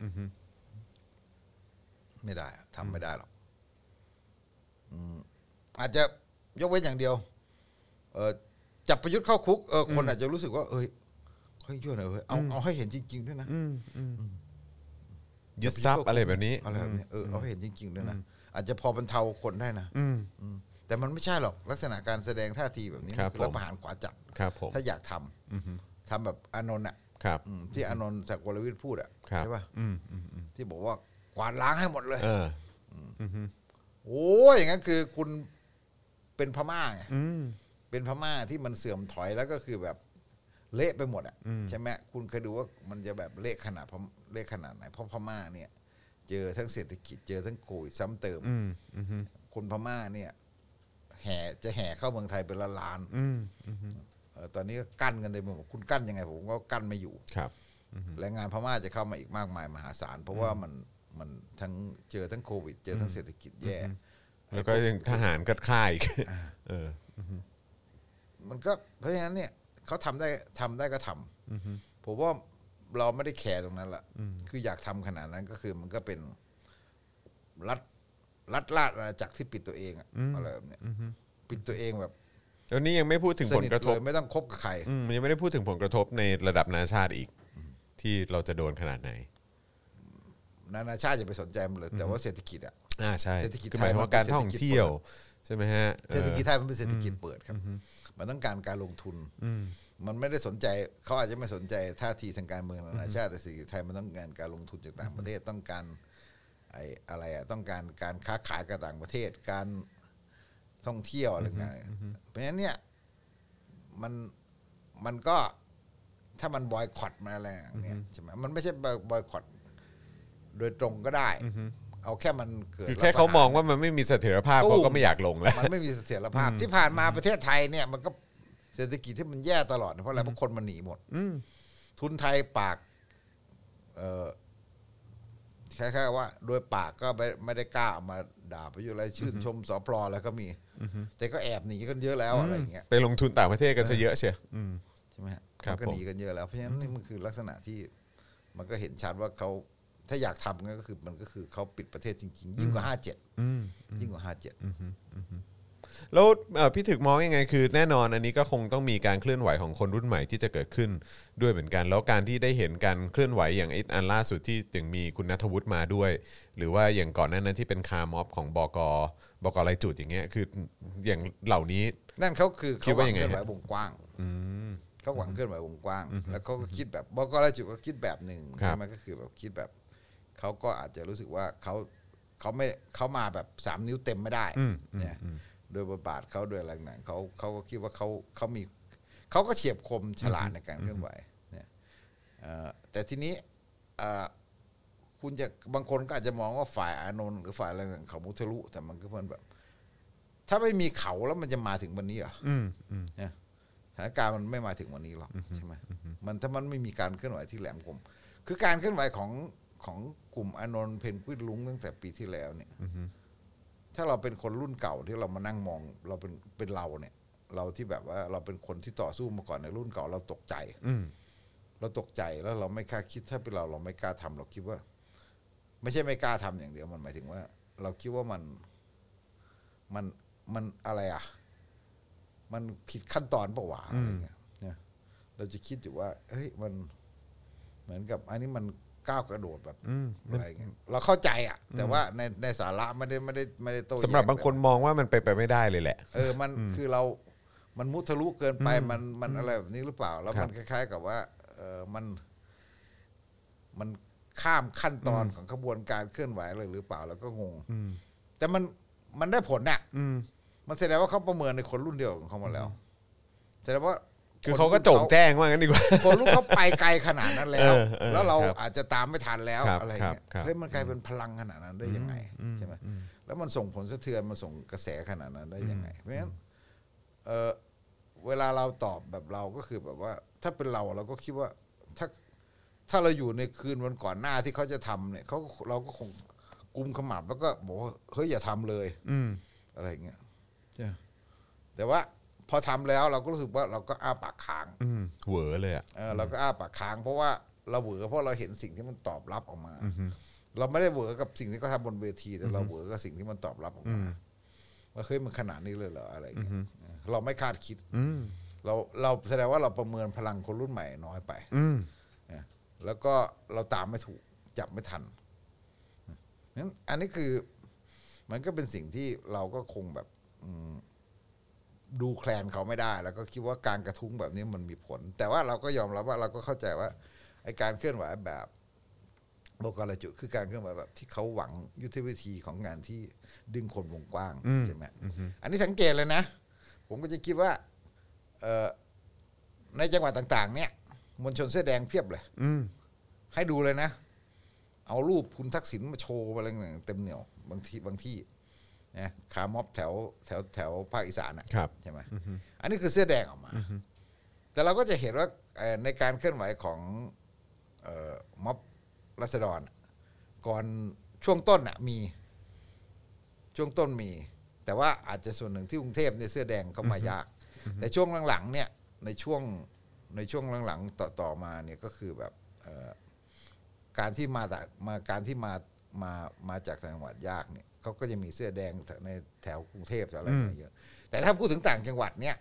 ไม่ได้ทำไม่ได้หรอกอาจจะยกเว้นอย่างเดียวจับประยุทธ์เข้าคุกคนอาจจะรู้สึกว่าค่อยช่วยหน่อยเอาให้เห็นจริงๆด้วยนะยึดทรัพย์อะไรแบบนี้อะไรแบบนี้เอาให้เห็นจริงๆด้วยนะอาจจะพอบรรเทาคนได้นะแต่มันไม่ใช่หรอกลักษณะการแสดงท่าทีแบบนี้คือรัฐประหารขวาจัดถ้าอยากทำแบบอานนท์อ่ะที่อานนท์ศักดิ์วรวิทย์พูดอ่ะใช่ป่ะที่บอกว่ากวาดล้างให้หมดเลยโอ้ยอย่างนั้นคือคุณเป็นพม่าไงเป็นพม่าที่มันเสื่อมถอยแล้วก็คือแบบเละไปหมดอ่ะใช่ไหมคุณเคยดูว่ามันจะแบบเละขนาดไหนเพราะพม่าเนี่ยเจอทั้งเศรษฐกิจเจอทั้งโควิดซ้ำเติมคนพม่าเนี่ยแห่เข้าเมืองไทยเป็นล้านตอนนี้ก็กั้นกันเลยผมคุณกั้นยังไงผมก็กั้นไม่อยู่ครับแรงงานพม่าจะเข้ามาอีกมากมายมหาศาลเพราะว่ามันทั้งเจอทั้งโควิดเจอทั้งเศรษฐกิจแย่แล้วก็ยังทหารก็ฆ่าอีกมันก็เพราะฉะนั้นเนี่ยเขาทำได้ก็ทำผมว่าเราไม่ได้แคร์ตรงนั้นละคืออยากทำขนาดนั้นก็คือมันก็เป็นรัฐราชอาณาจักรที่ปิดตัวเองอะไรแบบนี้ปิดตัวเองแบบแล้วนี่ยังไม่พูดถึงผลกระทบไม่ต้องคบกับใครยังไม่ได้พูดถึงผลกระทบในระดับนานาชาติอีกที่เราจะโดนขนาดไหนนานาชาติจะไปสนใจมันเลยแต่ว่าเศรษฐกิจใช่เศรษฐกิจไทยหมายว่าการท่องเที่ยวใช่ไหมฮะเศรษฐกิจไทยมันเป็นเศรษฐกิจเปิดครับมันต้องการลงทุนมันไม่ได้สนใจเขาอาจจะไม่สนใจท่าทีทางการเมืองนานาชาติแต่เศรษฐกิจไทยมันต้องการลงทุนจากต่างประเทศต้องการอะไรต้องการค้าขายกับต่างประเทศการท่องเที่ยวอะไรต่างๆเพราะฉะนั้นเนี่ยมันก็ถ้ามันบอยคอตมาอะไรเนี่ยใช่ไหมมันไม่ใช่บอยคอตโดยตรงก็ได้เอาแค่มันเกิดคือแค่เขามองว่ามันไม่มีเสถียรภาพเขาก็ไม่อยากลงแล้วมันไม่มีเสถียรภาพที่ผ่านมาประเทศไทยเนี่ยมันก็เศรษฐกิจที่มันแย่ตลอดเพราะอะไรเพราะคนมันหนีหมดทุนไทยปากแค่ว่าโดยปากก็ไม่ได้กล้ามาด่าไปอยู่อะไรชื่นชมสปลแล้วก็มีแต่ก็แอบหนีกันเยอะแล้วอะไรอย่างเงี้ยไปลงทุนต่างประเทศกันซะเยอะเชียวใช่ไหมครับก็หนีกันเยอะแล้วเพราะฉะนั้นนี่มันคือลักษณะที่มันก็เห็นชัดว่าเขาถ้าอยากทำก็คือมันก็คือเขาปิดประเทศจริงๆยิ่งกว่า57ยิ่งกว่า57 แล้วพี่ถึกมองยังไงคือแน่นอนอันนี้ก็คงต้องมีการเคลื่อนไหวของคนรุ่นใหม่ที่จะเกิดขึ้นด้วยเหมือนกันแล้วการที่ได้เห็นการเคลื่อนไหวอย่างอันล่าสุดที่ถึงมีคุณณัฐวุฒิมาด้วยหรือว่าอย่างก่อนหน้านั้นที่เป็นคาร์ม็อบของบก.รายจุดอย่างเงี้ยคืออย่างเหล่านี้นั่นเขาคือเขาหวังเคลื่อนไหววงกว้างเขาหวังเคลื่อนไหววงกว้างแล้วเขาก็คิดแบบบก.รายจุดก็คิดแบบหนึ่งมันก็คือแบบคิดแบบเขาก็อาจจะรู้สึกว่าเขามาแบบ3นิ้วเต็มไม่ได้เนี่ยโดยบทบาทเขาโดยอะไรต่างเขาก็คิดว่าเขาก็เฉียบคมฉลาดในการเคลื่อนไหวเนี่ยแต่ทีนี้คุณจะบางคนก็อาจจะมองว่าฝ่ายอานนท์หรือฝ่ายอะไรต่างเขามุทะลุแต่มันก็เพื่อนแบบถ้าไม่มีเขาแล้วมันจะมาถึงวันนี้เหรอเนี่ยสถานการณ์มันไม่มาถึงวันนี้หรอกใช่ไหมมันถ้ามันไม่มีการเคลื่อนไหวที่แหลมคมคือการเคลื่อนไหวของกลุ่มอานนท์เพนกวินลุงตั้งแต่ปีที่แล้วเนี่ยถ้าเราเป็นคนรุ่นเก่าที่เรามานั่งมองเราเป็นเราเนี่ยเราที่แบบว่าเราเป็นคนที่ต่อสู้มาก่อนในรุ่นเก่าเราตกใจเราตกใจแล้วเราไม่กล้าคิดถ้าเป็นเราไม่กล้าทำเราคิดว่าไม่ใช่ไม่กล้าทำอย่างเดียวมันหมายถึงว่าเราคิดว่ามันอะไรมันผิดขั้นตอนเปล่าวะอะไรเงี้ยเนี่ยเราจะคิดอยู่ว่าเฮ้ยมันเหมือนกับอันนี้มันก้าวกระโดดแบบอะไรเงี้ยเราเข้าใจแต่ว่าในสาระไม่ได้โต้สำหรับบางคนมองว่ามันไปไม่ได้เลยแหละมันคือมันมุทะลุเกินไปมันอะไรแบบนี้หรือเปล่าแล้วมันคล้ายๆกับว่ามันข้ามขั้นตอนของกระบวนการเคลื่อนไหวเลยหรือเปล่าแล้วก็งงแต่มันได้ผลน่ะมันแสดงว่าเขาประเมินในคนรุ่นเดียวของเขามาแล้วแสดงว่าคือเขาก็โจ่งแจ้งว่างั้นดีกว่าคนรุ่นเขาไปไกลขนาดนั้นแล้วแล้วเราอาจจะตามไม่ทันแล้วอะไรเงี้ยเฮ้ยมันกลายเป็นพลังขนาดนั้นได้ยังไงใช่ไหมแล้วมันส่งผลสะเทือนมันส่งกระแสขนาดนั้นได้ยังไงเพราะฉะนั้นเวลาเราตอบแบบเราก็คือแบบว่าถ้าเป็นเราก็คิดว่าถ้าเราอยู่ในคืนวันก่อนหน้าที่เขาจะทำเนี่ยเราก็คงกุมขมับแล้วก็บอกว่าเฮ้ยอย่าทำเลยอะไรเงี้ยแต่ว่าพอทำแล้วเราก็รู้สึกว่าเราก็อ้าปากค้างเหวอเลยเราก็อ้าปากค้างเพราะว่าเราเหวอเพราะเราเห็นสิ่งที่มันตอบรับออกมาเราไม่ได้เหวอกับสิ่งที่เขาทำบนเวทีแต่เราเหวอกับสิ่งที่มันตอบรับออกมาว่าเฮ้ยมันขนาดนี้เลยเหรออะไรเงี้ยเราไม่คาดคิดเราแสดงว่าเราประเมินพลังคนรุ่นใหม่น้อยไปแล้วก็เราตามไม่ถูกจับไม่ทันนั้นอันนี้คือมันก็เป็นสิ่งที่เราก็คงแบบดูแคลนเขาไม่ได้แล้วก็คิดว่าการกระทุ้งแบบนี้มันมีผลแต่ว่าเราก็ยอมรับว่าเราก็เข้าใจว่าไอ้การเคลื่อนไหวแบบบก.รายจุดคือการเคลื่อนไหวแบบที่เขาหวังยุทธวิธีของงานที่ดึงคนวงกว้างใช่ไหมอันนี้สังเกตเลยนะผมก็จะคิดว่าในจังหวัดต่างๆเนี่ยมวลชนเสื้อแดงเพียบเลยให้ดูเลยนะเอารูปคุณทักษิณมาโชว์อะไรต่างๆเต็มเหนียวบางที่นะคาร์ม็อบแถวภาคอีสานอ่ะใช่ไหมอันนี้คือเสื้อแดงออกมาแต่เราก็จะเห็นว่าในการเคลื่อนไหวของม็อบราษฎรก่อนช่วงต้นอ่ะมีแต่ว่าอาจจะส่วนหนึ่งที่กรุงเทพเนี่ยเสื้อแดงเข้ามายากแต่ช่วงหลังๆเนี่ยในช่วงหลังๆต่อมาเนี่ยก็คือแบบการที่มาจากต่างจังหวัดยากเนี่ยเขาก็จะมีเสื้อแดงในแถวกรุงเทพอะไรมาเยอะแต่ถ้าพูดถึงต่างจังหวัดเนี่ย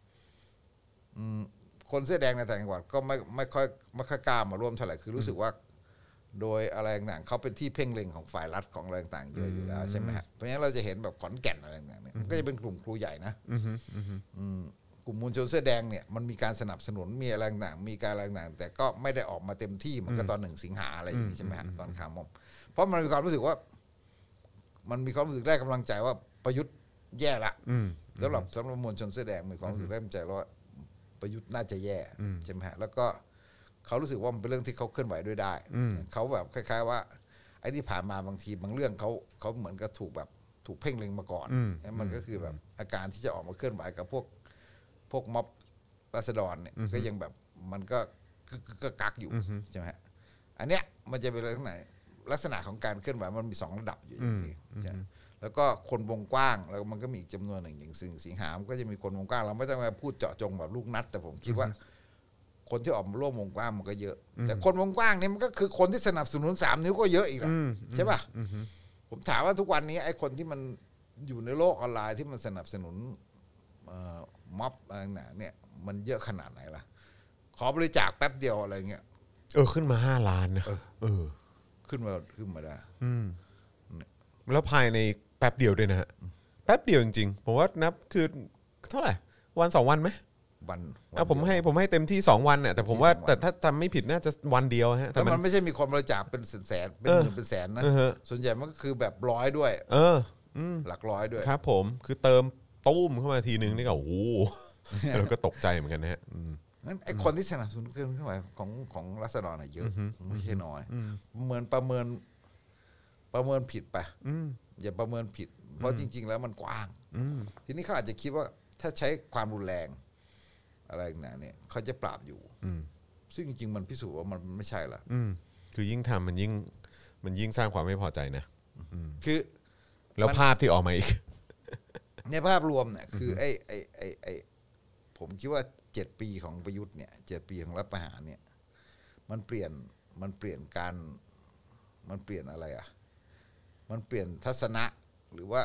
คนเสื้อแดงในต่างจังหวัดก็ไม่ค่อยกล้ามาร่วมเท่าไหร่คือรู้สึกว่าโดยอะไรต่างๆเขาเป็นที่เพ่งเล็งของฝ่ายรัฐของอะไรต่างๆเยอะอยู่แล้วใช่ไหมฮะเพราะฉะนั้นเราจะเห็นแบบขอนแก่นอะไรต่างๆเนี่ยมันก็จะเป็นกลุ่มครูใหญ่นะกลุ่มมวลชนเสื้อแดงเนี่ยมันมีการสนับสนุนมีอะไรต่างๆมีการอะไรต่างๆแต่ก็ไม่ได้ออกมาเต็มที่เหมือนกับตอน1 สิงหาอะไรอย่างนี้ใช่ไหมฮะตอนคาร์ม็อบเพราะมันมีความรู้สึกว่ามันมีความรู้สึกได้กำลังใจว่าประยุทธ์แย่ละสำหรับมวลชนเสื้อแดงมีความรู้สึกได้กำลังใจว่าประยุทธ์น่าจะแย่ใช่ไหมฮะแล้วก็เขารู้สึกว่ามันเป็นเรื่องที่เขาเคลื่อนไหวด้วยได้เขาแบบคล้ายๆว่าไอ้ที่ผ่านมาบางทีบางเรื่องเขาเหมือนกับถูกเพ่งเล็งมาก่อนมันก็คือแบบอาการที่จะออกมาเคลื่อนไหวกับพวกม็อบราษฎรเนี่ยก็ยังแบบมันก็กักอยู่ใช่ไหมฮะอันเนี้ยมันจะเป็นลักษณะของการเคลื่อนไหวมันมี2 ระดับอยู่อย่างนี้แล้วก็คนวงกว้างแล้วมันก็มีอีกจำนวนหนึ่งอย่างสิงหาก็จะมีคนวงกว้างเราไม่ต้องมาพูดเจาะจงแบบลูกนัดแต่ผมคิดว่าคนที่ออกมาร่วมวงกว้างมันก็เยอะแต่คนวงกว้างนี่มันก็คือคนที่สนับสนุน3 นิ้วก็เยอะอีกแล้วใช่ป่ะผมถามว่าทุกวันนี้ไอ้คนที่มันอยู่ในโลกออนไลน์ที่มันสนับสนุนม็อบอะไรต่างๆเนี่ยมันเยอะขนาดไหนล่ะขอบริจาคแป๊บเดียวอะไรเงี้ยขึ้นมา5 ล้านนะขึ้นมาได้แล้วภายในแป๊บเดียวด้วยนะฮะแป๊บเดียวจริงๆผมว่านับคือเท่าไหร่วัน2 วันไหมวันผมให้เต็มที่2 วันเนี่ยแต่ผมว่าแต่ถ้าจำไม่ผิดน่าจะวันเดียวฮะแต่มันไม่ใช่มีคนบริจาคเป็นแสนเป็นหมื่นเป็นแสนนะส่วนใหญ่มันก็คือแบบร้อยด้วยหลักร้อยด้วยครับผมคือเติมตุ้มเข้ามาทีนึงนี่ก็โอ้โหเราก็ตกใจเหมือนกันนะฮะงั้นไอ้คนที่สนับสนุนเครื่องไหวของราษฎรน่ะเยอะไม่ใช่น้อยประเมินผิดไปอย่าประเมินผิดเพราะจริงๆแล้วมันกว้างทีนี้เขาอาจจะคิดว่าถ้าใช้ความรุนแรงอะไรต่างๆเนี่ยเขาจะปราบอยู่ซึ่งจริงๆมันพิสูจน์ว่ามันไม่ใช่ละคือยิ่งทำมันยิ่งสร้างความไม่พอใจนะคือแล้วภาพที่ออกมาอีกในภาพรวมเนี่ยคือไอ้ผมคิดว่า7 ปีของประยุทธ์เนี่ย7 ปีของรัฐประหารเนี่ยมันเปลี่ยนอะไรอ่ะมันเปลี่ยนทัศนะหรือว่า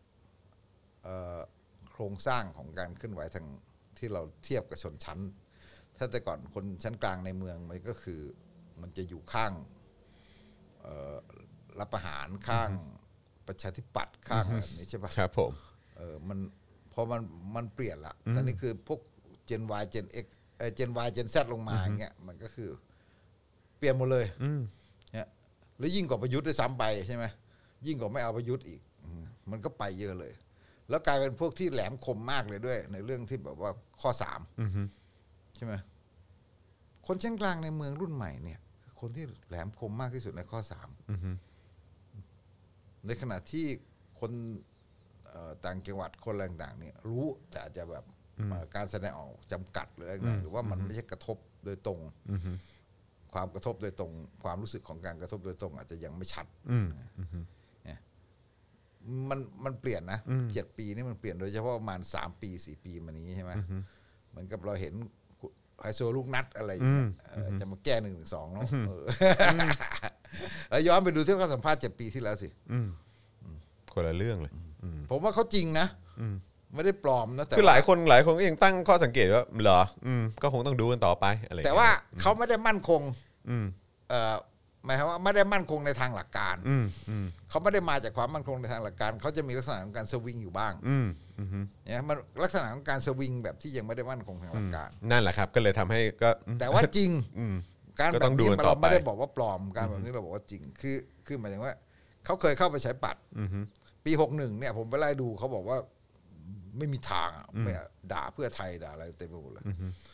โครงสร้างของการเคลื่อนไหวทางที่เราเทียบกับชนชั้นถ้าแต่ก่อนคนชั้นกลางในเมืองมันก็คือมันจะอยู่ข้างรัฐประหารข้างประชาธิปัตย์ข้างแบบนี้ใช่ปะครับผมมันพอมันเปลี่ยนละตอนนี้คือพวก Gen Y Gen X Gen Y Gen Z ลงมาอย่างเงี้ยมันก็คือเปลี่ยนหมดเลยเนี่ยแล้วยิ่งกว่าประยุทธ์ด้วยซ้ำไปใช่ไหมยิ่งกว่าไม่เอาประยุทธ์อีกมันก็ไปเยอะเลยแล้วกลายเป็นพวกที่แหลมคมมากเลยด้วยในเรื่องที่แบบว่าข้อ3ใช่ไหมคนชั้นกลางในเมืองรุ่นใหม่เนี่ยคือคนที่แหลมคมมากที่สุดในข้อ3ในขณะที่คนต่างจังหวัดคนอะไรต่างๆเนี่ยรู้แต่อาจจะแบบการแสดงออกจำกัดหรืออะไรต่างๆหรือว่ามันไม่ใช่กระทบโดยตรงความกระทบโดยตรงความรู้สึกของการกระทบโดยตรงอาจจะยังไม่ชัดมันเปลี่ยนนะ7 ปีนี่มันเปลี่ยนโดยเฉพาะประมาณ3 ปี4 ปีมานี้ใช่ไหมเหมือนกับเราเห็นไฮโซลูกนัดอะไรอย่างเงี้ยจะมาแก้112แล้วแล้วย้อนไปดูที่เขาสัมภาษณ์7 ปีที่แล้วสิคนละเรื่องเลยผมว่าเขาจริงนะไม่ได้ปลอมนะแต่คือหลายคนก็ยังตั้งข้อสังเกตว่าเหรอก็คงต้องดูกันต่อไปอะไรแต่ว่าเขาไม่ได้มั่นคงหมายความว่าไม่ได้มั่นคงในทางหลักการเขาไม่ได้มาจากความมั่นคงในทางหลักการเขาจะมีลักษณะของการสวิงอยู่บ้างเนี่ยมันลักษณะของการสวิงแบบที่ยังไม่ได้มั่นคงทางหลักการนั่นแหละครับก็เลยทำให้ก็แต่ว่าจริงการแบบนี้เราไม่ได้บอกว่าปลอมการแบบนี้เราบอกว่าจริงคือหมายถึงว่าเขาเคยเข้าไปใช้ปัดปี61เนี่ยผมไปไล่ดูเขาบอกว่าไม่มีทางไม่ด่าเพื่อไทยด่าอะไรเต็มไปหมดเลย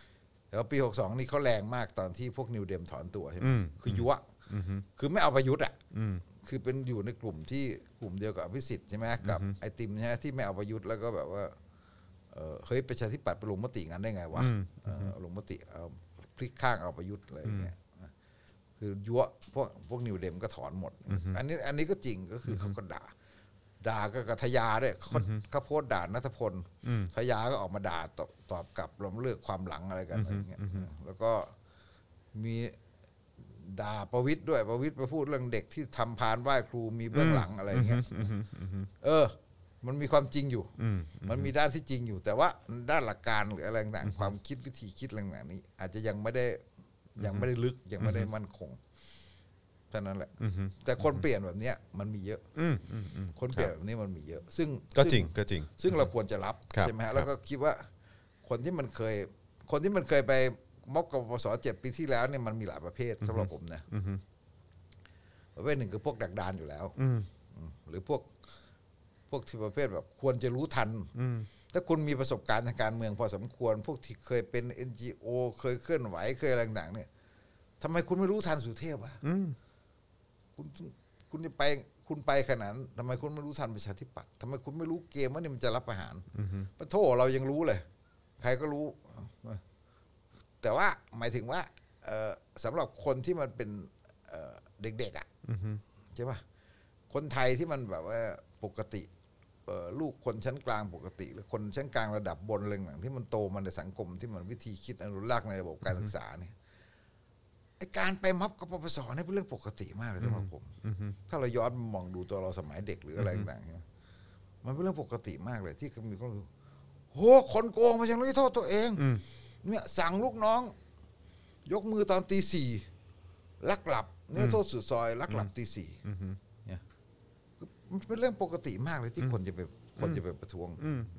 แต่ว่าปี62นี่เขาแรงมากตอนที่พวกนิวเดมถอนตัวใช่ไหมอืมคือยั่วคือไม่เอาประยุทธ์อ่ะอืมคือเป็นอยู่ในกลุ่มที่กลุ่มเดียวกับอภิสิทธิ์ใช่ไหมกับไอติมใช่ไหมที่ไม่เอาประยุทธ์แล้วก็แบบว่าเฮ้ยประชาธิปัตย์ไปลงมติงั้นได้ไงวะลงมติเอาพลิกข้างเอาประยุทธ์อะไรอย่างเงี้ยคือยั่วพวกนิวเดมก็ถอนหมดอันนี้ก็จริงก็คือเขาก็ด่าก็กับทยาด้วยเขาโพสต์ด่าณัฐพลทยาก็ออกมาด่าตอบกลับเราเลือกความหลังอะไรกันอะไรเงี้ยแล้วก็มีด่าประวิตรด้วยประวิตรไปพูดเรื่องเด็กที่ทำพานไหว้ครูมีเบื้องหลังอะไรเงี้ยมันมีความจริงอยู่มันมีด้านที่จริงอยู่แต่ว่าด้านหลักการหรืออะไรต่างๆความคิดวิธีคิดอะไรต่างๆนี้อาจจะยังไม่ได้ลึกยังไม่ได้มั่นคงเท่านั้นแหละแต่คนเปลี่ยนแบบนี้มันมีเยอะคนเปลี่ยนแบบนี้มันมีเยอะซึ่งก็จริงซึ่งเราควรจะรับใช่ไหมฮะแล้วก็คิดว่าคนที่มันเคยไปม็อบกปปส7 ปีที่แล้วเนี่ยมันมีหลายประเภทสำหรับผมนะประเภทหนึ่งคือพวกดักดานอยู่แล้วหรือพวกที่ประเภทแบบควรจะรู้ทันถ้าคุณมีประสบการณ์ทางการเมืองพอสมควรพวกที่เคยเป็น NGO เคยเคลื่อนไหวเคยอะไรต่างๆเนี่ยทำไมคุณไม่รู้ทันสุเทพอ่ะคุณจะไปคุณไปขนาดนั้นทำไมคุณไม่รู้ทันประชาธิปัตย์ทำไมคุณไม่รู้เกมว่านี่มันจะรับประหารปะโถเรายังรู้เลยใครก็รู้แต่ว่าหมายถึงว่าสำหรับคนที่มันเป็นเด็กๆอ่ะใช่ป่ะคนไทยที่มันแบบว่าปกติลูกคนชั้นกลางปกติหรือคนชั้นกลางระดับบนอะไรอย่างที่มันโตมาในสังคมที่มันวิธีคิดอนุรักษ์ในระบบการศึกษาเนี่ยไอการไปม็อบกปปสนี่เป็นเรื่องปกติมากเลยสำหรับผมถ้าเราย้อนมองดูตัวเราสมัยเด็กหรืออะไรต่างๆมันเป็นเรื่องปกติมากเลยที่มีคนรู้โหคนโกงมายังไม่โทษตัวเองเนี่ยสั่งลูกน้องยกมือตอนตี 4ลักหลับเนี่ยโทษสุดซอยลักหลับตี 4เนี่ยมันเป็นเรื่องปกติมากเลยที่คนจะไปประท้วง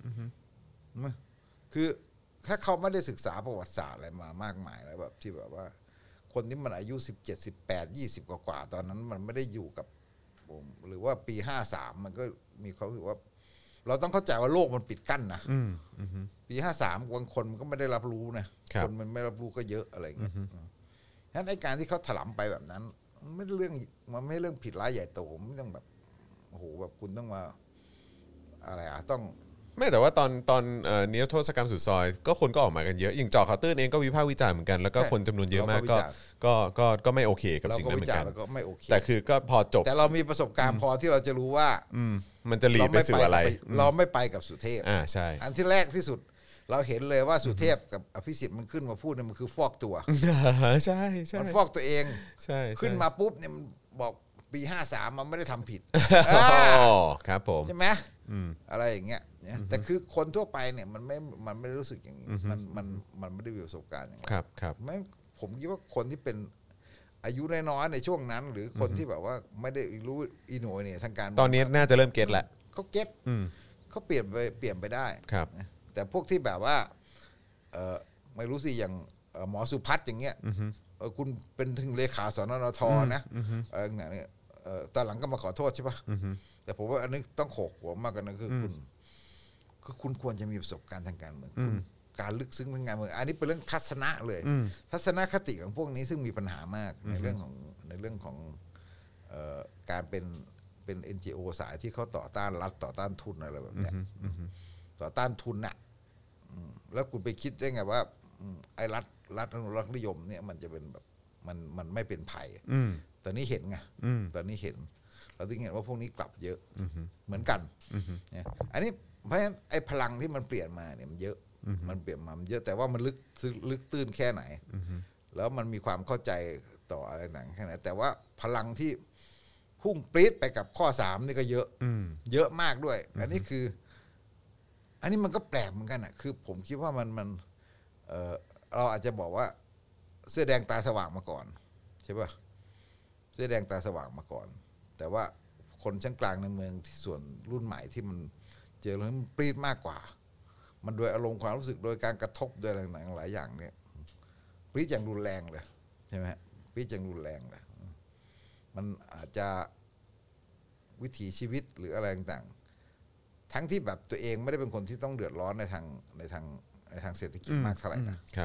คือถ้าเขาไม่ได้ศึกษาประวัติศาสตร์อะไรมามากมายแล้วแบบที่แบบว่าคนที่มันอายุ17 18 20กว่าตอนนั้นมันไม่ได้อยู่กับหรือว่าปี53มันก็มีความรู้สึกว่าเราต้องเข้าใจว่าโลกมันปิดกั้นนะปี53บางคนมันก็ไม่ได้รับรู้นะคนมันไม่รับรู้ก็เยอะอะไรอย่างเงี้ยฉะนั้นไอ้การที่เขาถลำไปแบบนั้นมันไม่เรื่องผิดร้ายใหญ่โตไม่ต้องแบบโอ้โหแบบคุณต้องมาอะไรต้องไม่แต่ว่าตอนนิรโทษกรรมสุดซอยก็คนก็ออกมากันเยอะอย่างจอข่าวตื้นเองก็วิพากษ์วิจารณ์เหมือนกันแล้วก็คนจำนวนเยอะมากก็ไม่โอเคกับสิ่งนั้นเหมือนกันแต่คือก็พอจบแต่เรามีประสบการณ์พอที่เราจะรู้ว่ามันจะหลีดไปสู่อะไรเราไม่ไปกับสุเทพใช่อันที่แรกที่สุดเราเห็นเลยว่าสุเทพกับอภิสิทธิ์มันขึ้นมาพูดเนี่ยมันคือฟอกตัวใช่มันฟอกตัวเองใช่ขึ้นมาปุ๊บเนี่ยมันบอกปี53มันไม่ได้ทำผิดครับผมใช่ไหมอะไรอย่างเงี้ยแต่คือคนทั่วไปเนี่ยมันไม่รู้สึกอย่างนี้มันไม่ได้มีประสบการณ์อย่างนี้ครับไม่ผมคิดว่าคนที่เป็นอายุน้อยๆในช่วงนั้นหรือคนที่แบบว่าไม่ได้รู้อีโหน่เนี่ยทางการตอนนี้น่าจะเริ่มเก็ตแล้วเขาเก็ตเขาเปลี่ยนไปได้ครับแต่พวกที่แบบว่าไม่รู้สิอย่างหมอสุพัฒน์อย่างเงี้ยคุณเป็นถึงเลขาสนนทนะอะไรอย่างเงี้ยตอนหลังก็มาขอโทษใช่ป่ะแต่ผมว่าอันนี้ต้องโขกหัวมากกว่านั้นคือคุณควรจะมีประสบการณ์ทางการเมืองการลึกซึ้งทางการเมืองอันนี้เป็นเรื่องทัศนะเลยทัศนคติของพวกนี้ซึ่งมีปัญหามากในเรื่องของการเป็น NGO สายที่เขาต่อต้านรัฐต่อต้านทุนอะไรแบบนี้ต่อต้านทุนน่ะแล้วคุณไปคิดได้ไงว่าไอ้รัฐอนุรักษ์นิยมเนี่ยมันจะเป็นแบบมันไม่เป็นภัยตอนนี้เห็นไงตอนนี้เห็นเราถึงเห็นว่าพวกนี้กลับเยอะเหมือนกันเนี่ยอันนี้เพราะฉะนั้นไอ้พลังที่มันเปลี่ยนมาเนี่ยมันเยอะมันเปลี่ยนมามันเยอะแต่ว่ามันลึกตื้นแค่ไหนแล้วมันมีความเข้าใจต่ออะไรต่างแค่ไหนแต่ว่าพลังที่พุ่งปรี๊ดไปกับข้อ3นี่ก็เยอะมากด้วยอันนี้มันก็แปลกเหมือนกันอ่ะคือผมคิดว่ามันเราอาจจะบอกว่าเสื้อแดงตาสว่างมาก่อนใช่ป่ะเสื้อแดงตาสว่างมาก่อนแต่ว่าคนชั้นกลางในเมืองที่ส่วนรุ่นใหม่ที่มันเจอแล้วมันปรี๊ดมากกว่ามันโดยอารมณ์ความรู้สึกโดยการกระทบโดยอะไรต่างๆหลายอย่างเนี่ยปรี๊ดอย่างรุนแรงเลยใช่ไหมปรี๊ดอย่างรุนแรงเลยมันอาจจะวิถีชีวิตหรืออะไรต่างๆทั้งที่แบบตัวเองไม่ได้เป็นคนที่ต้องเดือดร้อนในทางเศรษฐกิจมากเท่าไหร่นะครับ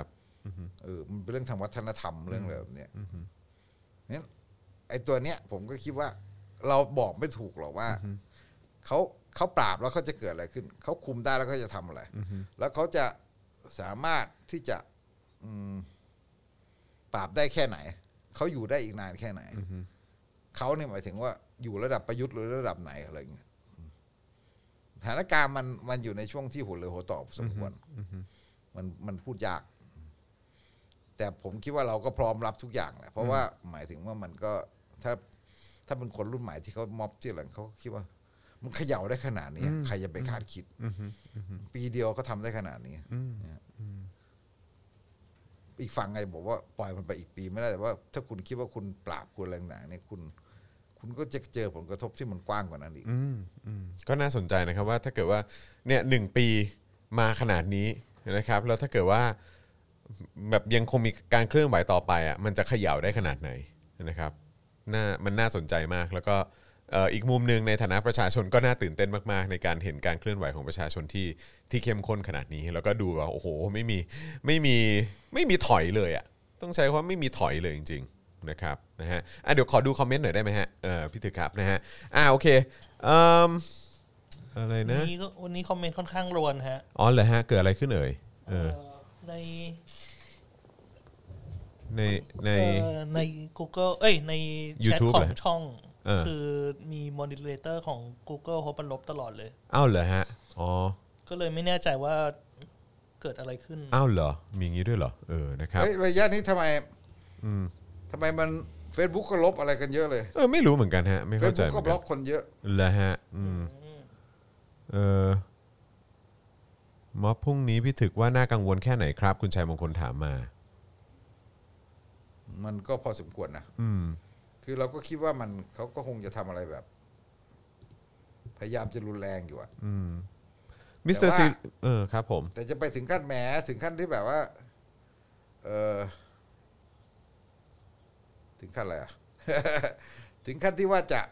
มันเป็นเรื่องทางวัฒนธรรมเรื่องอะไรแบบเนี้ยเนี่ยไอ้ตัวเนี้ยผมก็คิดว่าเราบอกไม่ถูกหรอกว่าเขาปราบแล้วเขาจะเกิดอะไรขึ้นเขาคุมได้แล้วเขาจะทำอะไรแล้วเขาจะสามารถที่จะปราบได้แค่ไหนเขาอยู่ได้อีกนานแค่ไหนเขาเนี่ยหมายถึงว่าอยู่ระดับประยุทธ์หรือระดับไหนอะไรเงี้ยสถานการณ์มันอยู่ในช่วงที่หัวเรือหัวต่อสมควรมันพูดยากแต่ผมคิดว่าเราก็พร้อมรับทุกอย่างแหละเพราะว่าหมายถึงว่ามันก็ถ้าเป็นคนรุ่นใหม่ที่เขาม็อบที่อะไรเขาคิดว่ามันเขย่าได้ขนาดนี้ใครจะไปคาดคิดปีเดียวก็ทำได้ขนาดนี้อีกฝั่งไงบอกว่าปล่อยมันไปอีกปีไม่ได้แต่ว่าถ้าคุณคิดว่าคุณปราบคุณอะไรต่างๆเนี่ยคุณก็จะเจอผลกระทบที่มันกว้างกว่านั้นอีกก็น่าสนใจนะครับว่าถ้าเกิดว่าเนี่ย1 ปีมาขนาดนี้นะครับแล้วถ้าเกิดว่าแบบยังคงมีการเคลื่อนไหวต่อไปอ่ะมันจะเขย่าได้ขนาดไหนนะครับมันน่าสนใจมากแล้วก็อีกมุมนึงในฐานะประชาชนก็น่าตื่นเต้นมากๆในการเห็นการเคลื่อนไหวของประชาชนที่เข้มข้นขนาดนี้แล้วก็ดูว่าโอ้โหไม่มีถอยเลยอ่ะต้องใช้คำว่าไม่มีถอยเลยจริงๆนะครับนะฮะเดี๋ยวขอดูคอมเมนต์หน่อยได้ไหมฮะพี่ถึกครับนะฮะโอเคอะไรนะวันนี้คอมเมนต์ค่อนข้างรวนฮะอ๋อเหรอฮะเกิดอะไรขึ้นเอ่ยใน Google ในแชทของช่องคือมีมอนิเตอร์ของ Google เขาเป็นลบตลอดเลยอ้าวเหรอฮะอ๋อก็เลยไม่แน่ใจว่าเกิดอะไรขึ้นอ้าวเหรอมีงี้ด้วยเหรอนะครับระยะนี้ทำไมมัน Facebook ก็ลบอะไรกันเยอะเลยไม่รู้เหมือนกันฮะไม่เข้าใจ Facebook ก็บล็อกคนเยอะเหรอฮะม็อบพรุ่งนี้พี่ถึกว่าน่ากังวลแค่ไหนครับคุณชัยมงคลถามมามันก็พอสมควรนะคือเราก็คิดว่าเขาก็คงจะทำอะไรแบบพยายามจะรุนแรงอยู่อ่ะมิสเตอร์ซีครับผมแต่จะไปถึงขั้นแหมถึงขั้นที่แบบว่าถึงขั้นอะไรอ่ะ ถึงขั้นที่ว่าจะ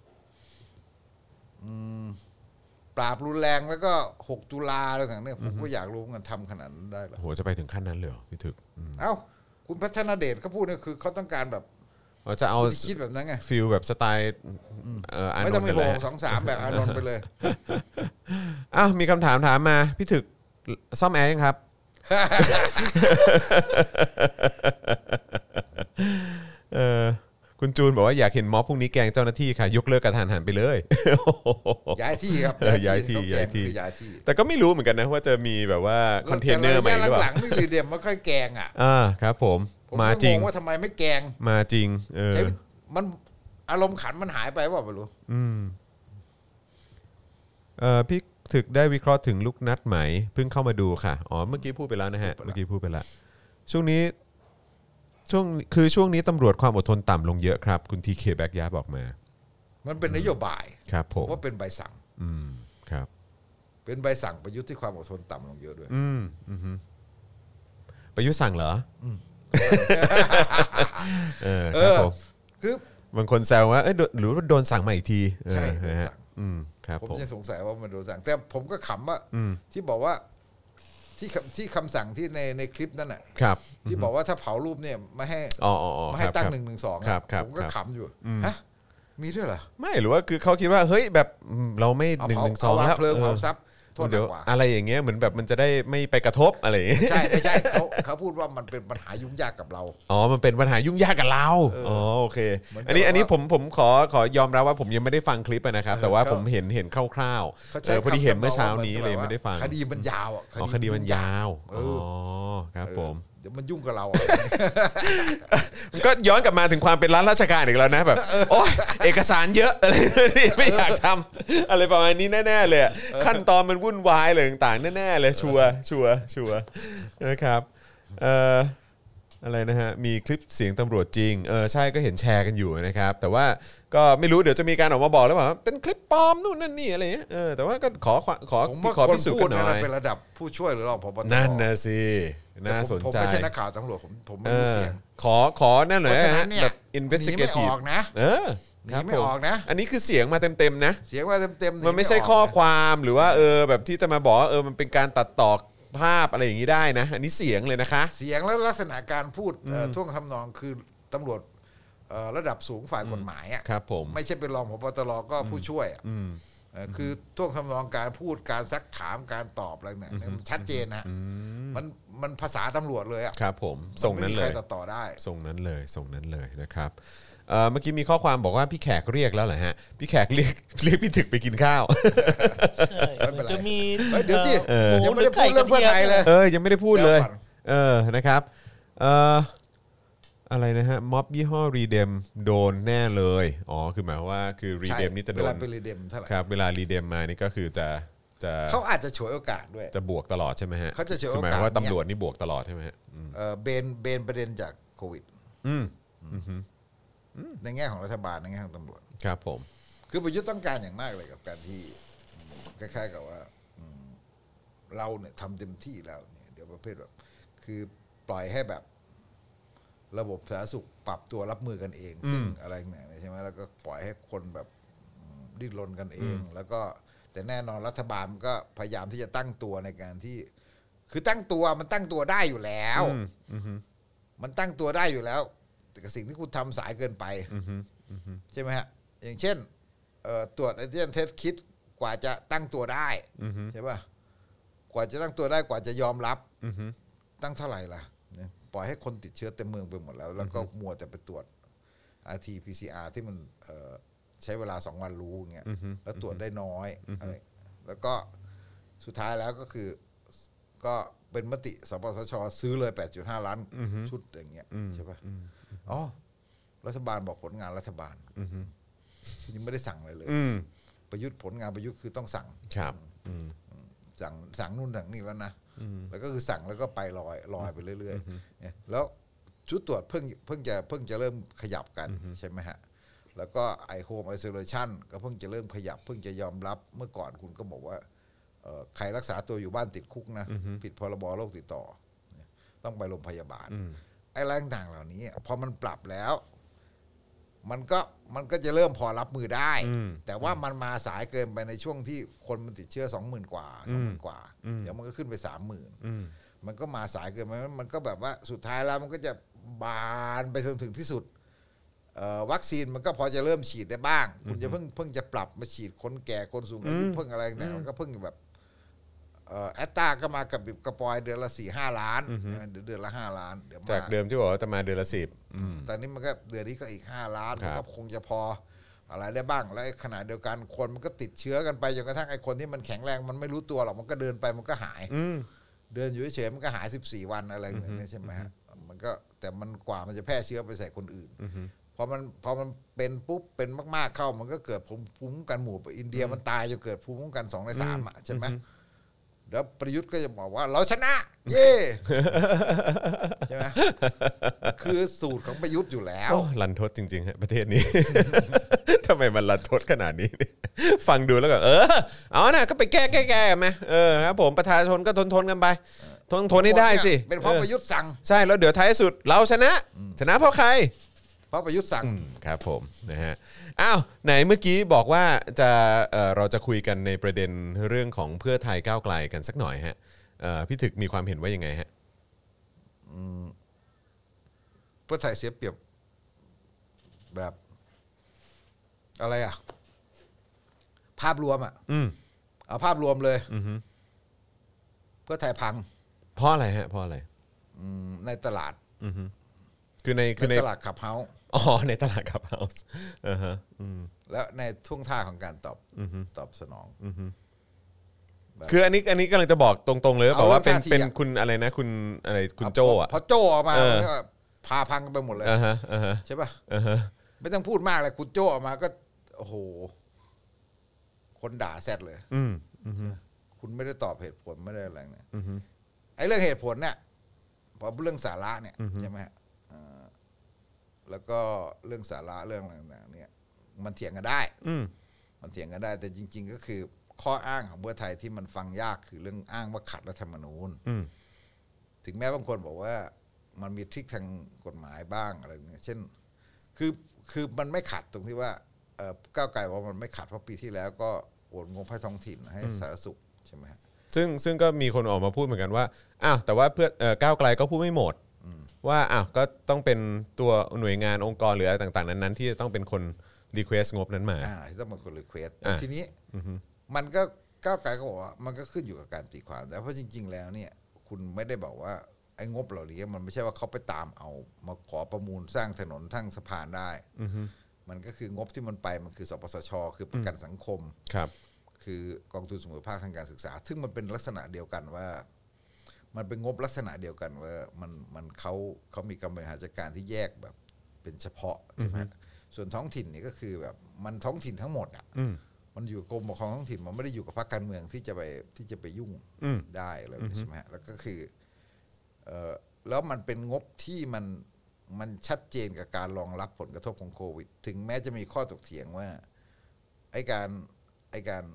ปราบรุนแรงแล้วก็6 ตุลาอะไรต่างๆเนี่ยผมก็อยากรู้กันทำขนาดนั้นได้หรอโหจะไปถึงขั้นนั้นเลยเหรอพี่ถึกเอ้าคุณพัฒนาเดชเขาพูดเนี่ยคือเขาต้องการแบบจะเอาคิดแบบนั้นไงฟีลแบบสไตล์ไม่ต้องไปโห2-3แบบอานนท์ไปเลยมีคำถามมาพี่ถึกซ่อมแอร์ยังครับคุณจูนบอกว่าอยากเห็นม็อบพรุ่งนี้แกงเจ้าหน้าที่ค่ะยกเลิกกระทันหันไปเลยย้ายที่ครับย้ายที่แต่ก็ไม่รู้เหมือนกันนะว่าจะมีแบบว่าคอนเทนเนอร์ใหม่หรือเปล่าหลังๆนี่รีเดียมไม่ค่อยแกงครับผมมาจริงว่าทำไมไม่แกงมาจริงมันอารมณ์ขันมันหายไปว่าไม่รู้พี่ถึกได้วิเคราะห์ถึงลูกนัดไหมเพิ่งเข้ามาดูค่ะเมื่อกี้พูดไปแล้วนะฮะเมื่อกี้พูดไปแล้วช่วงนี้ตำรวจความอดทนต่ำลงเยอะครับคุณทีเคแบ็กยาบอกมามันเป็นนโยบายครับผมว่าเป็นใบสั่งครับเป็นใบสั่งประยุทธ์ที่ความอดทนต่ำลงเยอะด้วยประยุทธ์สั่งเหรอครับผมคือบางคนแซวว่าหรือโดนสั่งมาอีกทีใช่นะฮะผมยังสงสัยว่ามันโดนสั่งแต่ผมก็ขำว่าที่บอกว่าที่คำสั่งที่ในคลิปนั่นแหละที่บอกว่าถ้าเผารูปเนี่ยไม่ให้ตั้ง112ผมก็ขำอยู่ฮะมีด้วยเหรอไม่หรือว่าคือเขาคิดว่าเฮ้ยแบบเราไม่112แล้วเพลิงเผาทรัพย์เดี๋ยวอะไรอย่างเงี้ยเหมือนแบบมันจะได้ไม่ไปกระทบอะไรใช่ไม่ใช่เขาพูดว่ามันเป็นปัญหายุ่งยากกับเรามันเป็นปัญหายุ่งยากกับเราโอเคอันนี้ผมขอยอมรับว่าผมยังไม่ได้ฟังคลิปนะครับแต่ว่าผมเห็นคร่าวๆพอดีเห็นเมื่อเช้านี้เลยไม่ได้ฟังคดีมันยาวคดีมันยาวครับผมเดี๋ยวมันยุ่งกับเรามันก็ย้อนกลับมาถึงความเป็นรัฐราชการอีกแล้วนะแบบโอ๊ยเอกสารเยอะอะไรนี่ไม่อยากทำอะไรประมาณนี้แน่ๆเลยขั้นตอนมันวุ่นวายเลยต่างๆแน่ๆเลยชัวร์นะครับอะไรนะฮะมีคลิปเสียงตำรวจจริงใช่ก็เห็นแชร์กันอยู่นะครับแต่ว่าก็ไม่รู้เดี๋ยวจะมีการออกมาบอกแล้วว่าเป็นคลิปปลอมนู่นนั่นนี่อะไรเงี้ยแต่ว่าก็ขอพิสูจน์กันหน่อยเป็นระดับผู้ช่วยหรือรองผบ. นั่นนะสิน่าสนใจผมไม่ใช่นักข่าวตำรวจผมไม่รู้เสียงขอนั่นหน่อยแบบ investigative ไม่ออกนะไม่ออกนะอันนี้คือเสียงมาเต็มๆนะเสียงมาเต็มมันไม่ใช่ข้อความหรือว่าแบบที่จะมาบอกว่ามันเป็นการตัดต่อภาพอะไรอย่างนี้ได้นะอันนี้เสียงเลยนะคะเสียงแล้วลักษณะการพูดท่วงทำนองคือตำรวจระดับสูงฝ่ายกฎหมายอ่ะครับผมไม่ใช่เป็นรองผบตรก็ผู้ช่วยคือท่วงทำนองการพูดการซักถามการตอบอะไรเนี่ยมันชัดเจนนะมันภาษาตำรวจเลยอ่ะครับผมส่งนั้นเลยไม่มีใครต่อได้ส่งนั้นเลยนะครับเมื่อกี้มีข้อความบอกว่าพี่แขกเรียกแล้วเหรอฮะพี่แขกเรียกพี่ถึกไปกินข้าวใช่จะมีเดี๋ยวสิหมูยังไม่หรืได้อไก่พูดเรื่องเพื่อไทยเลยยังไม่ได้พูดเลยนะครับอะไรนะฮะม็อบยี่ห้อรีเดมโดนแน่เลยอ๋อคือหมายว่าคือรีเดมนี่จะโดนเวลาเป็นรีเดมเท่าไหร่ครับเวลารีเดมมานี่ก็คือจะเขาอาจจะฉวยโอกาสด้วยจะบวกตลอดใช่ไหมฮะเขาจะฉวยโอกาสหมายว่าตำรวจนี่บวกตลอดใช่ไหมฮะเบนประเด็นจากโควิดในแง่ของรัฐบาลในแง่ของตำรวจครับผมคือประยุทธ์ต้องการอย่างมากเลยกับการที่คล้ายๆกับว่าเราเนี่ยทำเต็มที่แล้วเนี่ยเดี๋ยวประเภทแบบคือปล่อยให้แบบระบบสาธารณสุขปรับตัวรับมือกันเองซึ่งอะไรเนี่ยใช่ไหมแล้วก็ปล่อยให้คนแบบดิ้นรนกันเองแล้วก็แต่แน่นอนรัฐบาลมันก็พยายามที่จะตั้งตัวในการที่คือตั้งตัวมันตั้งตัวได้อยู่แล้วมันตั้งตัวได้อยู่แล้วแต่กับสิ่งที่คุณทำสายเกินไปใช่ไหมฮะอย่างเช่นตรวจแอนติเจนเทสคิดกว่าจะตั้งตัวได้ใช่ป่ะกว่าจะตั้งตัวได้กว่าจะยอมรับตั้งเท่าไหร่ล่ะปล่อยให้คนติดเชื้อเต็มเมืองไปหมดแล้วแล้วก็มัวแต่ไปตรวจ RT-PCR ที่มันใช้เวลา2 วันรู้เงี้ยแล้วตรวจได้น้อยอะไรแล้วก็สุดท้ายแล้วก็คือก็เป็นมติสปสช.ซื้อเลย 8.5 ล้านชุดอย่างเงี้ยใช่ป่ะอ๋อรัฐบาลบอกผลงานรัฐบาลยังไม่ได้สั่งอะไรเลยประยุทธ์ผลงานประยุทธ์คือต้องสั่งครับสั่งนู่นสั่งนี่แล้วนะแล้วก็คือสั่งแล้วก็ไปลอยไปเรื่อยๆแล้วชุดตรวจเพิ่งจะเริ่มขยับกันใช่ไหมฮะแล้วก็ไอโฮมไอโซเลชันก็เพิ่งจะเริ่มขยับเพิ่งจะยอมรับเมื่อก่อนคุณก็บอกว่าใครรักษาตัวอยู่บ้านติดคุกนะผิดพรบโรคติดต่อต้องไปโรงพยาบาลไอ้แรงต่างเหล่านี้พอมันปรับแล้วมันก็จะเริ่มพอรับมือได้แต่ว่ามันมาสายเกินไปในช่วงที่คนมันติดเชื้อ 20,000 กว่า 20,000 กว่าเดี๋ยวมันก็ขึ้นไป 30,000 มันก็มาสายเกินไปมันก็แบบว่าสุดท้ายแล้วมันก็จะบานไปจนถึงที่สุดวัคซีนมันก็พอจะเริ่มฉีดได้บ้างคุณจะเพิ่งจะปรับมาฉีดคนแก่คนสูงอายุเพิ่งอะไรแต่มันก็เพิ่งแบบแอตตาก็มากับกระปอยเดือนละ 4-5 ล้านเดือนละ5 ล้านเดี๋ยวจากเดิมที่บอกว่าจะมาเดือนละ10 ตอนนี้มันก็เดือนนี้ก็อีก5 ล้านก็คงจะพออะไรได้บ้างและขณะเดียวกันคนมันก็ติดเชื้อกันไปจนกระทั่งไอ้คนที่มันแข็งแรงมันไม่รู้ตัวหรอกมันก็เดินไปมันก็หายเดินอยู่เฉยๆมันก็หาย14 วันอะไรอย่างเงี้ยใช่ไหมฮะมันก็แต่มันกว่ามันจะแพร่เชื้อไปใส่คนอื่นพอมันเป็นปุ๊บเป็นมากๆเข้ามันก็เกิดภูมิคุ้มกันหมู่อินเดียมันตายจนเกิดภูมิคุ้มกัน2 ใน 3ใช่ไหมแล้วประยุทธ์ก็จะบอกว่าเราชนะเย่ใช่ไหมคือสูตรของประยุทธ์อยู่แล้วลันทดจริงๆฮะประเทศนี้ ทำไมมันลันทดขนาดนี้ฟังดูแล้วก็เอานะก็ไปแก้ไหมครับผมประชาชนก็ทนกันไปทนให้ได้สิเป็นเพราะประยุทธ์สั่งใช่แล้วเดี๋ยวท้ายสุดเราชนะเพราะใครเพราะประยุทธ์สั่งครับผมนะฮะอ้าวไหนเมื่อกี้บอกว่าเราจะคุยกันในประเด็นเรื่องของเพื่อไทยก้าวไกลกันสักหน่อยฮะพี่ถึกมีความเห็นว่ายังไงฮะเพื่อไทยเสียเปรียบแบบอะไรอ่ะภาพรวมอ่ะเอาภาพรวมเลยเพื่อไทยพังเพราะอะไรฮะเพราะอะไรในตลาดคือในตลาดขับเฮ้าในตลาดขับเฮ้าส์แล้วในท่วงท่าของการตอบสนองคืออันนี้กำลังจะบอกตรงๆเลยบอกว่าเป็นคุณอะไรนะคุณอะไรคุณโจอ่ะพอโจออกมาพาพังไปหมดเลยใช่ป่ะไม่ต้องพูดมากเลยคุณโจออกมาก็โอ้โหคนด่าแซดเลยคุณไม่ได้ตอบเหตุผลไม่ได้อะไรเนี่ยไอ้เรื่องเหตุผลเนี่ยพอเรื่องสาระเนี่ยใช่ไหมแล้วก็เรื่องสาระเรื่องอะไรต่างๆเนี่ยมันเถียงกันได้มันเถียงกันได้แต่จริงๆก็คือข้ออ้างของเพื่อไทยที่มันฟังยากคือเรื่องอ้างว่าขัดรัฐธรรมนูญถึงแม้บางคนบอกว่ามันมีทริคทางกฎหมายบ้างอะไรเงี้ยเช่นคือมันไม่ขัดตรงที่ว่าก้าวไกลว่ามันไม่ขัดเพราะปีที่แล้วก็โอนงบให้ท้องถิ่นให้สาธารณสุขใช่ไหมฮะซึ่งก็มีคนออกมาพูดเหมือนกันว่าอ้าวแต่ว่าเพื่อก้าวไกลก็พูดไม่หมดว่าอ้าวก็ต้องเป็นตัวหน่วยงานองค์กรหรืออะไรต่างๆนั้นที่จะต้องเป็นคนรีเควสงบนั้นมาที่ต้องเป็นคนรีเควสแต่ทีนี้มันก็ก้าวไกลก็บอกว่ามันก็ขึ้นอยู่กับการตีความแต่เพราะจริงๆแล้วเนี่ยคุณไม่ได้บอกว่าไอ้งบเหล่านี้มันไม่ใช่ว่าเขาไปตามเอามาขอประมูลสร้างถนนทั้งสะพานได้มันก็คืองบที่มันไปมันคือสปสช.คือประกันสังคมครับคือกองทุนเสมอภาคทางการศึกษาซึ่งมันเป็นลักษณะเดียวกันว่ามันเป็นงบลักษณะเดียวกันว่ามันเขามีการบริหารจัดการที่แยกแบบเป็นเฉพาะใช่ไหมส่วนท้องถิ่นนี่ก็คือแบบมันท้องถิ่นทั้งหมดอ่ะมันอยู่กรมปกครองท้องถิ่นมันไม่ได้อยู่กับพรรคการเมืองที่จะไปยุ่งได้เลยใช่ไหมแล้วก็คือแล้วมันเป็นงบที่มันชัดเจนกับการรองรับผลกระทบของโควิดถึงแม้จะมีข้อถกเถียงว่าไอ้การ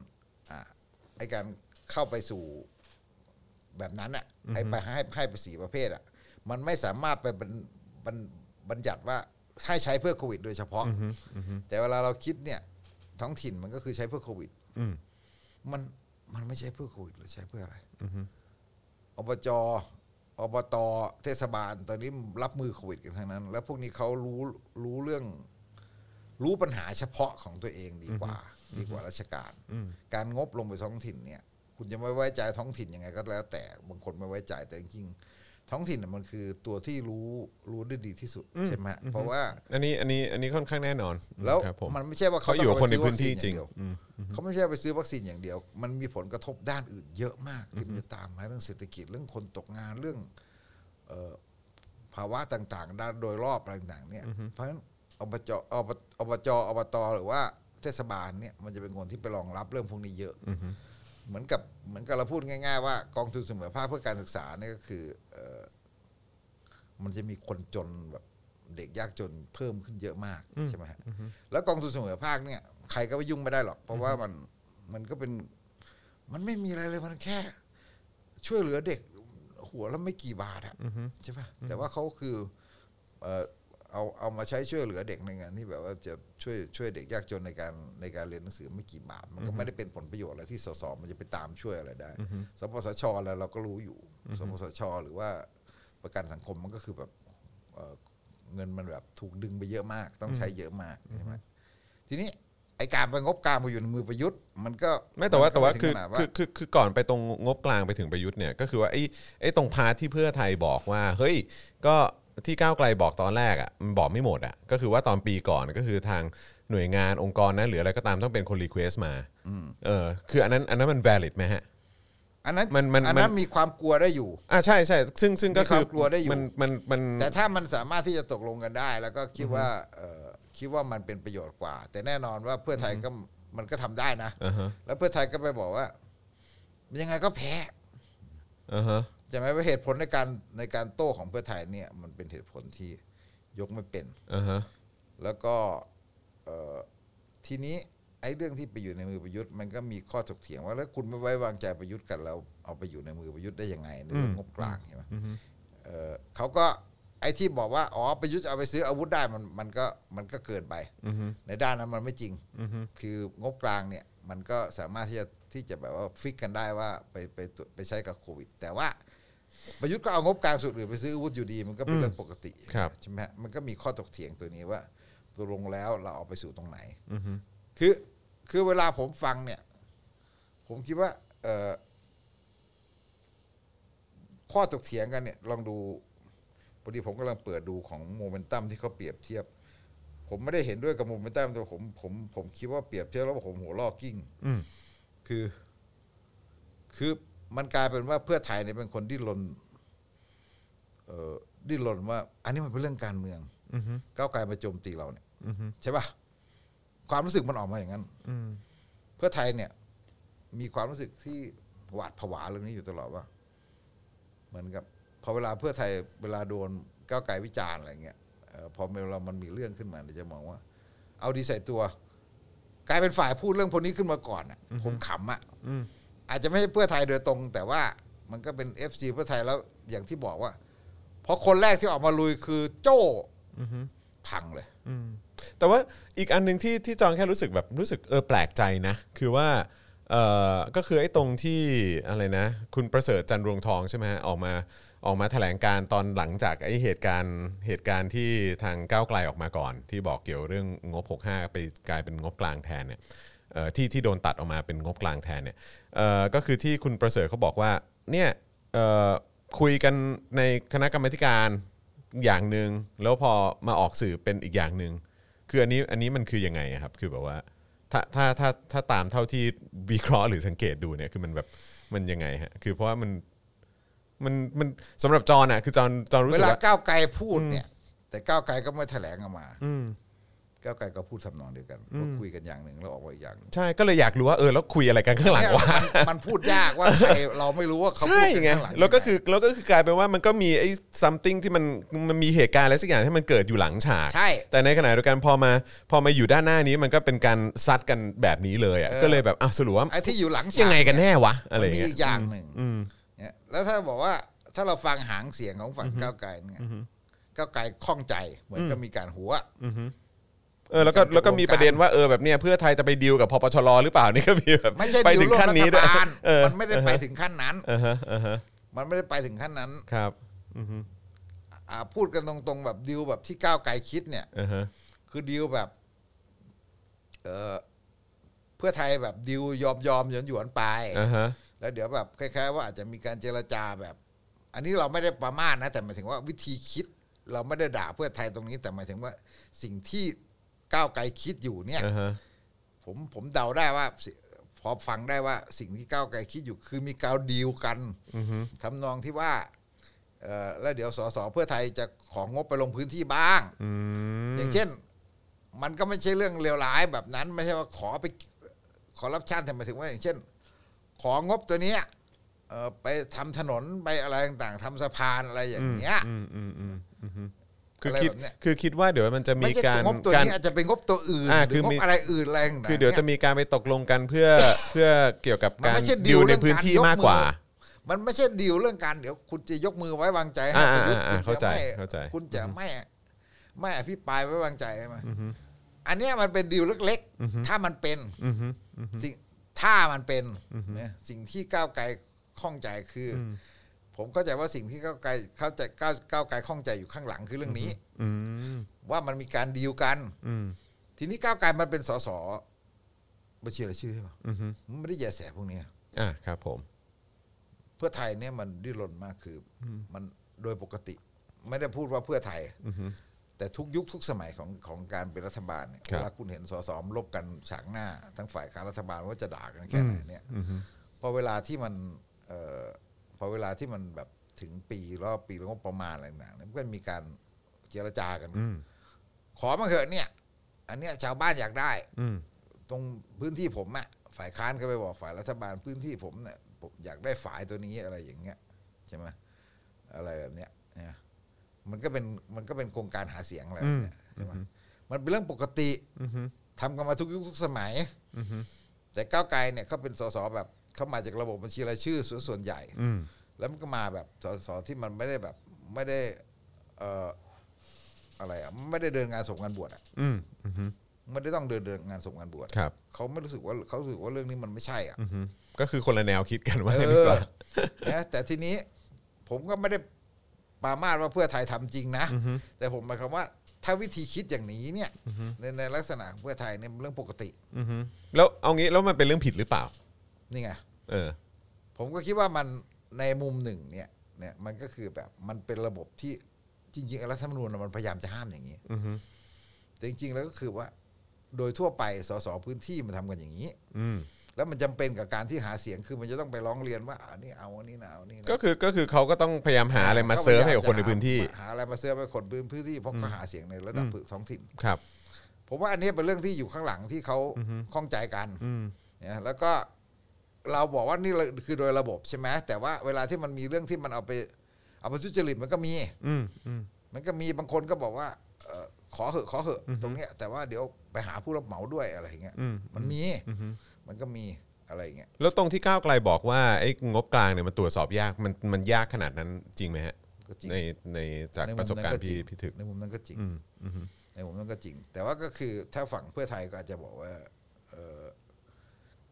เข้าไปสู่แบบนั้นอ่ะไปให้ไป4ประเภทอ่ะมันไม่สามารถไปบัญญัติว่าให้ใช้เพื่อโควิดโดยเฉพาะแต่เวลาเราคิดเนี่ยท้องถิ่นมันก็คือใช้เพื่อโควิดมันไม่ใช่เพื่อโควิดหรือใช้เพื่ออะไรอบต.เทศบาลตอนนี้รับมือโควิดกันทั้งนั้นแล้วพวกนี้เขารู้ปัญหาเฉพาะของตัวเองดีกว่าราชการการงบลงไปท้องถิ่นเนี่ยคุณจะไม่ไว้ใจท้องถิ่นยังไงก็แล้วแต่บางคนไม่ไว้ใจแต่จริงๆท้องถิ่นมันคือตัวที่รู้ได้ดีที่สุดใช่ไหมเพราะว่าอันนี้ค่อนข้างแน่นอนแล้วมันไม่ใช่ว่าเขาอยู่คนในพื้นที่จริงเขาไม่ใช่ไปซื้อวัคซีนอย่างเดียวมันมีผลกระทบด้านอื่นเยอะมากที่มันจะตามมาเรื่องเศรษฐกิจเรื่องคนตกงานเรื่องภาวะต่างๆด้านโดยรอบอะไรต่างๆเนี่ยเพราะฉะนั้นอบต.หรือว่าเทศบาลเนี่ยมันจะเป็นคนที่ไปรองรับเรื่องพวกนี้เยอะเหมือนกับเราพูดง่ายๆว่ากองทุนเสมอภาคเพื่อการศึกษาเนี่ยก็คือมันจะมีคนจนแบบเด็กยากจนเพิ่มขึ้นเยอะมากใช่ไหมฮะแล้วกองทุนเสมอภาคเนี่ยใครก็ไปยุ่งไม่ได้หรอกเพราะว่ามันก็เป็นมันไม่มีอะไรเลยมันแค่ช่วยเหลือเด็กหัวแล้วไม่กี่บาทอะใช่ป่ะแต่ว่าเขาคือเอามาใช้ช่วยเหลือเด็กในงานที่แบบว่าจะช่วยเด็กยากจนในการเรียนหนังสือไม่กี่บาทมันก็ไม่ได้เป็นผลประโยชน์อะไรที่สสมันจะไปตามช่วยอะไรได้สปสช.อะไรเราก็รู้อยู่สปสช.หรือว่าประกันสังคมมันก็คือแบบเงินมันแบบถูกดึงไปเยอะมากต้องใช้เยอะมากใช่ไหมทีนี้ไอการไปงบกลางไปอยู่ในมือประยุทธ์มันก็ไม่แต่ว่าคือก่อนไปตรงงบกลางไปถึงประยุทธ์เนี่ยก็คือว่าไอ้ตรงพาร์ทที่เพื่อไทยบอกว่าเฮ้ยก็ที่ก้าวไกลบอกตอนแรกอ่ะมันบอกไม่หมดอ่ะก็คือว่าตอนปีก่อนก็คือทางหน่วยงานองค์กรนั้นหรืออะไรก็ตามต้องเป็นคนรีเควสมาคืออันนั้นมัน valid ไหมฮะอันนั้นมีความกลัวได้อยู่ใช่ใช่ซึ่งก็คือกลัวได้อยู่มันแต่ถ้ามันสามารถที่จะตกลงกันได้แล้วก็คิดว่ามันเป็นประโยชน์กว่าแต่แน่นอนว่าเพื่อไทยก็มันก็ทำได้นะแล้วเพื่อไทยก็ไปบอกว่ายังไงก็แพ้จะไม่ว่าเหตุผลในการโต้ของเพื่อไทยเนี่ยมันเป็นเหตุผลที่ยกไม่เป็นแล้วก็ทีนี้ไอ้เรื่องที่ไปอยู่ในมือประยุทธ์มันก็มีข้อถกเถียงว่าแล้วคุณไม่ไว้วางใจประยุทธ์กันแล้วเอาไปอยู่ในมือประยุทธ์ได้ยังไงในเรื่องงบกลางใช่ไหมเขาก็ไอ้ที่บอกว่าประยุทธ์เอาไปซื้ออาวุธได้มันก็เกินไปในด้านนั้นมันไม่จริงคืองบกลางเนี่ยมันก็สามารถที่จะแบบว่าฟิกกันได้ว่าไปใช้กับโควิดแต่ว่าประยุทธ์ก็เอางบกลางส่วนอื่นไปซื้ออาวุธอยู่ดีมันก็เป็นเรื่องปกติใช่ไหมมันก็มีข้อถกเถียงตัวนี้ว่าตกลงแล้วเราเอาไปสู่ตรงไหนคือเวลาผมฟังเนี่ยผมคิดว่าข้อถกเถียงกันเนี่ยลองดูพอดีผมกำลังเปิดดูของโมเมนตัมที่เขาเปรียบเทียบผมไม่ได้เห็นด้วยกับโมเมนตัมแต่ผมคิดว่าเปรียบเทียบแล้วผมหัวลอกกิ้งคือมันกลายเป็นว่าเพื่อไทยเนี่ยเป็นคนดิ้นรนว่าอันนี้มันเป็นเรื่องการเมืองก้าวไกลมาโจมตีเราเนี่ยใช่ป่ะความรู้สึกมันออกมาอย่างนั้นเพื่อไทยเนี่ยมีความรู้สึกที่หวาดผวาเรื่องนี้อยู่ตลอดว่าเหมือนกับพอเวลาเพื่อไทยเวลาโดนก้าวไกลวิจารณ์อะไรเงี้ยพอเวลามันมีเรื่องขึ้นมาจะมองว่าเอาดีใส่ตัวกลายเป็นฝ่ายพูดเรื่องพวกนี้ขึ้นมาก่อนผมขำอาจจะไม่ใช่เพื่อไทยโดยตรงแต่ว่ามันก็เป็น FC เพื่อไทยแล้วอย่างที่บอกว่าเพราะคนแรกที่ออกมาลุยคือโจ้พังเลยแต่ว่าอีกอันนึงที่จองแค่รู้สึกแปลกใจนะคือว่าก็คือไอ้ตรงที่อะไรนะคุณประเสริฐจันทร์รวงทองใช่ไหมออกมาแถลงการตอนหลังจากไอ้เหตุการณ์ที่ทางก้าวไกลออกมาก่อนที่บอกเกี่ยวเรื่องงบ65ไปกลายเป็นงบกลางแทนเนี่ยที่โดนตัดออกมาเป็นงบกลางแทนเนี่ยก็คือที่คุณประเสริฐเขาบอกว่าเนี่ยคุยกันในคณะกรรมาธิการอย่างหนึ่งแล้วพอมาออกสื่อเป็นอีกอย่างหนึ่งคืออันนี้มันคือยังไงครับคือแบบว่าถ้าตามเท่าที่วิเคราะห์หรือสังเกตดูเนี่ยคือมันแบบมันยังไงฮะคือเพราะว่ามันสำหรับจอน่ะคือจอนรู้เวสึกลาว่าก้าวไกลพูดเนี่ย แต่ก้าวไกลก็ไม่แถลงออกมาก้าวไกลก็พูดทำนองเดียวกันว่าคุยกันอย่างหนึ่งแล้วออกมาอีกอย่างหนึ่งใช่ก็เลยอยากรู้ว่าแล้วคุยอะไรกันข้างหลังวะมันพูดยากว่าใครเราไม่รู้ว่าเขาพูใช่ดกันไงข้างหลังแล้วก็คือกลายเป็นว่ามันก็มีไอ้ something ที่มันมีเหตุการณ์อะไรสักอย่างที่มันเกิดอยู่หลังฉากใช่แต่ในขณะเดียวกันพอมาอยู่ด้านหน้านี้มันก็เป็นการซัดกันแบบนี้เลยอ่ะก็เลยแบบสรุปว่าไอ้ที่อยู่หลังฉากยังไงกันแน่วะอะไรมันมีเงี้ยอีกอย่างหนึ่งเนี่ยแล้วถ้าบอกว่าถ้าเราฟังหางเสียงของฝั่งก้าวไกลเนี่ยก้าวไกลข้องใจเหมือนกับมีการหัวแล้วก็มีประเด็นว่าแบบเนี้ยเพื่อไทยจะไปดีลกับพปชรหรือเปล่านี่ก็มีแบบไม่ใช่ไปดิถึวงร่วมขั้นรันี้ฐด้วยบาลมันไม่ได้ไปถึงขั้นนั้นมันไม่ได้ไปถึงขั้นนั้นครับพูดกันตรงๆแบบดิวแบบที่ก้าวไกลคิดเนี่ยคือดิวแบบเพื่อไทยแบบดิวยอมหยวนๆไปแล้วเดี๋ยวแบบคล้ายๆว่าอาจจะมีการเจรจาแบบ อันนี้เราไม่ได้ประมาทนะแต่หมายถึงว่าวิธีคิดเราไม่ได้ด่าเพื่อไทยตรงนี้แต่หมายถึงว่าสิ่งที่ก้าวไกลคิดอยู่เนี่ยผมเดาได้ว่าพอฟังได้ว่าสิ่งที่ก้าวไกลคิดอยู่คือมีการดีลกันทำนองที่ว่าแล้วเดี๋ยวสสเพื่อไทยจะของงบไปลงพื้นที่บ้างอย่างเช่นมันก็ไม่ใช่เรื่องเลวร้ายแบบนั้นไม่ใช่ว่าขอไปคอร์รัปชันแต่หมายถึงว่าอย่างเช่นของบตัวเนี้ยไปทำถนนไปอะไรต่างๆทำสะพานอะไรอย่างเงี้ยคือคิดว่าเดี๋ยวมันจะมีการงบตัวนี้อาจจะเป็นงบตัวอื่นหรืองบอะไรอื่นอะไรต่างๆคือเดี๋ยวจะมีการไปตกลงกันเพื่อเกี่ยวกับการดีลในพื้นที่มากกว่ามันไม่ใช่ดีลเรื่องการเดี๋ยวคุณจะยกมือไว้วางใจให้ประยุทธ์เข้าใจคุณจะไม่อภิปรายไว้วางใจใช่ไหมอันนี้มันเป็นดีลเล็กๆถ้ามันเป็นสิ่งถ้ามันเป็นเนี่ยสิ่งที่ก้าวไกลข้องใจคือผมเข้าใจว่าสิ่งที่ก้าวไกลข้องใจอยู่ข้างหลังคือเรื่องนี้ว่ามันมีการดีลกันทีนี้ก้าวไกลมันเป็นสสบัญชีรายชื่อใช่ป่ะมันไม่ได้แย่แสพวกนี้ครับผมเพื่อไทยเนี่ยมันดิ้นรนมากคือมันโดยปกติไม่ได้พูดว่าเพื่อไทยแต่ทุกยุคทุกสมัยของการเป็นรัฐบาลเนี่ยเวลาคุณเห็นสสลบกันฉากหน้าทั้งฝ่ายค้านรัฐบาลว่าจะด่ากันแค่ไหนเนี่ยพอเวลาที่มันแบบถึงปีแล้วงบประมาณอะไรต่างๆมันก็มีการเจรจากันขอมาเถอะเนี่ยอันเนี้ยชาวบ้านอยากได้ตรงพื้นที่ผมอะฝ่ายค้านก็ไปบอกฝ่ายรัฐบาลพื้นที่ผมเนี่ยอยากได้ฝ่ายตัวนี้อะไรอย่างเงี้ยใช่ไหมอะไรแบบเนี้ยมันก็เป็นโครงการหาเสียงอะไรแบบเนี้ยใช่ไหมมันเป็นเรื่องปกติทำกันมาทุกยุคทุกสมัยแต่ก้าวไกลเนี่ยเขาเป็นสสแบบเข้ามาจากระบบบัญชีรายชื่อส่วนใหญ่แล้วมันก็มาแบบสสที่มันไม่ได้อะไรอ่ะไม่ได้เดินงานส่งงานบวชอ่ะไม่ได้ต้องเดินงานส่งงานบวชเขาไม่รู้สึกว่าเขารู้สึกว่าเรื่องนี้มันไม่ใช่อ่ะก็คือคนละแนวคิดกันว่าดีกว่านะแต่ทีนี้ผมก็ไม่ได้ปรามาสว่าเพื่อไทยทำจริงนะแต่ผมหมายความว่าถ้าวิธีคิดอย่างนี้เนี่ยในลักษณะของเพื่อไทยเนี่ยเรื่องปกติแล้วเอางี้แล้วมันเป็นเรื่องผิดหรือเปล่านี่ไงผมก็คิดว่ามันในมุมหนึ่งเนี่ยมันก็คือแบบมันเป็นระบบที่จริงๆรัฐธรรมนูญมันพยายามจะห้ามอย่างนี้แต่จริงๆแล้วก็คือว่าโดยทั่วไปสสพื้นที่มันทำกันอย่างนี้แล้วมันจำเป็นกับการที่หาเสียงคือมันจะต้องไปร้องเรียนว่าอันนี้เอาอันนี้นะเอานี่ก็คือเขาก็ต้องพยายามหาอะไรมาเซิร์ฟให้กับคนในพื้นที่หาอะไรมาเซิร์ฟให้คนพื้นที่เพราะก็หาเสียงในระดับท้องถิ่นครับผมว่าอันนี้เป็นเรื่องที่อยู่ข้างหลังที่เขาข้องใจกันเนี่ยแล้วก็เราบอกว่านี่คือโดยระบบใช่ไหมแต่ว่าเวลาที่มันมีเรื่องที่มันเอาไปทุจริตมันก็มีบางคนก็บอกว่าขอเหอะตรงเนี้ยแต่ว่าเดี๋ยวไปหาผู้รับเหมาด้วยอะไรอย่างเงี้ยมันก็มีอะไรอย่างเงี้ยแล้วตรงที่ก้าวไกลบอกว่าไอ้งบกลางเนี่ยมันตรวจสอบยากมันยากขนาดนั้นจริงไหมฮะในจากประสบการณ์พี่ถึกในมุมนั้นก็จริงในมุมนั้นก็จริงแต่ว่าก็คือถ้าฝั่งเพื่อไทยก็อาจจะบอกว่า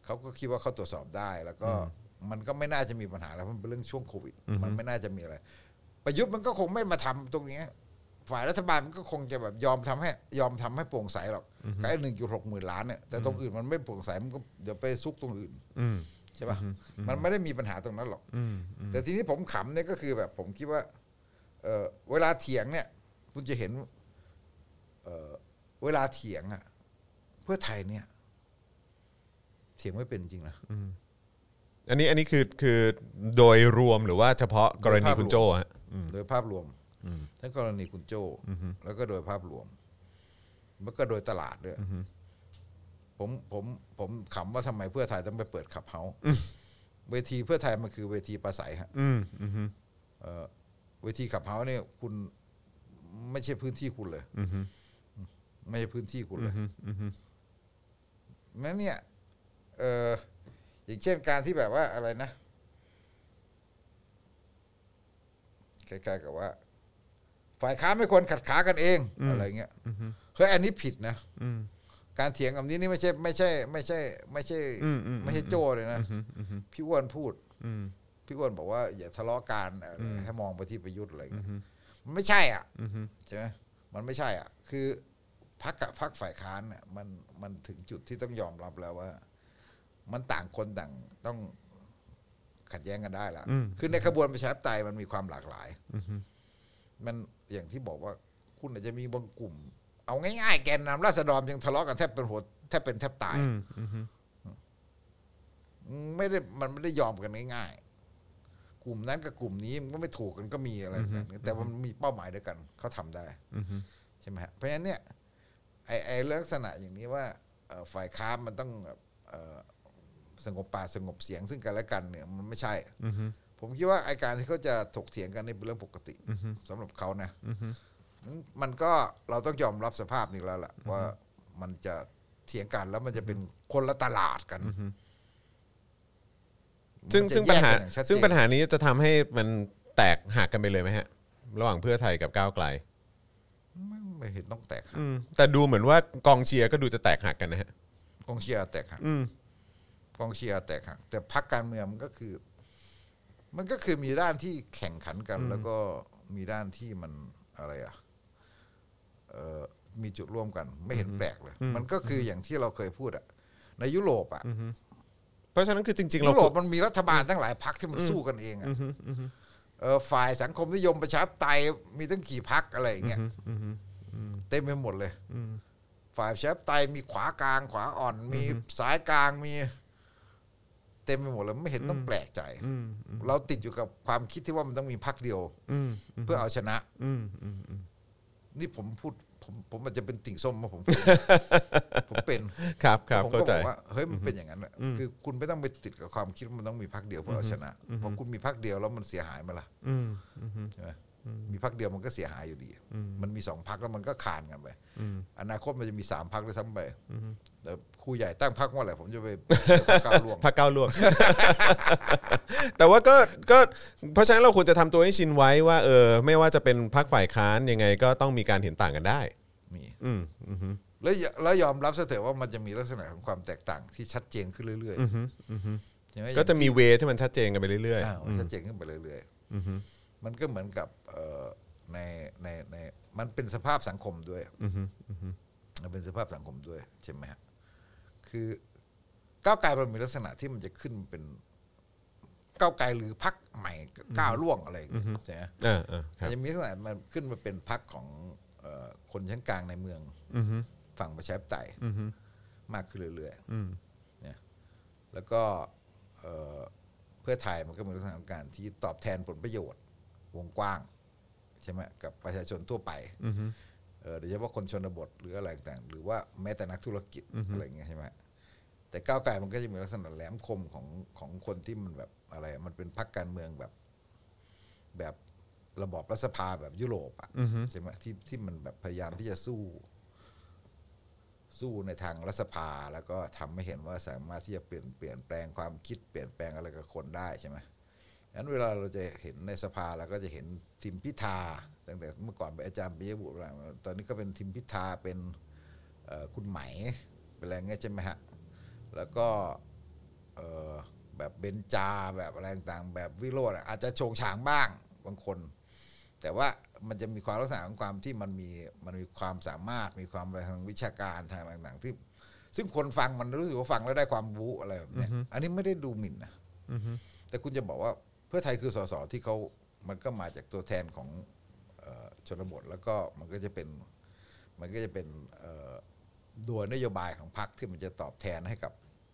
เขาก็คิดว่าเขาตรวจสอบได้ แล้วก็มันก็ไม่น่าจะมีปัญหาแล้วมันเป็นเรื่องช่วงโควิดมันไม่น่าจะมีอะไรประยุทธ์มันก็คงไม่มาทำตรงนี้ฝ่ายรัฐบาลมันก็คงจะแบบยอมทำให้โปร่งใสหรอกก็ไอ้1.6 หมื่นล้านเนี่ยแต่ตรงอื่นมันไม่โปร่งใสมันก็เดี๋ยวไปซุกตรงอื่นใช่ป่ะมันไม่ได้มีปัญหาตรงนั้นหรอกแต่ทีนี้ผมขำเนี่ยก็คือแบบผมคิดว่าเวลาเถียงเนี่ยคุณจะเห็นเวลาเถียงอ่ะเพื่อไทยเนี่ยเถียงไม่เป็นจริงนะอันนี้คือโดยรวมหรือว่าเฉพาะกรณีคุณโจ้ฮะโดยภาพรวมทั้งกรณีคุณโจ้แล้วก็โดยภาพรวมแล้วก็โดยตลาดด้วยผมขำว่าทำไมเพื่อไทยต้องไปเปิดขับเฮาเวทีเพื่อไทยมันคือเวทีปราศัยฮะเวทีขับเฮาเนี่ยคุณไม่ใช่พื้นที่คุณเลยไม่ใช่พื้นที่คุณเลยแม้เนี่ยอย่างเช่นการที่แบบว่าอะไรนะคล้ายๆกับว่าฝ่ายค้านไม่ควรขัดขากันเองอะไรเงี้ยเฮ้ยอันนี้ผิดนะการเถียงกับนี้นี่ไม่ใช่โจ้เลยนะพี่อ้วนพูดพี่อ้วนบอกว่าอย่าทะเลาะกันให้มองไปที่ประยุทธ์อะไรเงี้ยมันไม่ใช่อ่ะใช่ไหมมันไม่ใช่อ่ะคือพรรคฝ่ายค้านเนี่ยมันถึงจุดที่ต้องยอมรับแล้วว่ามันต่างคนต่างต้องขัดแย้งกันได้แล้วคือในกระบวนประชาธิปไตยมันมีความหลากหลายมันอย่างที่บอกว่าคุณอาจจะมีบางกลุ่มเอาง่ายๆแกนนำราษฎรยังทะเลาะกันแทบเป็นแทบตายมันไม่ได้ยอมกันง่ายๆกลุ่มนั้นกับกลุ่มนี้มันก็ไม่ถูกกันก็มีอะไรแบบนี้แต่มันมีเป้าหมายเดียวกันเขาทำได้ใช่ไหมฮะเพราะฉะนั้นเนี่ยไอ้ลักษณะอย่างนี้ว่าฝ่ายค้านมันต้องสงบปากสงบเสียงซึ่งกันและกันเนี่ยมันไม่ใช่ผมคิดว่าไอ้การที่เขาจะถกเถียงกันนี่เป็นเรื่องปกติสำหรับเขานะมันก็เราต้องยอมรับสภาพนี้แล้วแหละว่ามันจะเถียงกันแล้วมันจะเป็นคนละตลาดกันซึ่งปัญหานี้จะทำให้มันแตกหักกันไปเลยไหมฮะระหว่างเพื่อไทยกับก้าวไกลไม่เห็นต้องแตกหักแต่ดูเหมือนว่ากองเชียร์ก็ดูจะแตกหักกันนะฮะกองเชียร์แตกหักกองเชียร์แตกหักแต่พรรคการเมืองมันก็คือมีด้านที่แข่งขันกันแล้วก็มีด้านที่มันอะไรมีจุดร่วมกันไม่เห็นแปลกเลยมันก็คืออย่างที่เราเคยพูดในยุโรปเพราะฉะนั้นคือจริงๆยุโรปมันมีรัฐบาลตั้งหลายพรรคที่มันสู้กันเองฝ่ายสังคมนิยมประชาธิปไตยมีตั้งกี่พรรคอะไรอย่างเงี้ยเต็มไปหมดเลยฝ่ายประชาธิปไตยมีขวากลางขวาอ่อนมีสายกลางมีเต็มไปหมดเลยไม่เห็นต้องแปลกใจเราติดอยู่กับความคิดที่ว่ามันต้องมีพรรคเดียวเพื่อเอาชนะนี่ผมพูดผมอาจจะเป็นติ่งส้มมาผมเป็นครับผมก็บอกว่าเฮ้ยมันเป็นอย่างนั้นแหละคือคุณไม่ต้องไปติดกับความคิดว่ามันต้องมีพรรคเดียวเพื่อเอาชนะเพราะคุณมีพรรคเดียวแล้วมันเสียหายมาละใช่ไหมมีพรรคเดียวมันก็เสียหายอยู่ดีมันมี2 พรรคแล้วมันก็คานกันไปอนาคตมันจะมี3 พรรคด้วยซ้ำไปแต่ครูใหญ่ตั้งพรรคเมื่อไหร่ผมจะไปพรรคก้าวล่วงแต่ว่าก็เพราะฉะนั้นเราควรจะทำตัวให้ชินไว้ว่าไม่ว่าจะเป็นพรรคฝ่ายค้านยังไงก็ต้องมีการเห็นต่างกันได้มีแล้วยอมรับซะเถอะว่ามันจะมีลักษณะของความแตกต่างที่ชัดเจนขึ้นเรื่อยๆก็จะมีเวที่มันชัดเจนกันไปเรื่อยๆชัดเจนขึ้นไปเรื่อยๆมันก็เหมือนกับในมันเป็นสภาพสังคมด้วยมันเป็นสภาพสังคมด้วยใช่ไหมฮะคือก้าวไกลมันมีลักษณะที่มันจะขึ้นเป็นก้าวไกลหรือพรรคใหม่ก้าวล่วงอะไรใช่ไหมจะมีลักษณะมันขึ้นมาเป็นพรรคของคนชั้นกลางในเมืองฝั่งประชาธิปไตยมากขึ้นเรื่อยๆเนี่ยแล้วก็เพื่อไทยมันก็มีลักษณะของการที่ตอบแทนผลประโยชน์วงกว้างใช่ไหมกับประชาชนทั่วไปโดยเฉพาะคนชนบทหรืออะไรต่างหรือว่าแม้แต่นักธุรกิจอะไรเงี้ยใช่ไหมแต่ก้าวไกลมันก็จะมีลักษณะแหลมคมของคนที่มันแบบอะไรมันเป็นพรรคการเมืองแบบระบอบรัฐสภาแบบยุโรปใช่ไหมที่มันแบบพยายามที่จะสู้ในทางรัฐสภาแล้วก็ทำให้เห็นว่าสามารถที่จะเปลี่ยนแปลงความคิดเปลี่ยนแปลงอะไรกับคนได้ใช่ไหมงั้นเวลาเราจะเห็นในสภาเราก็จะเห็นทิมพิธาตั้งแต่เมื่อก่อนเป็นอาจารย์ปิยบุตรตอนนี้ก็เป็นทิมพิธาเป็นคุณไหมเป็นอะไรเงี้ยใช่ไหมฮะแล้วก็แบบเบญจาแบบอะไรต่างๆแบบวิโรจน์อาจจะโฉงฉางบ้างบางคน แต่ว่ามันจะมีความลักษณะของความที่มันมีความสามารถมีความอะไรทางวิชาการทางต่างๆที่ซึ่งคนฟังมันรู้สึกว่าฟังแล้วได้ความรู้อะไรแบบนี้อันนี้ไม่ได้ดูหมิ่นนะแต่คุณจะบอกว่าเพื่อไทยคือสสที่เขามันก็มาจากตัวแทนของชนบทแล้วก็มันก็จะเป็นโดยนโยบายของพรรคที่มันจะตอบแทนให้กับ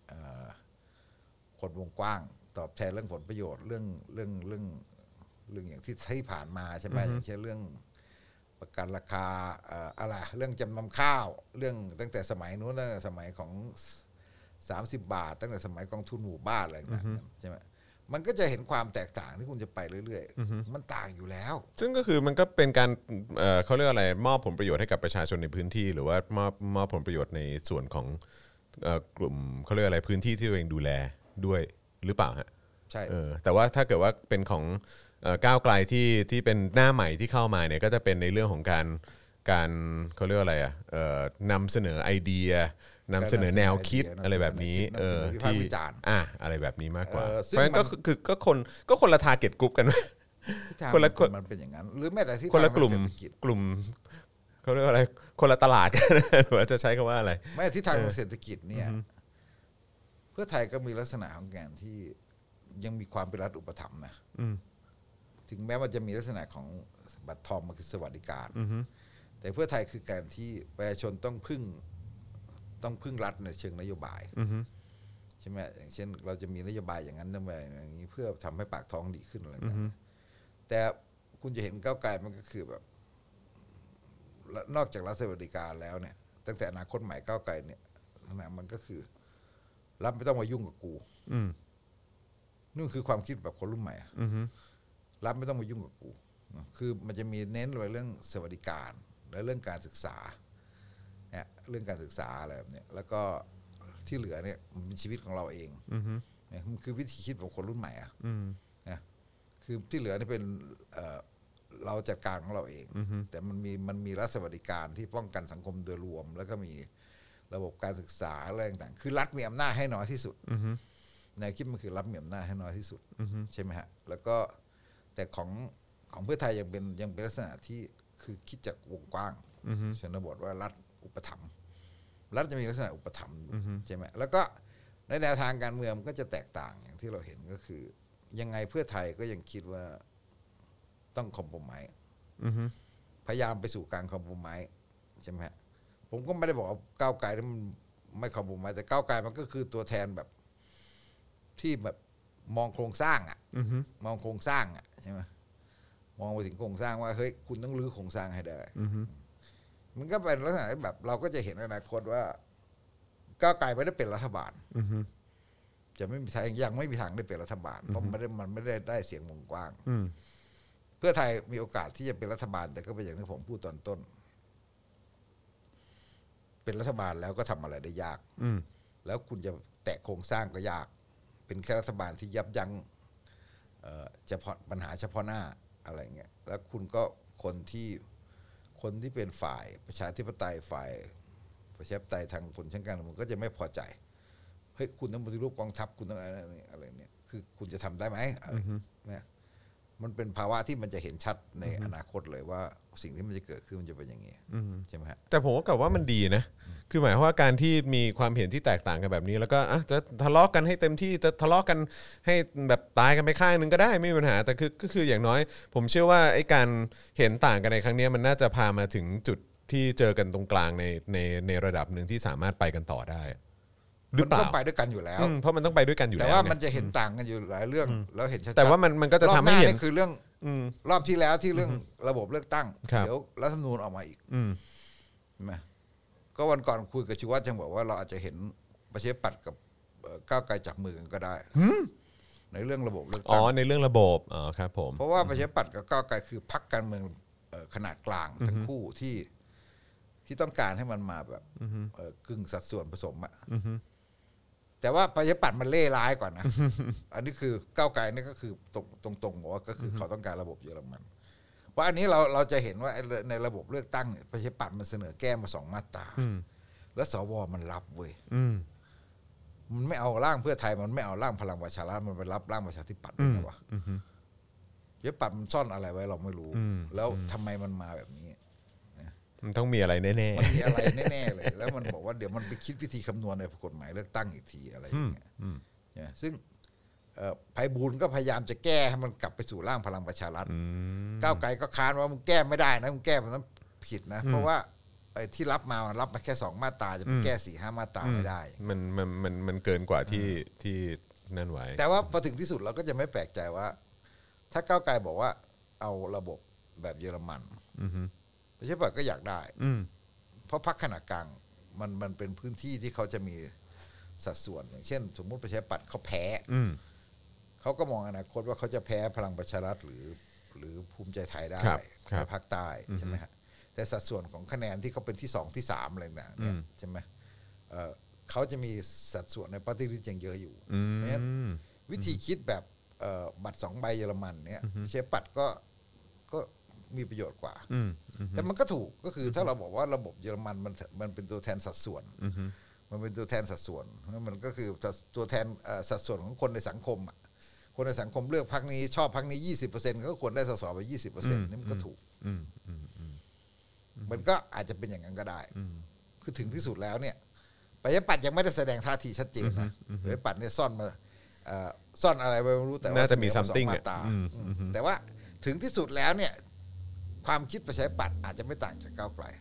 คนวงกว้างตอบแทนเรื่องผลประโยชน์เรื่องอย่างที่ผ่านมาใช่ไหมอย่างเช่นเรื่องประกันราคาอะไรเรื่องจำนำข้าวเรื่องตั้งแต่สมัยนู้นตั้งแต่สมัยของ30 บาทตั้งแต่สมัยกองทุนหมู่บ้านอะไรต่างๆใช่ไหมมันก็จะเห็นความแตกต่างที่คุณจะไปเรื่อยๆมันต่างอยู่แล้วซึ่งก็คือมันก็เป็นการเขาเรียกอะไรมอบผลประโยชน์ให้กับประชาชนในพื้นที่หรือว่ามอบผลประโยชน์ในส่วนของกลุ่มเขาเรียกอะไรพื้นที่ที่ตัวเองดูแลด้วยหรือเปล่าฮะใช่แต่ว่าถ้าเกิดว่าเป็นของก้าวไกลที่เป็นหน้าใหม่ที่เข้ามาเนี่ยก็จะเป็นในเรื่องของการเขาเรียกว่าอะไรนำเสนอไอเดียนำเสนอแนวคิดอะไรแบบนี้ที่อะไรแบบนี้มากกว่าเพราะฉะนั้นก็คนละทาร์เก็ตกรุ๊ปกันคนละมันเป็นอย่างนั้นหรือแม้แต่ที่คนละกลุ่มเขาเรียกว่าอะไรคนละตลาดกันหรือว่าจะใช้คำว่าอะไรแม้ที่ทางเศรษฐกิจเนี่ยเพื่อไทยก็มีลักษณะของการที่ยังมีความเป็นรัฐอุปถัมภ์นะถึงแม้ว่าจะมีลักษณะของบัตรทองมันคือสวัสดิการแต่เพื่อไทยคือการที่ประชาชนต้องพึ่งรัฐในเชิงนโยบายใช่ไหมอย่างเช่นเราจะมีนโยบายอย่างนั้นอย่างนี้เพื่อทำให้ปากท้องดีขึ้นอะไรแบบนี้แต่คุณจะเห็นก้าวไกลมันก็คือแบบนอกจากรัฐสวัสดิการแล้วเนี่ยตั้งแต่อนาคตใหม่ก้าวไกลเนี่ยมันก็คือรัฐไม่ต้องมายุ่งกับกูนี่คือความคิดแบบคนรุ่นใหม่รัฐไม่ต้องมายุ่งกับกูคือมันจะมีเน้นเรื่องสวัสดิการและเรื่องการศึกษาเนี่ยเรื่องการศึกษาอะไรแบบนี้แล้วก็ที่เหลือเนี่ยมันเป็นชีวิตของเราเองมันคือวิธีคิดของคนรุ่นใหม่นะคือที่เหลือนี่เป็นเราจัดการของเราเองแต่มันมีรัฐสวัสดิการที่ป้องกันสังคมโดยรวมแล้วก็มีระบบการศึกษาอะไรต่างๆคือรัฐมีอำนาจให้น้อยที่สุดแนวคิดมันคือรัฐมีอำนาจให้น้อยที่สุดใช่ไหมฮะแล้วก็แต่ของเพื่อไทยยังเป็นลักษณะที่คือคิดจากวงกว้างชนบทว่ารัฐอุปถัมภ์รัฐจะมีลักษณะอุปถัมภ์ใช่ไหมแล้วก็ในแนวทางการเมืองก็จะแตกต่างอย่างที่เราเห็นก็คือยังไงเพื่อไทยก็ยังคิดว่าต้องคอมโพรไมซ์พยายามไปสู่การคอมโพรไมซ์ใช่ไหมฮะผมก็ไม่ได้บอกว่าก้าวไกลนั้นมันไม่คอมโพรไมซ์แต่ก้าวไกลมันก็คือตัวแทนแบบที่แบบมองโครงสร้างมองโครงสร้างใช่ไหมมองไปถึงโครงสร้างว่าเฮ้ยคุณต้องรื้อโครงสร้างให้ได้มันก็เป็นลักษณะแบบเราก็จะเห็นอนาคตว่าก้าวไกลไม่ได้เป็นรัฐบาลจะไม่มีทางยังไม่มีทางได้เป็นรัฐบาลเพราะมันไม่ได้เสียงวงกว้างเพื่อไทยมีโอกาสที่จะเป็นรัฐบาลแต่ก็เป็นอย่างที่ผมพูดตอนต้นเป็นรัฐบาลแล้วก็ทำอะไรได้ยากแล้วคุณจะแตะโครงสร้างก็ยากเป็นแค่รัฐบาลที่ยับยั้งเฉพาะปัญหาเฉพาะหน้าอะไรเงี้ยแล้วคุณก็คนที่เป็นฝ่ายประชาธิปไตยฝ่ายประชาธิปไตยทางผลชั้นกลางมันก็จะไม่พอใจเฮ้ยคุณต้องปฏิรูปกองทัพคุณต้องอะไรเนี่ยคือคุณจะทำได้ไหมเนี่ยมันเป็นภาวะที่มันจะเห็นชัดในอนาคตเลยว่าสิ่งที่มันจะเกิดขึ้นมันจะเป็นอย่างนี้ใช่ไหมฮะแต่ผมก็กล่าวว่ามันดีนะคือหมายความว่าการที่มีความเห็นที่แตกต่างกันแบบนี้แล้วก็จะทะเลาะกันให้เต็มที่จะทะเลาะกันให้แบบตายกันไปข้างนึงก็ได้ไม่มีปัญหาแต่ก็คืออย่างน้อยผมเชื่อว่าไอ้การเห็นต่างกันในครั้งนี้มันน่าจะพามาถึงจุดที่เจอกันตรงกลางในระดับหนึ่งที่สามารถไปกันต่อได้มันต้องไปด้วยกันอยู่แล้วเพราะมันต้องไปด้วยกันอยู่แล้วแต่ว่ามันจะเห็นต่างกันอยู่หลายเรื่องแล้วเห็นชัดแต่ว่ามันก็จะทำให้เห็นคือเรื่องรอบที่แล้วที่เรื่องระบบเลือกตั้งเดี๋ยวรัฐธรรมนูญออกมาอีกใช่ไหมก็วันก่อนคุยกับชีวัฒน์ยังบอกว่าเราอาจจะเห็นประชาธิปัตย์กับก้าวไกลจับมือกันก็ได้ในเรื่องระบบเลือกตั้งในเรื่องระบบครับผมเพราะว่าประชาธิปัตย์กับก้าวไกลคือพรรคการเมืองขนาดกลางทั้งคู่ที่ต้องการให้มันมาแบบกึ่งสัดส่วนผสมแต่ว่าประชาธิปัตย์มันเล่ร้ายกว่านะ อันนี้คือก้าวไกลนี่ก็คือตรงบอกว่าก็คือเขาต้องการระบบเยอรมันว่าอันนี้เราจะเห็นว่าในระบบเลือกตั้งเนี่ยประชาธิปัตย์มันเสนอแก้มา2 มาตราแล้วสวมันรับเว้ยมันไม่เอาร่างเพื่อไทยมันไม่เอาร่างพลังประชารัฐมันไปรับร่างประชาธิปัตย์ได้ไงวะประชาธิปัตย์มันซ่อนอะไรไว้เราไม่รู้แล้วทำไมมันมาแบบนี้มันต้องมีอะไรแน่ๆมันมีอะไรแน่ๆเลยแล้วมันบอกว่าเดี๋ยวมันไปคิดวิธีคำนวณในกฎหมายเลือกตั้งอีกทีอะไรอย่างเงี้ยซึ่งไพบูลย์ก็พยายามจะแก้ให้มันกลับไปสู่ร่างพลังประชารัฐก้าวไกลก็ค้านว่ามึงแก้ไม่ได้นะมึงแก้มันต้องผิดนะเพราะว่าไอ้ที่รับมาแค่2มาตราจะไปแก้4-5มาตราไม่ได้มันเกินกว่าที่นั่นไว้แต่ว่าพอถึงที่สุดเราก็จะไม่แปลกใจว่าถ้าก้าวไกลบอกว่าเอาระบบแบบเยอรมันประชาธิปัตย์ก็อยากได้เพราะพรรคขนาดกลางมันเป็นพื้นที่ที่เขาจะมีสัดส่วนอย่างเช่นสมมุติประชาธิปัตย์เขาแพ้เขาก็มองอนาคตว่าเขาจะแพ้พลังประชารัฐหรือภูมิใจไทยได้ในภาคใต้ใช่ไหมฮะแต่สัดส่วนของคะแนนที่เขาเป็นที่2ที่3อะไรต่างเนี่ยใช่ไหมเขาจะมีสัดส่วนในปาร์ตี้ลิสต์ยังเยอะอยู่เพราะฉะนั้นวิธีคิดแบบบัตร2 ใบเยอรมันเนี่ยประชาธิปัตย์ก็มีประโยชน์กว่าแต่มันก็ถูกก็คือถ้าเราบอกว่าระบบเยอรมันมันเป็นตัวแทนสัดส่วนมันเป็นตัวแทนสัดส่วนมันก็คือตัวแทนสัดส่วนของคนในสังคมคนในสังคมเลือกพรรคนี้ชอบพรรคนี้ 20% ก็ควรได้สสไป 20% นี่มันก็ถูกมันก็อาจจะเป็นอย่างนั้นก็ได้คือถึงที่สุดแล้วเนี่ยประชาธิปัตย์ยังไม่ได้แสดงท่าทีชัดเจนนะประชาธิปัตย์เนี่ยซ่อนอะไรไว้ไม่รู้แต่ว่าน่าจะมี something แต่ว่าถึงที่สุดแล้วเนี่ยความคิดประชาธิปัตย์อาจจะไม่ต่างจากก้าวไกล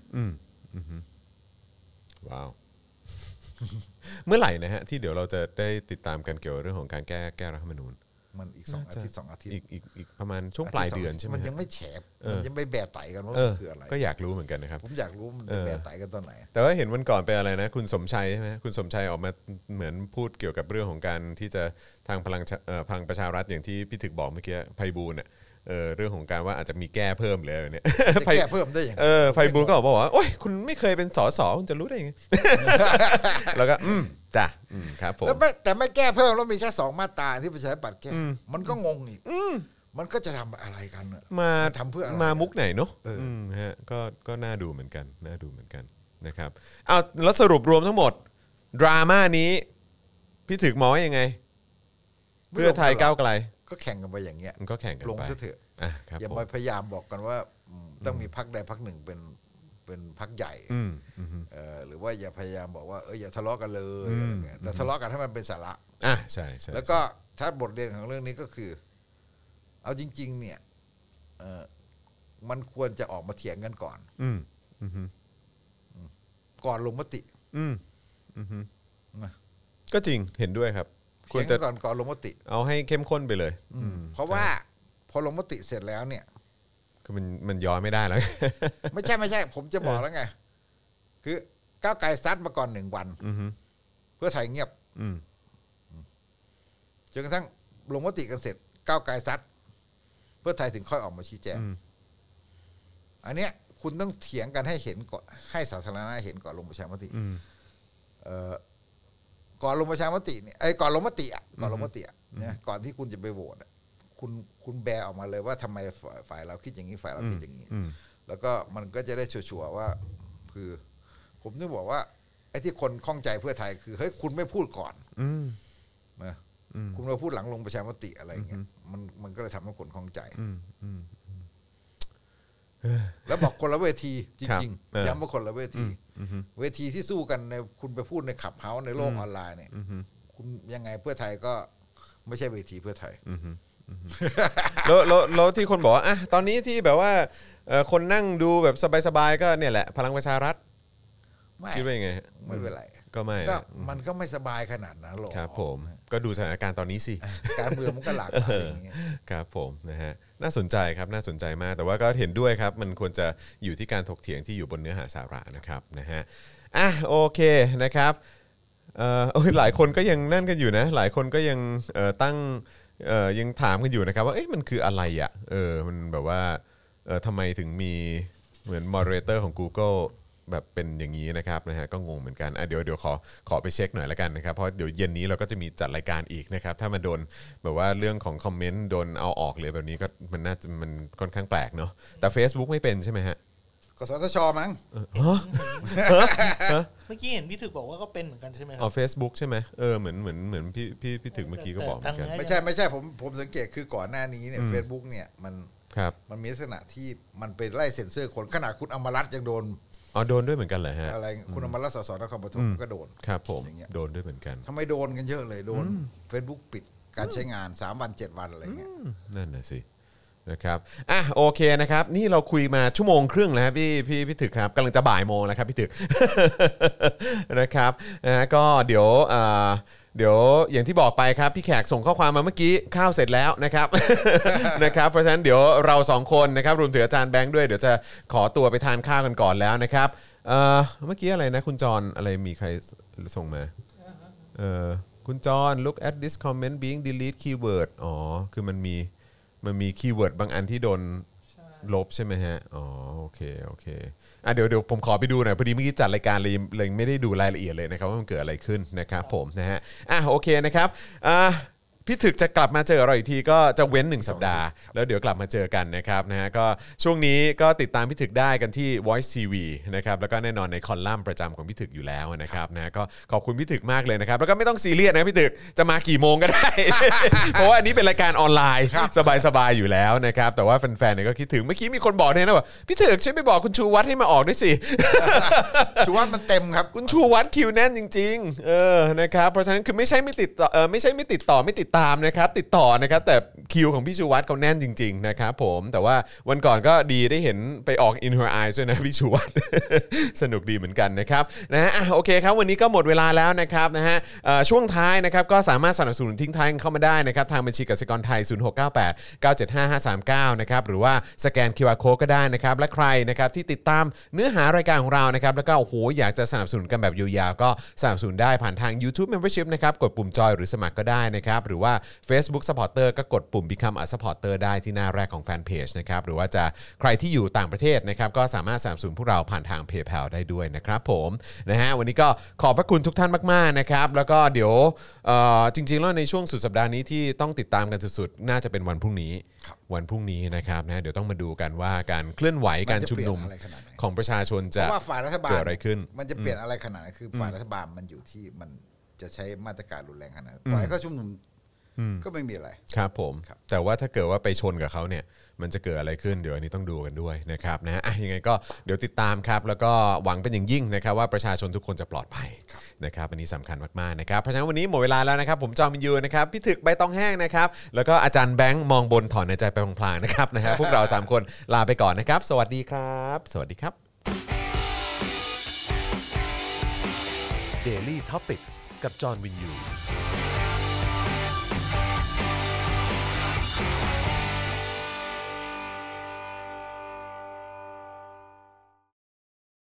ว้าวเมื่อไหร่นะฮะที่เดี๋ยวเราจะได้ติดตามกันเกี่ยวกับเรื่องของการแก้รัฐธรรมนูญมันอีก2 อาทิตย์อีกประมาณช่วงปลายเดือนใช่ไหมมันยังไม่แฉบมันยังไม่แบะไตกันว่าคืออะไรก็อยากรู้เหมือนกันนะครับผมอยากรู้มันจะแบะไตกันตอนไหนแต่ว่าเห็นวันก่อนเป็นอะไรนะคุณสมชัยใช่ไหมคุณสมชัยออกมาเหมือนพูดเกี่ยวกับเรื่องของการที่จะทางพลังประชารัฐอย่างที่พี่ถึกบอกเมื่อกี้ไพบูลย์เนี่ยเรื่องของการว่าอาจจะมีแก้เพิ่มเลยเนี่ยแก้เพิ่มได้ยังไพบูลย์ก็บอกว่าโอ๊ยคุณไม่เคยเป็นสสคุณจะรู้ได้ยังไงแล้วก็จ้ะครับผมแต่ไม่แก้เพิ่มแล้วมีแค่2มาตราที่ประชาธิปัตย์แก้มันก็งงอีกมันก็จะทำอะไรกันมาทำเพื่ออะไรมามุกไหนเนาะฮะก็น่าดูเหมือนกันนะครับเอาแล้วสรุปรวมทั้งหมดดราม่านี้พี่ถึกมองว่ายังไงเพื่อไทยก้าวไกลก็แข่งกันไปอย่างเงี้ยก็แข่งกันไปลงซะเถอะอย่าไปพยายามบอกกันว่าต้องมีพรรคใดพรรคหนึ่งเป็นพรรคใหญ่หรือว่าอย่าพยายามบอกว่าอย่าทะเลาะกันเลยแต่ทะเลาะกันให้มันเป็นสาระใช่แล้วก็ถ้าบทเรียนของเรื่องนี้ก็คือเอาจริงๆเนี่ยมันควรจะออกมาเถียงกันก่อนก่อนลงมติก็จริงเห็นด้วยครับควรจะก่อนลงมติเอาให้เข้มข้นไปเลยเพราะว่าพอลงมติเสร็จแล้วเนี่ยคือมันย้อนไม่ได้แล้วไม่ใช่ผมจะบอกแล้วไงคือก้าวไกลซัดมาก่อน1 วันเพื่อไทยเงียบจนกระทั่งลงมติกันเสร็จก้าวไกลซัดเพื่อไทยถึงค่อยออกมาชี้แจงอันเนี้ยคุณต้องเถียงกันให้เห็นก่อนให้สาธารณะเห็นก่อนลงประชามติก่อนลงประชามติเนี่ยก่อนลงมติเนี่ยก่อนที่คุณจะไปโหวตคุณแบออกมาเลยว่าทำไมฝ่ายเราคิดอย่างนี้ฝ่ายเราคิดอย่างนี้แล้วก็มันก็จะได้ชัวร์ว่าคือผมนึกบอกว่าไอ้ที่คนข้องใจเพื่อไทยคือเฮ้ยคุณไม่พูดก่อนนะคุณมาพูดหลังลงประชามติอะไรเงี้ยมันก็เลยทำให้คนข้องใจแล้วบอกคนละเวทีจริงๆย้ำว่าคนละเวทีเวทีที่สู้กันในคุณไปพูดในขับเฮ้าในโลกออนไลน์เนี่ยคุณยังไงเพื่อไทยก็ไม่ใช่เวทีเพื่อไทยแล้วที่คนบอกว่าตอนนี้ที่แบบว่าคนนั่งดูแบบสบายๆก็เนี่ยแหละพลังประชารัฐคิดว่ายังไงไม่เป็นไรก็ไม่มันก็ไม่สบายขนาดนั้นหรอกครับผมก็ดูสถานการณ์ตอนนี้สิการเมืองมันก็หลากหลายอย่างเงี้ยครับผมนะฮะน่าสนใจครับน่าสนใจมากแต่ว่าก็เห็นด้วยครับมันควรจะอยู่ที่การถกเถียงที่อยู่บนเนื้อหาสาระนะครับนะฮะโอเคนะครับหลายคนก็ยังนั่นกันอยู่นะหลายคนก็ยังตั้งยังถามกันอยู่นะครับว่ามันคืออะไรอ่ะมันแบบว่าทำไมถึงมีเหมือน moderator ของ Google แบบเป็นอย่างนี้นะครับนะฮะก็งงเหมือนกันเดี๋ยวขอไปเช็คหน่อยละกันนะครับเพราะเดี๋ยวเย็นนี้เราก็จะมีจัดรายการอีกนะครับถ้ามันโดนแบบว่าเรื่องของคอมเมนต์โดนเอาออกเลยแบบนี้ก็มันน่าจะมันค่อนข้างแปลกเนาะแต่ Facebook ไม่เป็นใช่ไหมฮะสทชมั้งเมื่อกี้เห็นพี่ถึกบอกว่าก็เป็นเหมือนกันใช่ไหมครัอ๋อ Facebook ใช่ไหมเหมือนพี่ถึงเมื่อกี้ก็บอกเหมือนกันไม่ใช่ผมสังเกตคือก่อนหน้านี้เนี่ย Facebook เนี่ยมันมีลักษณะที่มันไปไล่เซ็นเซอร์คนขนาดคุณอมรัตน์ยังโดนโดนด้วยเหมือนกันเหรอฮะอะไรคุณอมรัตน์สสนครปฐมก็โดนครับผมโดนด้วยเหมือนกันทำไมโดนกันเยอะเลยโดน Facebook ปิดการใช้งาน3 วัน 7 วันอะไรเงี้ยนั่นน่ะสินะครับโอเคนะครับนี่เราคุยมาชั่วโมงครึ่งแล้วครับพี่ถึกครับกำลังจะบ่ายโมงแล้วครับพี่ถึก นะครับก็เดี๋ยวอย่างที่บอกไปครับพี่แขกส่งข้อความมาเมื่อกี้ข้าวเสร็จแล้วนะครับ นะครับเพราะฉะนั้นเดี๋ยวเรา2คนนะครับรวมถึงอาจารย์แบงค์ด้วยเดี๋ยวจะขอตัวไปทานข้าวกันก่อนแล้วนะครับเมื่อกี้อะไรนะคุณจรอะไรมีใครส่งมาคุณจร look at this comment being delete keyword คือมันมีคีย์เวิร์ดบางอันที่โดนลบใช่ไหมฮะโอเคเดี๋ยวผมขอไปดูหน่อยพอดีเมื่อกี้จัดรายการเลยไม่ได้ดูรายละเอียดเลยนะครับว่ามันเกิดอะไรขึ้นนะครับผมนะฮะโอเคนะครับพี่ถึกจะกลับมาเจอเราอีกทีก็จะเว้น1สัปดาห์แล้วเดี๋ยวกลับมาเจอกันนะครับนะฮะก็ช่วงนี้ก็ติดตามพี่ถึกได้กันที่ Voice TV นะครับแล้วก็แน่นอนในคอลัมน์ประจำของพี่ถึกอยู่แล้วนะครับนะก็ขอบคุณพี่ถึกมากเลยนะครับแล้วก็ไม่ต้องซีเรียสนะพี่ถึกจะมากี่โมงก็ได้ เพราะว่าอันนี้เป็นรายการออนไลน์สบายๆอยู่แล้วนะครับแต่ว่าแฟนๆเนี่ยก็คิดถึงเมื่อกี้มีคนบอกเนี่ยนะว่าพี่ถึกช่วยไปบอกคุณชูวัฒน์ให้มาออกด้วยสิชูวัฒน์มันเต็มครับคุณชูวัฒน์คิวแน่นจริงๆนะครับเพราะฉะนั้นคือไม่ใช่ไม่ติดต่อไม่ติดตามนะครับติดต่อนะครับแต่คิวของพี่ชูวัฒน์เขาแน่นจริงๆนะครับผมแต่ว่าวันก่อนก็ดีได้เห็นไปออก In Her Eyes ด้วยนะพี่ชูวัฒน์ สนุกดีเหมือนกันนะครับนะฮะโอเคครับวันนี้ก็หมดเวลาแล้วนะครับนะฮะช่วงท้ายนะครับก็สามารถสนับสนุนทิ้งท้ายเข้ามาได้นะครับทางบัญชีกสิกรไทย0698975539นะครับหรือว่าสแกน QR Code ก็ได้นะครับและใครนะครับที่ติดตามเนื้อหารายการของเรานะครับแล้วก็โอ้โหอยากจะสนับสนุนกันแบบยาวๆก็สนับสนุนได้ผ่านทาง YouTube Membership นะครับกดปุ่มจอยหรือสมัครก็ได้นะครับหรือว่า Facebook Supporter ก็กดปุ่ม Become a Supporter ได้ที่หน้าแรกของแฟนเพจนะครับหรือว่าจะใครที่อยู่ต่างประเทศนะครับก็สามารถสนับสนุนพวกเราผ่านทาง PayPal ได้ด้วยนะครับผมนะฮะวันนี้ก็ขอบพระคุณทุกท่านมากๆนะครับแล้วก็เดี๋ยวจริงๆแล้วในช่วงสุดสัปดาห์นี้ที่ต้องติดตามกันสุดๆน่าจะเป็นวันพรุ่งนี้นะครับนะเดี๋ยวต้องมาดูกันว่าการเคลื่อนไหวการชุมนุมของประชาชนจะเกิดอะไรขึ้นมันจะเปลี่ยนอะไรขนาดไหนคือฝ่ายรัฐบาลมันอยู่ที่มันจะใช้มาตรการรุนแรงขนาดไหนปล่อยก็ชุมนุมก็ไม่มีอะไรครับผมแต่ว่าถ้าเกิดว่าไปชนกับเขาเนี่ยมันจะเกิดอะไรขึ้นเดี๋ยวอันนี้ต้องดูกันด้วยนะครับนะยังไงก็เดี๋ยวติดตามครับแล้วก็หวังเป็นอย่างยิ่งนะครับว่าประชาชนทุกคนจะปลอดภัยนะครับอันนี้สำคัญมากๆนะครับเพราะฉะนั้นวันนี้หมดเวลาแล้วนะครับผมจอมินยูนะครับพี่ถึกใบตองแห้งนะครับแล้วก็อาจารย์แบงค์มองบนถอนในใจไปพลางๆนะครับนะฮะพวกเรา3คนลาไปก่อนนะครับสวัสดีครับสวัสดีครับ Daily Topics กับจอห์นวินยู